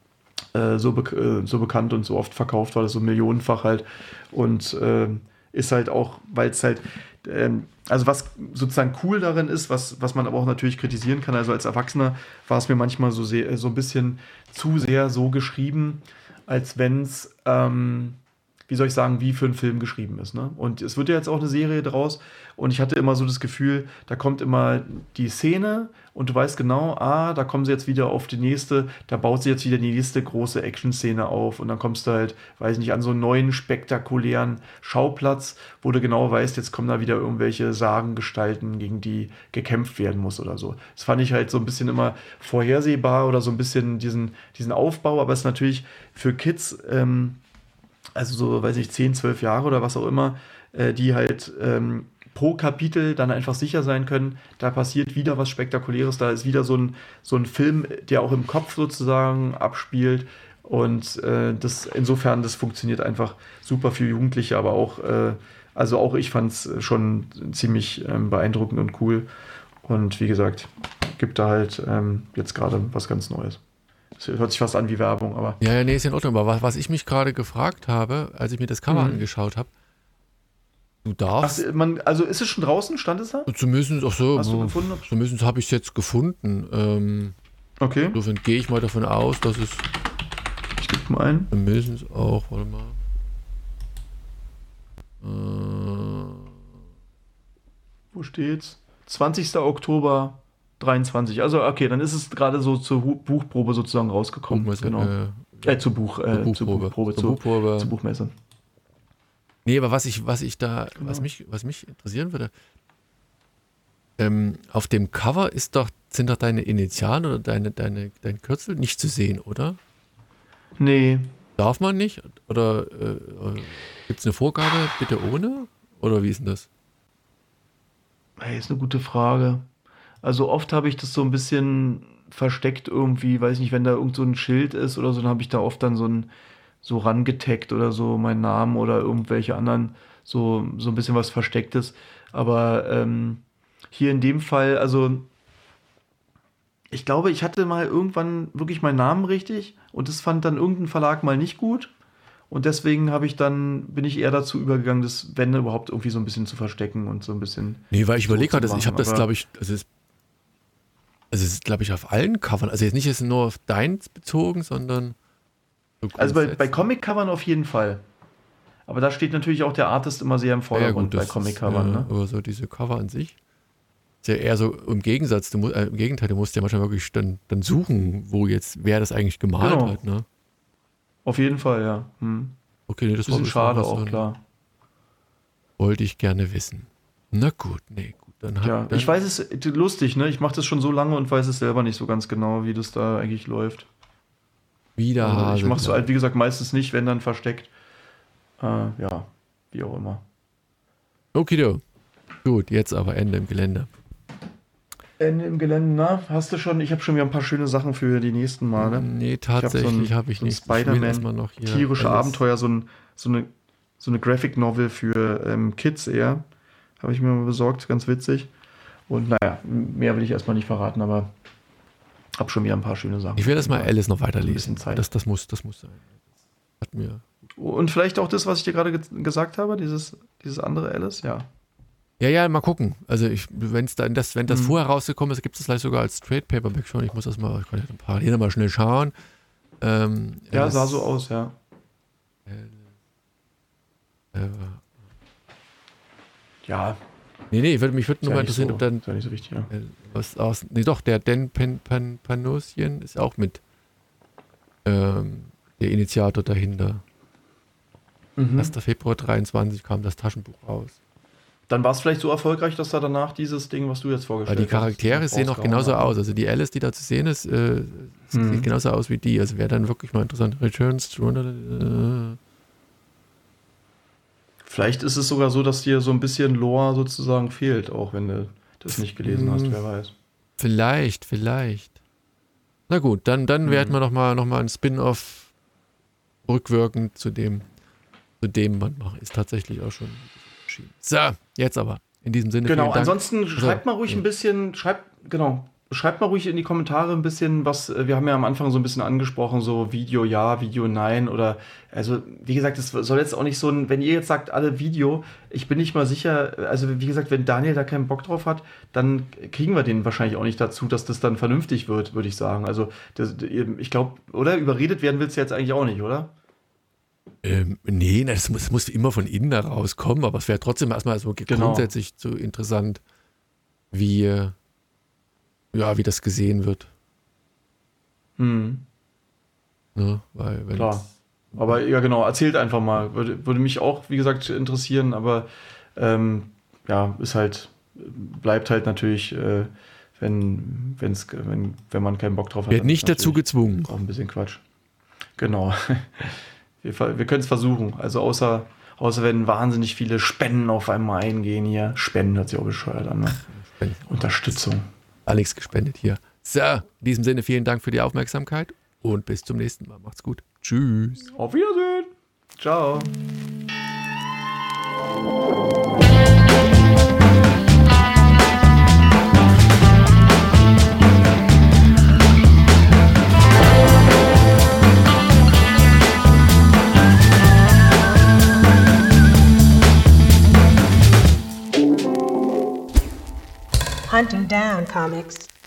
äh, so, be- äh, so bekannt und so oft verkauft war, das so millionenfach halt. Und äh, ist halt auch, weil es halt, ähm, also was sozusagen cool darin ist, was, was man aber auch natürlich kritisieren kann, also als Erwachsener war es mir manchmal so, sehr, so ein bisschen zu sehr so geschrieben, als wenn es, ähm, wie soll ich sagen, wie für einen Film geschrieben ist. Ne? Und es wird ja jetzt auch eine Serie draus und ich hatte immer so das Gefühl, da kommt immer die Szene und du weißt genau, ah, da kommen sie jetzt wieder auf die nächste, da baut sie jetzt wieder die nächste große Action-Szene auf und dann kommst du halt, weiß nicht, an so einen neuen, spektakulären Schauplatz, wo du genau weißt, jetzt kommen da wieder irgendwelche Sagengestalten, gegen die gekämpft werden muss oder so. Das fand ich halt so ein bisschen immer vorhersehbar oder so ein bisschen diesen, diesen Aufbau, aber es ist natürlich für Kids, ähm, also so, weiß ich, zehn, zwölf Jahre oder was auch immer, äh, die halt ähm, pro Kapitel dann einfach sicher sein können, da passiert wieder was Spektakuläres, da ist wieder so ein, so ein Film, der auch im Kopf sozusagen abspielt und äh, das, insofern, das funktioniert einfach super für Jugendliche, aber auch, äh, also auch ich fand es schon ziemlich ähm, beeindruckend und cool und wie gesagt, gibt da halt ähm, jetzt gerade was ganz Neues. Das hört sich fast an wie Werbung, aber. Ja, ja, nee, ist in Ordnung. Aber was, was ich mich gerade gefragt habe, als ich mir das Cover Mhm. angeschaut habe, du darfst. Ach, man, also ist es schon draußen? Stand es da? Zumindest, ach so, Hast du gefunden? zumindest habe ich es jetzt gefunden. Ähm, Okay, insofern gehe ich mal davon aus, dass es ich gebe mal ein. zumindest auch, warte mal. Äh, wo steht's? zwanzigster Oktober dreiundzwanzig. Also okay, dann ist es gerade so zur Hu- Buchprobe sozusagen rausgekommen. Buchmesse, genau. Äh, Äh, zur Buch, äh, zur zur Buchprobe. Buchprobe, Zur zur, Buchprobe. zur Buchmesse. Nee, aber was ich, was ich da, Genau. was mich, was mich interessieren würde, ähm, auf dem Cover ist doch, sind doch deine Initialen oder deine, deine, dein Kürzel nicht zu sehen, oder? Nee. Darf man nicht? Oder äh, gibt es eine Vorgabe, bitte ohne? Oder wie ist denn das? Hey, ist eine gute Frage. Also oft habe ich das so ein bisschen versteckt irgendwie, weiß nicht, wenn da irgend so ein Schild ist oder so, dann habe ich da oft dann so ein so rangetaggt oder so meinen Namen oder irgendwelche anderen so so ein bisschen was Verstecktes. Aber ähm, hier in dem Fall, also ich glaube, ich hatte mal irgendwann wirklich meinen Namen richtig und das fand dann irgendein Verlag mal nicht gut. Und deswegen habe ich dann, bin ich eher dazu übergegangen, das, wenn überhaupt, irgendwie so ein bisschen zu verstecken und so ein bisschen. Nee, weil ich so überlege zu gerade, ich habe machen, das, aber- glaube ich, also es, also es ist, glaube ich, auf allen Covern, also jetzt nicht jetzt nur auf deins bezogen, sondern so Also bei, bei grundsätzlich. Comic-Covern auf jeden Fall. Aber da steht natürlich auch der Artist immer sehr im Ja, Vordergrund gut, bei das Comic-Covern. ist, äh, Ne? aber so diese Cover an sich ist ja eher so im Gegensatz, du, mu- äh, im Gegenteil, du musst ja manchmal wirklich dann, dann suchen, wo jetzt, wer das eigentlich gemalt Genau. hat, ne? Auf jeden Fall, ja. Hm. Okay, nee, das Bisschen das war schade was, auch, so ein- klar. Wollte ich gerne wissen. Na gut, nee, gut. Dann hat, Ja, dann, ich weiß es, lustig, ne? Ich mache das schon so lange und weiß es selber nicht so ganz genau, wie das da eigentlich läuft. wieder Also Hase. ich mache es wieder. halt, wie gesagt, meistens nicht, wenn dann versteckt. Äh, ja, wie auch immer. Okido. Gut, jetzt aber Ende im Gelände. Ende im Gelände, na? Hast du schon? Ich habe schon wieder ein paar schöne Sachen für die nächsten Male. Nee, hab so ein- tatsächlich habe ich so ein nicht. Ich will Spider-Man, erstmal noch hier Tierische alles- Abenteuer, so, ein, so, eine, so eine Graphic Novel für ähm, Kids eher. Habe ich mir mal besorgt, ganz witzig. Und naja, mehr will ich erstmal nicht verraten, aber habe schon wieder ein paar schöne Sachen. Ich will das mal Alice noch Ein weiterlesen. bisschen Zeit. Das, das, muss, das muss sein. Hat mir. Und vielleicht auch das, was ich dir gerade ge gesagt habe, dieses, dieses andere Alice, ja. Ja, ja, mal gucken. Also ich, wenn's dann das, wenn das Mhm. vorher rausgekommen ist, gibt es das vielleicht sogar als Trade Paperback schon. Ich muss das mal, ich kann ja dann parallel mal schnell schauen. Ähm, Ja, Alice- sah so aus, ja. Äh, Ja, nee, nee, würde, mich würde ist nur ja mal nicht interessieren, so, ob dann ist ja nicht so wichtig, ja. äh, was aus. Nee, doch, der Dan Pan, Pan, Panosien ist auch mit ähm, der Initiator dahinter. Mhm. erster Februar dreiundzwanzig kam das Taschenbuch raus. Dann war es vielleicht so erfolgreich, dass da danach dieses Ding, was du jetzt Weil vorgestellt die hast, Charaktere sehen auch rausgehauen genauso haben. aus. Also die Alice, die da zu sehen ist, äh, Mhm. sieht genauso aus wie die. Also wäre dann wirklich mal interessant. Returns to äh, Vielleicht ist es sogar so, dass dir so ein bisschen Lore sozusagen fehlt, auch wenn du das nicht gelesen hast, Mhm. wer weiß. Vielleicht, vielleicht. Na gut, dann, dann Mhm. werden wir nochmal noch mal ein Spin-off rückwirkend zu dem, zu dem Band machen. Ist tatsächlich auch schon erschienen. So, jetzt aber. In diesem Sinne. Genau, vielen Dank. ansonsten schreibt mal ruhig ja. ein bisschen, schreibt, genau, schreibt mal ruhig in die Kommentare ein bisschen, was, äh, wir haben ja am Anfang so ein bisschen angesprochen, so Video ja, Video nein oder, also wie gesagt, es soll jetzt auch nicht so ein, wenn ihr jetzt sagt, alle Video, ich bin nicht mal sicher, also wie gesagt, wenn Daniel da keinen Bock drauf hat, dann kriegen wir den wahrscheinlich auch nicht dazu, dass das dann vernünftig wird, würde ich sagen. Also das, ich glaube, oder überredet werden willst du jetzt eigentlich auch nicht, oder? Ähm, nee, na, das muss, das muss immer von innen heraus kommen, aber es wäre trotzdem erstmal so Genau. grundsätzlich so interessant, wie, äh, ja, wie das gesehen wird. Hm. Ne? Weil, wenn Klar. Aber ja, genau, erzählt einfach mal. Würde, würde mich auch, wie gesagt, interessieren, aber ähm, ja, ist halt, bleibt halt natürlich, äh, wenn, wenn's, wenn, wenn man keinen Bock drauf hat. wird dann nicht ist dazu natürlich gezwungen. auch ein bisschen Quatsch. Genau. Wir, ver- wir können es versuchen. Also außer, außer wenn wahnsinnig viele Spenden auf einmal eingehen hier. Spenden hört sich auch bescheuert an, ne? Unterstützung. Alex gespendet hier. So, in diesem Sinne vielen Dank für die Aufmerksamkeit und bis zum nächsten Mal. Macht's gut. Tschüss. Auf Wiedersehen. Ciao. Hunting down comics.